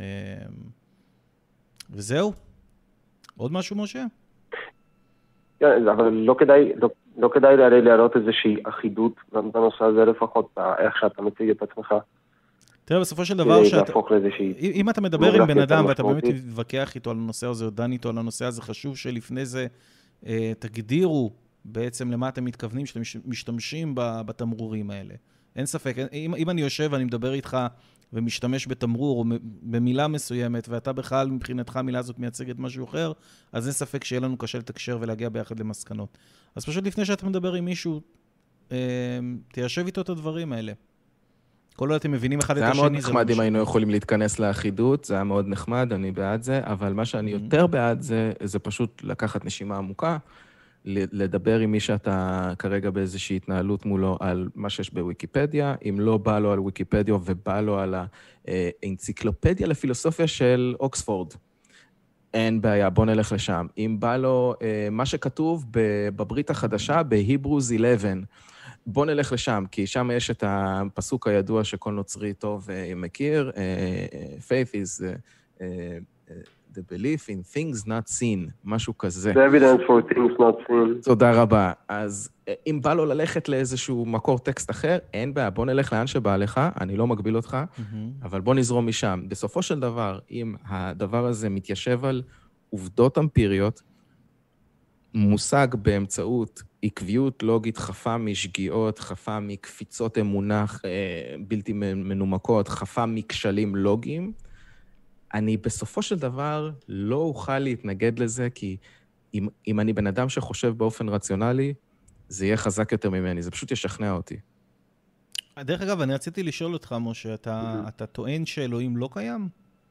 [SPEAKER 1] וזהו. עוד משהו, משה?
[SPEAKER 6] כן, אבל לא כדאי, לא, לא כדאי להראה להראות איזושהי אחידות בנושא הזה לפחות, איך שאתה מציג את עצמך.
[SPEAKER 1] תראה, בסופו של דבר, שאת...
[SPEAKER 6] לאיזושהי...
[SPEAKER 1] אם אתה מדבר עם בן אדם ואתה באמת מתווכח איתו על הנושא הזה, או דן איתו על הנושא הזה, חשוב שלפני זה אה, תגדירו בעצם למה אתם מתכוונים, שאתם משתמשים בתמרורים האלה. אין ספק, אם, אם אני יושב ואני מדבר איתך ומשתמש בתמרור או במילה מסוימת, ואתה בכלל מבחינתך המילה הזאת מייצגת משהו אחר, אז אין ספק שיהיה לנו קשה לתקשר ולהגיע ביחד למסקנות. אז פשוט לפני שאתה מדבר עם מישהו, אה, תיישב איתו את הדברים האלה. כל עוד אתם מבינים אחד את השני.
[SPEAKER 2] זה היה מאוד נחמד אם היינו יכולים להתכנס לאחידות, זה היה מאוד נחמד, אני בעד זה, אבל מה שאני יותר בעד זה, זה פשוט לקחת נשימה עמוקה, לדבר עם מי שאתה כרגע באיזושהי התנהלות מולו על מה שיש בוויקיפדיה, אם לא בא לו על וויקיפדיה ובא לו על האנציקלופדיה לפילוסופיה של אוקספורד. אין בעיה, בוא נלך לשם. אם בא לו מה שכתוב בברית החדשה, בהיברוז אחת עשרה, בוא נלך לשם, כי שם יש את הפסוק הידוע שכל נוצרי טוב מכיר, faith is the belief in things not seen, משהו כזה.
[SPEAKER 6] The evidence for things not seen.
[SPEAKER 2] תודה רבה. אז אם בא לו ללכת לאיזשהו מקור טקסט אחר, אין בעיה, בוא נלך לאן שבא לך, אני לא מגביל אותך, אבל בוא נזרום משם. בסופו של דבר, אם הדבר הזה מתיישב על עובדות אמפיריות, מושג באמצעות עקביות לוגית חפה משגיאות, חפה מקפיצות אמונה בלתי מנומקות, חפה מכשלים לוגיים, אני בסופו של דבר לא אוכל להתנגד לזה, כי אם, אם אני בן אדם שחושב באופן רציונלי, זה יהיה חזק יותר ממני, זה פשוט ישכנע אותי.
[SPEAKER 1] דרך אגב, אני רציתי לשאול אותך, משה, אתה, אתה טוען שאלוהים לא קיים?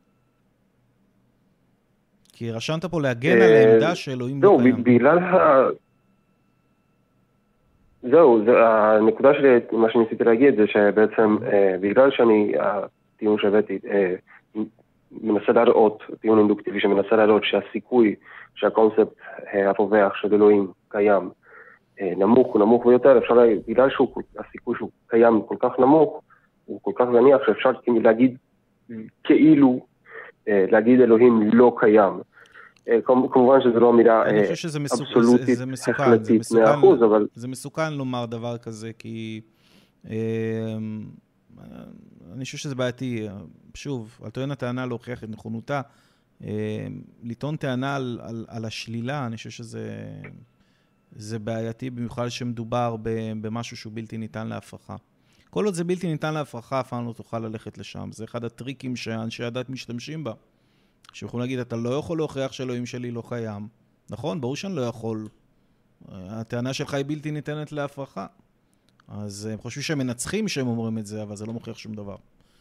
[SPEAKER 1] כי רשמת פה להגן על העמדה שאלוהים לא קיים.
[SPEAKER 6] זהו, בגלל ה... זהו, הנקודה שלי, מה שניסיתי להגיד, זה שבעצם, בגלל שאני, הטיעון שהבאתי, מנסה להראות, טיעון אינדוקטיבי שמנסה להראות שהסיכוי שהקונספט הרווח של אלוהים קיים נמוך הוא נמוך ביותר, אפשר להגיד, בגלל שהסיכוי שהוא קיים כל כך נמוך, הוא כל כך זניח שאפשר להגיד כאילו, להגיד אלוהים לא קיים. כמובן שזו לא אמירה אבסולוטית, החלטית, מאה אחוז, אבל...
[SPEAKER 1] זה מסוכן לומר דבר כזה, כי... אני חושב שזה בעייתי. שוב, על טוען הטענה להוכיח את נכונותה. לטעון טענה על, על, על השלילה, אני חושב שזה זה בעייתי, במיוחד שמדובר במשהו שהוא בלתי ניתן להפרחה. כל עוד זה בלתי ניתן להפרחה, אף פעם לא תוכל ללכת לשם. זה אחד הטריקים שאנשי הדת משתמשים בה. שיכולים להגיד, אתה לא יכול להוכיח שאלוהים שלי לא קיים. נכון? ברור שאני לא יכול. הטענה שלך היא בלתי ניתנת להפרחה. אז הם חושבים שהם מנצחים שהם אומרים את זה, אבל זה לא מוכיח שום דבר.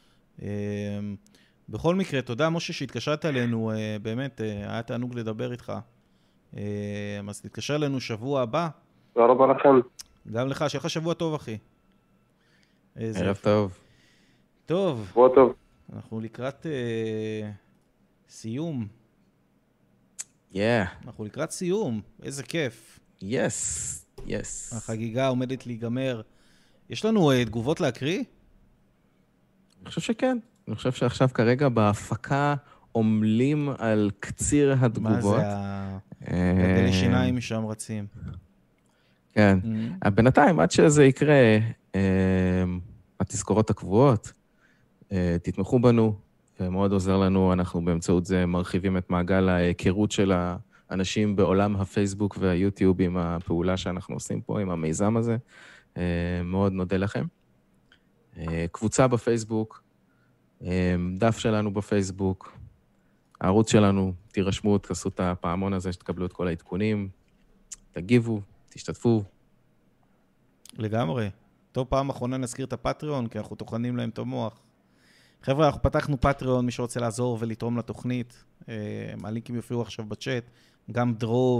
[SPEAKER 1] בכל מקרה, תודה משה שהתקשרת אלינו, באמת, היה תענוג לדבר איתך. אז תתקשר אלינו שבוע הבא.
[SPEAKER 6] תודה רבה לכם.
[SPEAKER 1] גם לך, שיהיה לך שבוע טוב, אחי.
[SPEAKER 2] ערב טוב.
[SPEAKER 1] טוב.
[SPEAKER 6] שבוע טוב.
[SPEAKER 1] אנחנו לקראת סיום.
[SPEAKER 2] Yeah.
[SPEAKER 1] אנחנו לקראת סיום, איזה כיף.
[SPEAKER 2] Yes. Yes.
[SPEAKER 1] החגיגה עומדת להיגמר. יש לנו uh, תגובות להקריא?
[SPEAKER 2] אני חושב שכן. אני חושב שעכשיו כרגע בהפקה עומלים על קציר התגובות.
[SPEAKER 1] מה זה הגדלי שיניים שם רצים?
[SPEAKER 2] כן.
[SPEAKER 1] Mm-hmm.
[SPEAKER 2] בינתיים, עד שזה יקרה, התזכורות הקבועות, תתמכו בנו, מאוד עוזר לנו, אנחנו באמצעות זה מרחיבים את מעגל ההיכרות של ה... אנשים בעולם הפייסבוק והיוטיוב עם הפעולה שאנחנו עושים פה, עם המיזם הזה. מאוד נודה לכם. קבוצה בפייסבוק, דף שלנו בפייסבוק, הערוץ שלנו, תירשמו, תעשו את הפעמון הזה, שתקבלו את כל העדכונים, תגיבו, תשתתפו.
[SPEAKER 1] לגמרי. טוב, פעם אחרונה נזכיר את הפטריון, כי אנחנו תוכנים להם את המוח. חבר'ה, אנחנו פתחנו פטריון, מי שרוצה לעזור ולתרום לתוכנית. הלינקים יופיעו עכשיו בצ'אט. גם דרוב,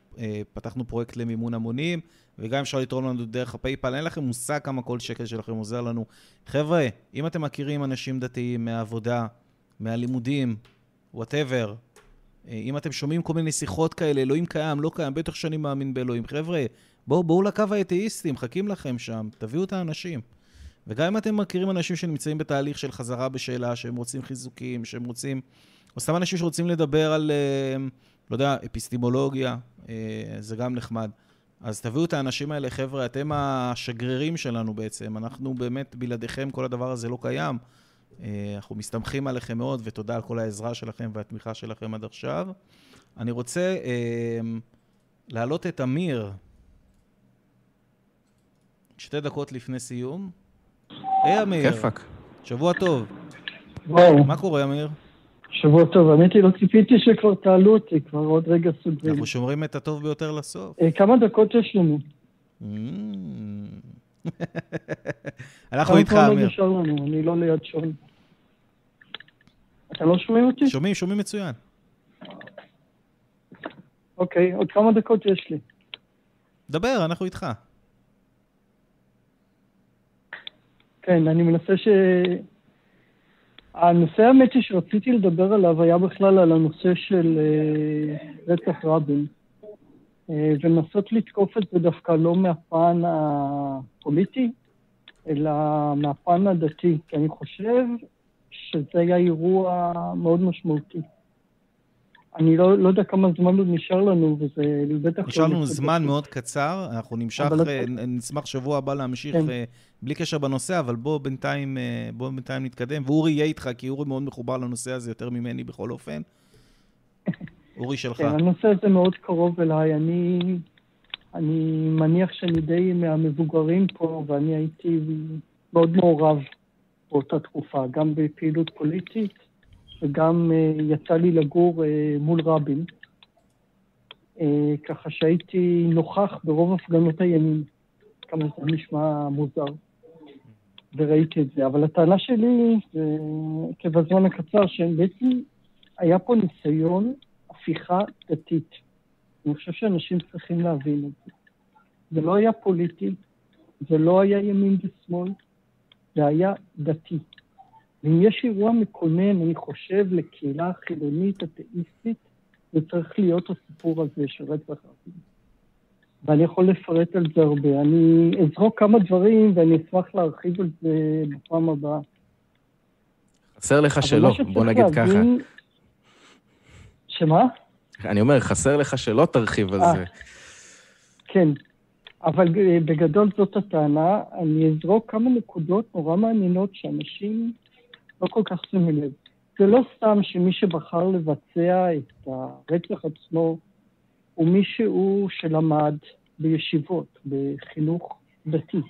[SPEAKER 1] פתחנו פרויקט למימון המונים, וגם אפשר לתרום לנו דרך הפייפל. אין לכם מושג כמה כל שקל שלכם עוזר לנו. חבר'ה, אם אתם מכירים אנשים דתיים מהעבודה, מהלימודים, whatever, אם אתם שומעים כל מיני שיחות כאלה, אלוהים קיים, לא קיים, בטח שאני מאמין באלוהים. חבר'ה, בואו, בואו לקו האתאיסטים, חכים לכם שם, תביאו את האנשים. וגם אם אתם מכירים אנשים שנמצאים בתהליך של חזרה בשאלה, שהם רוצים חיזוקים, שהם רוצים, או סתם אנשים שרוצים לדבר על, לא יודע, אפיסטימולוגיה, זה גם נחמד. אז תביאו את האנשים האלה, חבר'ה, אתם השגרירים שלנו בעצם. אנחנו באמת, בלעדיכם כל הדבר הזה לא קיים. אנחנו מסתמכים עליכם מאוד, ותודה על כל העזרה שלכם והתמיכה שלכם עד עכשיו. אני רוצה להעלות את אמיר, שתי דקות לפני סיום. היי אמיר.
[SPEAKER 2] כיפק.
[SPEAKER 1] שבוע טוב.
[SPEAKER 7] וואו.
[SPEAKER 1] מה קורה אמיר?
[SPEAKER 7] שבוע טוב. האמת היא, לא ציפיתי שכבר תעלו אותי, כבר עוד רגע סוגרים.
[SPEAKER 1] אנחנו שומרים את הטוב ביותר לסוף.
[SPEAKER 7] כמה דקות יש לנו?
[SPEAKER 1] אנחנו איתך אמיר.
[SPEAKER 7] כמה זמן נשאר לנו? אני לא ליד שון. אתה לא שומעים אותי?
[SPEAKER 1] שומעים, שומעים מצוין.
[SPEAKER 7] אוקיי, עוד כמה דקות יש לי.
[SPEAKER 1] דבר, אנחנו איתך.
[SPEAKER 7] כן, אני מנסה ש... הנושא האמת שרציתי לדבר עליו היה בכלל על הנושא של uh, רצח רבין. Uh, ולנסות לתקוף את זה דווקא לא מהפן הפוליטי, אלא מהפן הדתי. כי אני חושב שזה היה אירוע מאוד משמעותי. אני לא, לא יודע כמה זמן עוד נשאר לנו, וזה בטח...
[SPEAKER 1] נשאר לנו זמן מאוד קצר, אנחנו נמשך, נשמח שבוע הבא להמשיך בלי קשר בנושא, אבל בוא בינתיים, בוא בינתיים נתקדם, ואורי יהיה איתך, כי אורי מאוד מחובר לנושא הזה יותר ממני בכל אופן. אורי שלך.
[SPEAKER 7] כן, הנושא הזה מאוד קרוב אליי, אני, אני מניח שאני די מהמבוגרים פה, ואני הייתי מאוד מעורב באותה תקופה, גם בפעילות פוליטית, וגם uh, יצא לי לגור uh, מול רבין, uh, ככה שהייתי נוכח ברוב הפגנות הימין, כמה זה נשמע מוזר, וראיתי את זה. אבל הטענה שלי, uh, כבזמן הקצר, שבעצם היה פה ניסיון הפיכה דתית. אני חושב שאנשים צריכים להבין את זה. זה לא היה פוליטי, זה לא היה ימין ושמאל, זה היה דתי. ואם יש אירוע מקונן, אני חושב, לקהילה חילונית, אתאיסטית, זה צריך להיות הסיפור הזה של רצח רבין. ואני יכול לפרט על זה הרבה. אני אזרוק כמה דברים, ואני אשמח להרחיב על זה בפעם הבאה.
[SPEAKER 2] חסר לך שלא, בוא נגיד ככה.
[SPEAKER 7] שמה?
[SPEAKER 2] אני אומר, חסר לך שלא תרחיב על זה.
[SPEAKER 7] כן, אבל בגדול זאת הטענה. אני אזרוק כמה נקודות נורא מעניינות שאנשים לא כל כך שמים לב. זה לא סתם שמי שבחר לבצע את הרצח עצמו הוא מישהו שלמד בישיבות, בחינוך דתי.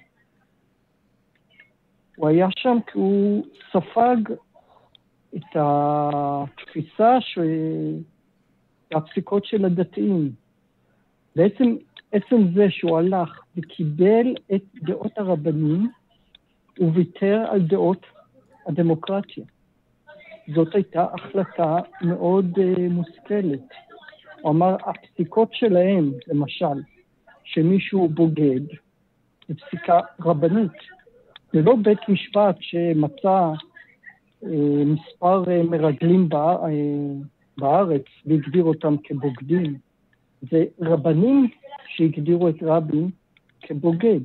[SPEAKER 7] הוא היה שם כי הוא ספג את התפיסה והפסיקות של הדתיים. בעצם עצם זה שהוא הלך וקיבל את דעות הרבנים, הוא ויתר על דעות הדמוקרטיה. זאת הייתה החלטה מאוד uh, מושכלת. הוא אמר, הפסיקות שלהם, למשל, שמישהו בוגד, זה פסיקה רבנית. זה לא בית משפט שמצא uh, מספר uh, מרגלים בא, uh, בארץ והגדיר אותם כבוגדים. זה רבנים שהגדירו את רבין כבוגד.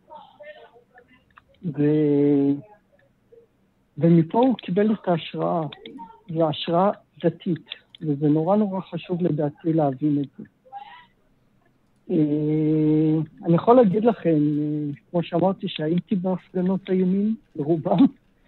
[SPEAKER 7] ו... ומפה הוא קיבל את ההשראה, זו השראה דתית, וזה נורא נורא חשוב לדעתי להבין את זה. אני יכול להגיד לכם, כמו שאמרתי, שהייתי בהפגנות הימין, ברובם,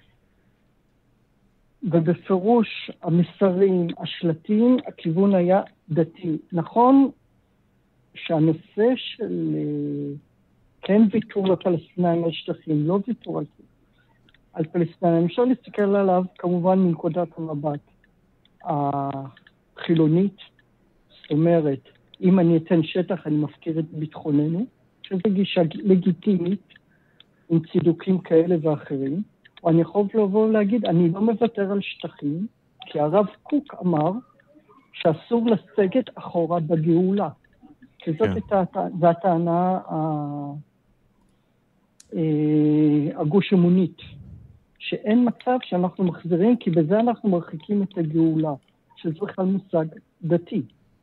[SPEAKER 7] ובפירוש המסרים, השלטים, הכיוון היה דתי. נכון שהנושא של כן ויתור לפלסטינאים על שטחים, לא ויתור על זה. על פלסטינאים, אפשר להסתכל עליו כמובן מנקודת המבט החילונית, זאת אומרת, אם אני אתן שטח אני מפקיר את ביטחוננו, שזו גישה לגיטימית עם צידוקים כאלה ואחרים, או אני יכול לבוא ולהגיד, אני לא מוותר על שטחים, כי הרב קוק אמר שאסור לסגת אחורה בגאולה, שזאת הייתה, זו הטענה הגוש אמונית, שאין מצב שאנחנו מחזירים, כי בזה אנחנו מרחיקים את הגאולה, שזה בכלל מושג דתי.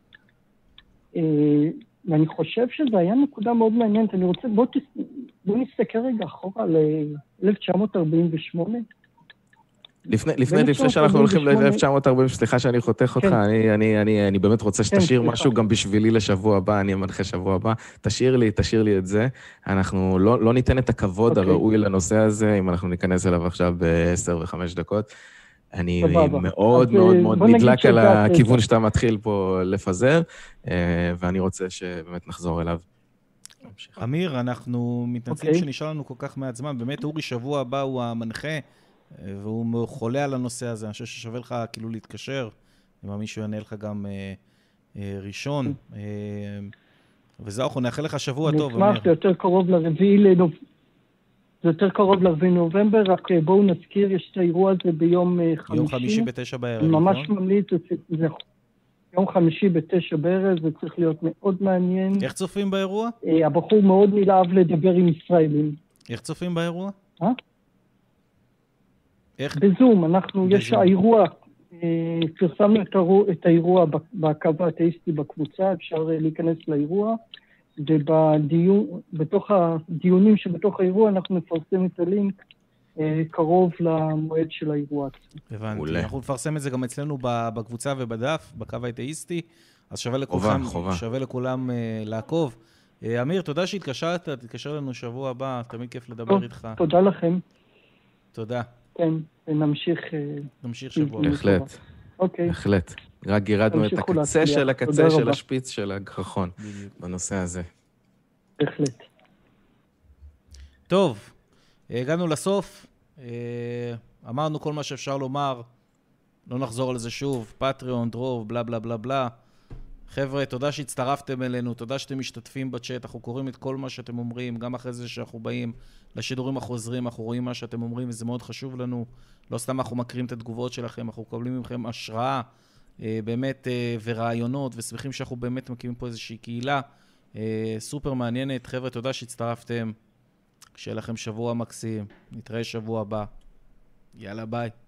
[SPEAKER 7] ואני חושב שזה היה נקודה מאוד מעניינת. אני רוצה, בוא, תס... בוא נסתכל רגע אחורה ל-אלף תשע מאות ארבעים ושמונה.
[SPEAKER 2] לפני, לפני, לפני שאנחנו הולכים ל-אלף תשע מאות ארבעים, סליחה שאני חותך אותך, אני, אני, אני, אני באמת רוצה שתשאיר משהו גם בשבילי לשבוע הבא, אני אמנחה שבוע הבא, תשאיר לי, תשאיר לי את זה. אנחנו לא, לא ניתן את הכבוד הראוי לנושא הזה, אם אנחנו ניכנס אליו עכשיו ב-עשר וחמש דקות. אני מאוד מאוד מאוד נדלק על הכיוון שאתה מתחיל פה לפזר, ואני רוצה שבאמת נחזור אליו.
[SPEAKER 1] אמיר, אנחנו מתנצלים שנשאר לנו כל כך מעט זמן. באמת, אורי, שבוע הבא הוא המנחה, והוא חולה על הנושא הזה. אני חושב ששווה לך כאילו להתקשר, אם מישהו יענה לך גם ראשון. וזהו, אנחנו נאחל לך שבוע טוב, אמיר.
[SPEAKER 7] נשמח, זה יותר קרוב לרביעי לנובמבר. זה יותר קרוב לרביעי נובמבר, רק בואו נזכיר, יש את האירוע הזה ביום חמישי.
[SPEAKER 1] יום חמישי בתשע בערב,
[SPEAKER 7] נכון? ממש ממליץ, זה יום חמישי בתשע בערב, זה צריך להיות מאוד מעניין.
[SPEAKER 1] איך צופים באירוע?
[SPEAKER 7] הבחור מאוד נלהב לדבר עם ישראלים.
[SPEAKER 1] איך צופים באירוע?
[SPEAKER 7] אה?
[SPEAKER 1] איך?
[SPEAKER 7] בזום, אנחנו, יש האירוע, פרסמנו את האירוע בקו האתאיסטי בקבוצה, אפשר להיכנס לאירוע. ובתוך הדיונים שבתוך האירוע אנחנו נפרסם את הלינק קרוב למועד של האירוע.
[SPEAKER 1] הבנתי. אנחנו נפרסם את זה גם אצלנו בקבוצה ובדף, בקו האתאיסטי, אז שווה לכולם, שווה לכולם לעקוב. אמיר, תודה שהתקשרת, תתקשר לנו שבוע הבא, תמיד כיף לדבר איתך.
[SPEAKER 7] תודה לכם.
[SPEAKER 1] תודה.
[SPEAKER 7] כן, נמשיך.
[SPEAKER 1] נמשיך שבוע.
[SPEAKER 2] בהחלט.
[SPEAKER 7] אוקיי.
[SPEAKER 2] בהחלט. רק גירדנו את הקצה של הקצה של השפיץ של הגחון בנושא הזה.
[SPEAKER 7] בהחלט.
[SPEAKER 1] טוב, הגענו לסוף. אמרנו כל מה שאפשר לומר. לא נחזור על זה שוב. פטריון, דרוב, בלה בלה בלה בלה. חבר'ה, תודה שהצטרפתם אלינו, תודה שאתם משתתפים בצ'אט, אנחנו קוראים את כל מה שאתם אומרים, גם אחרי זה שאנחנו באים לשידורים החוזרים, אנחנו רואים מה שאתם אומרים, וזה מאוד חשוב לנו. לא סתם אנחנו מקרים את התגובות שלכם, אנחנו מקבלים מכם השראה, באמת, ורעיונות, ושמחים שאנחנו באמת מקימים פה איזושהי קהילה סופר מעניינת. חבר'ה, תודה שהצטרפתם, שיהיה לכם שבוע מקסים, נתראה שבוע הבא. יאללה, ביי.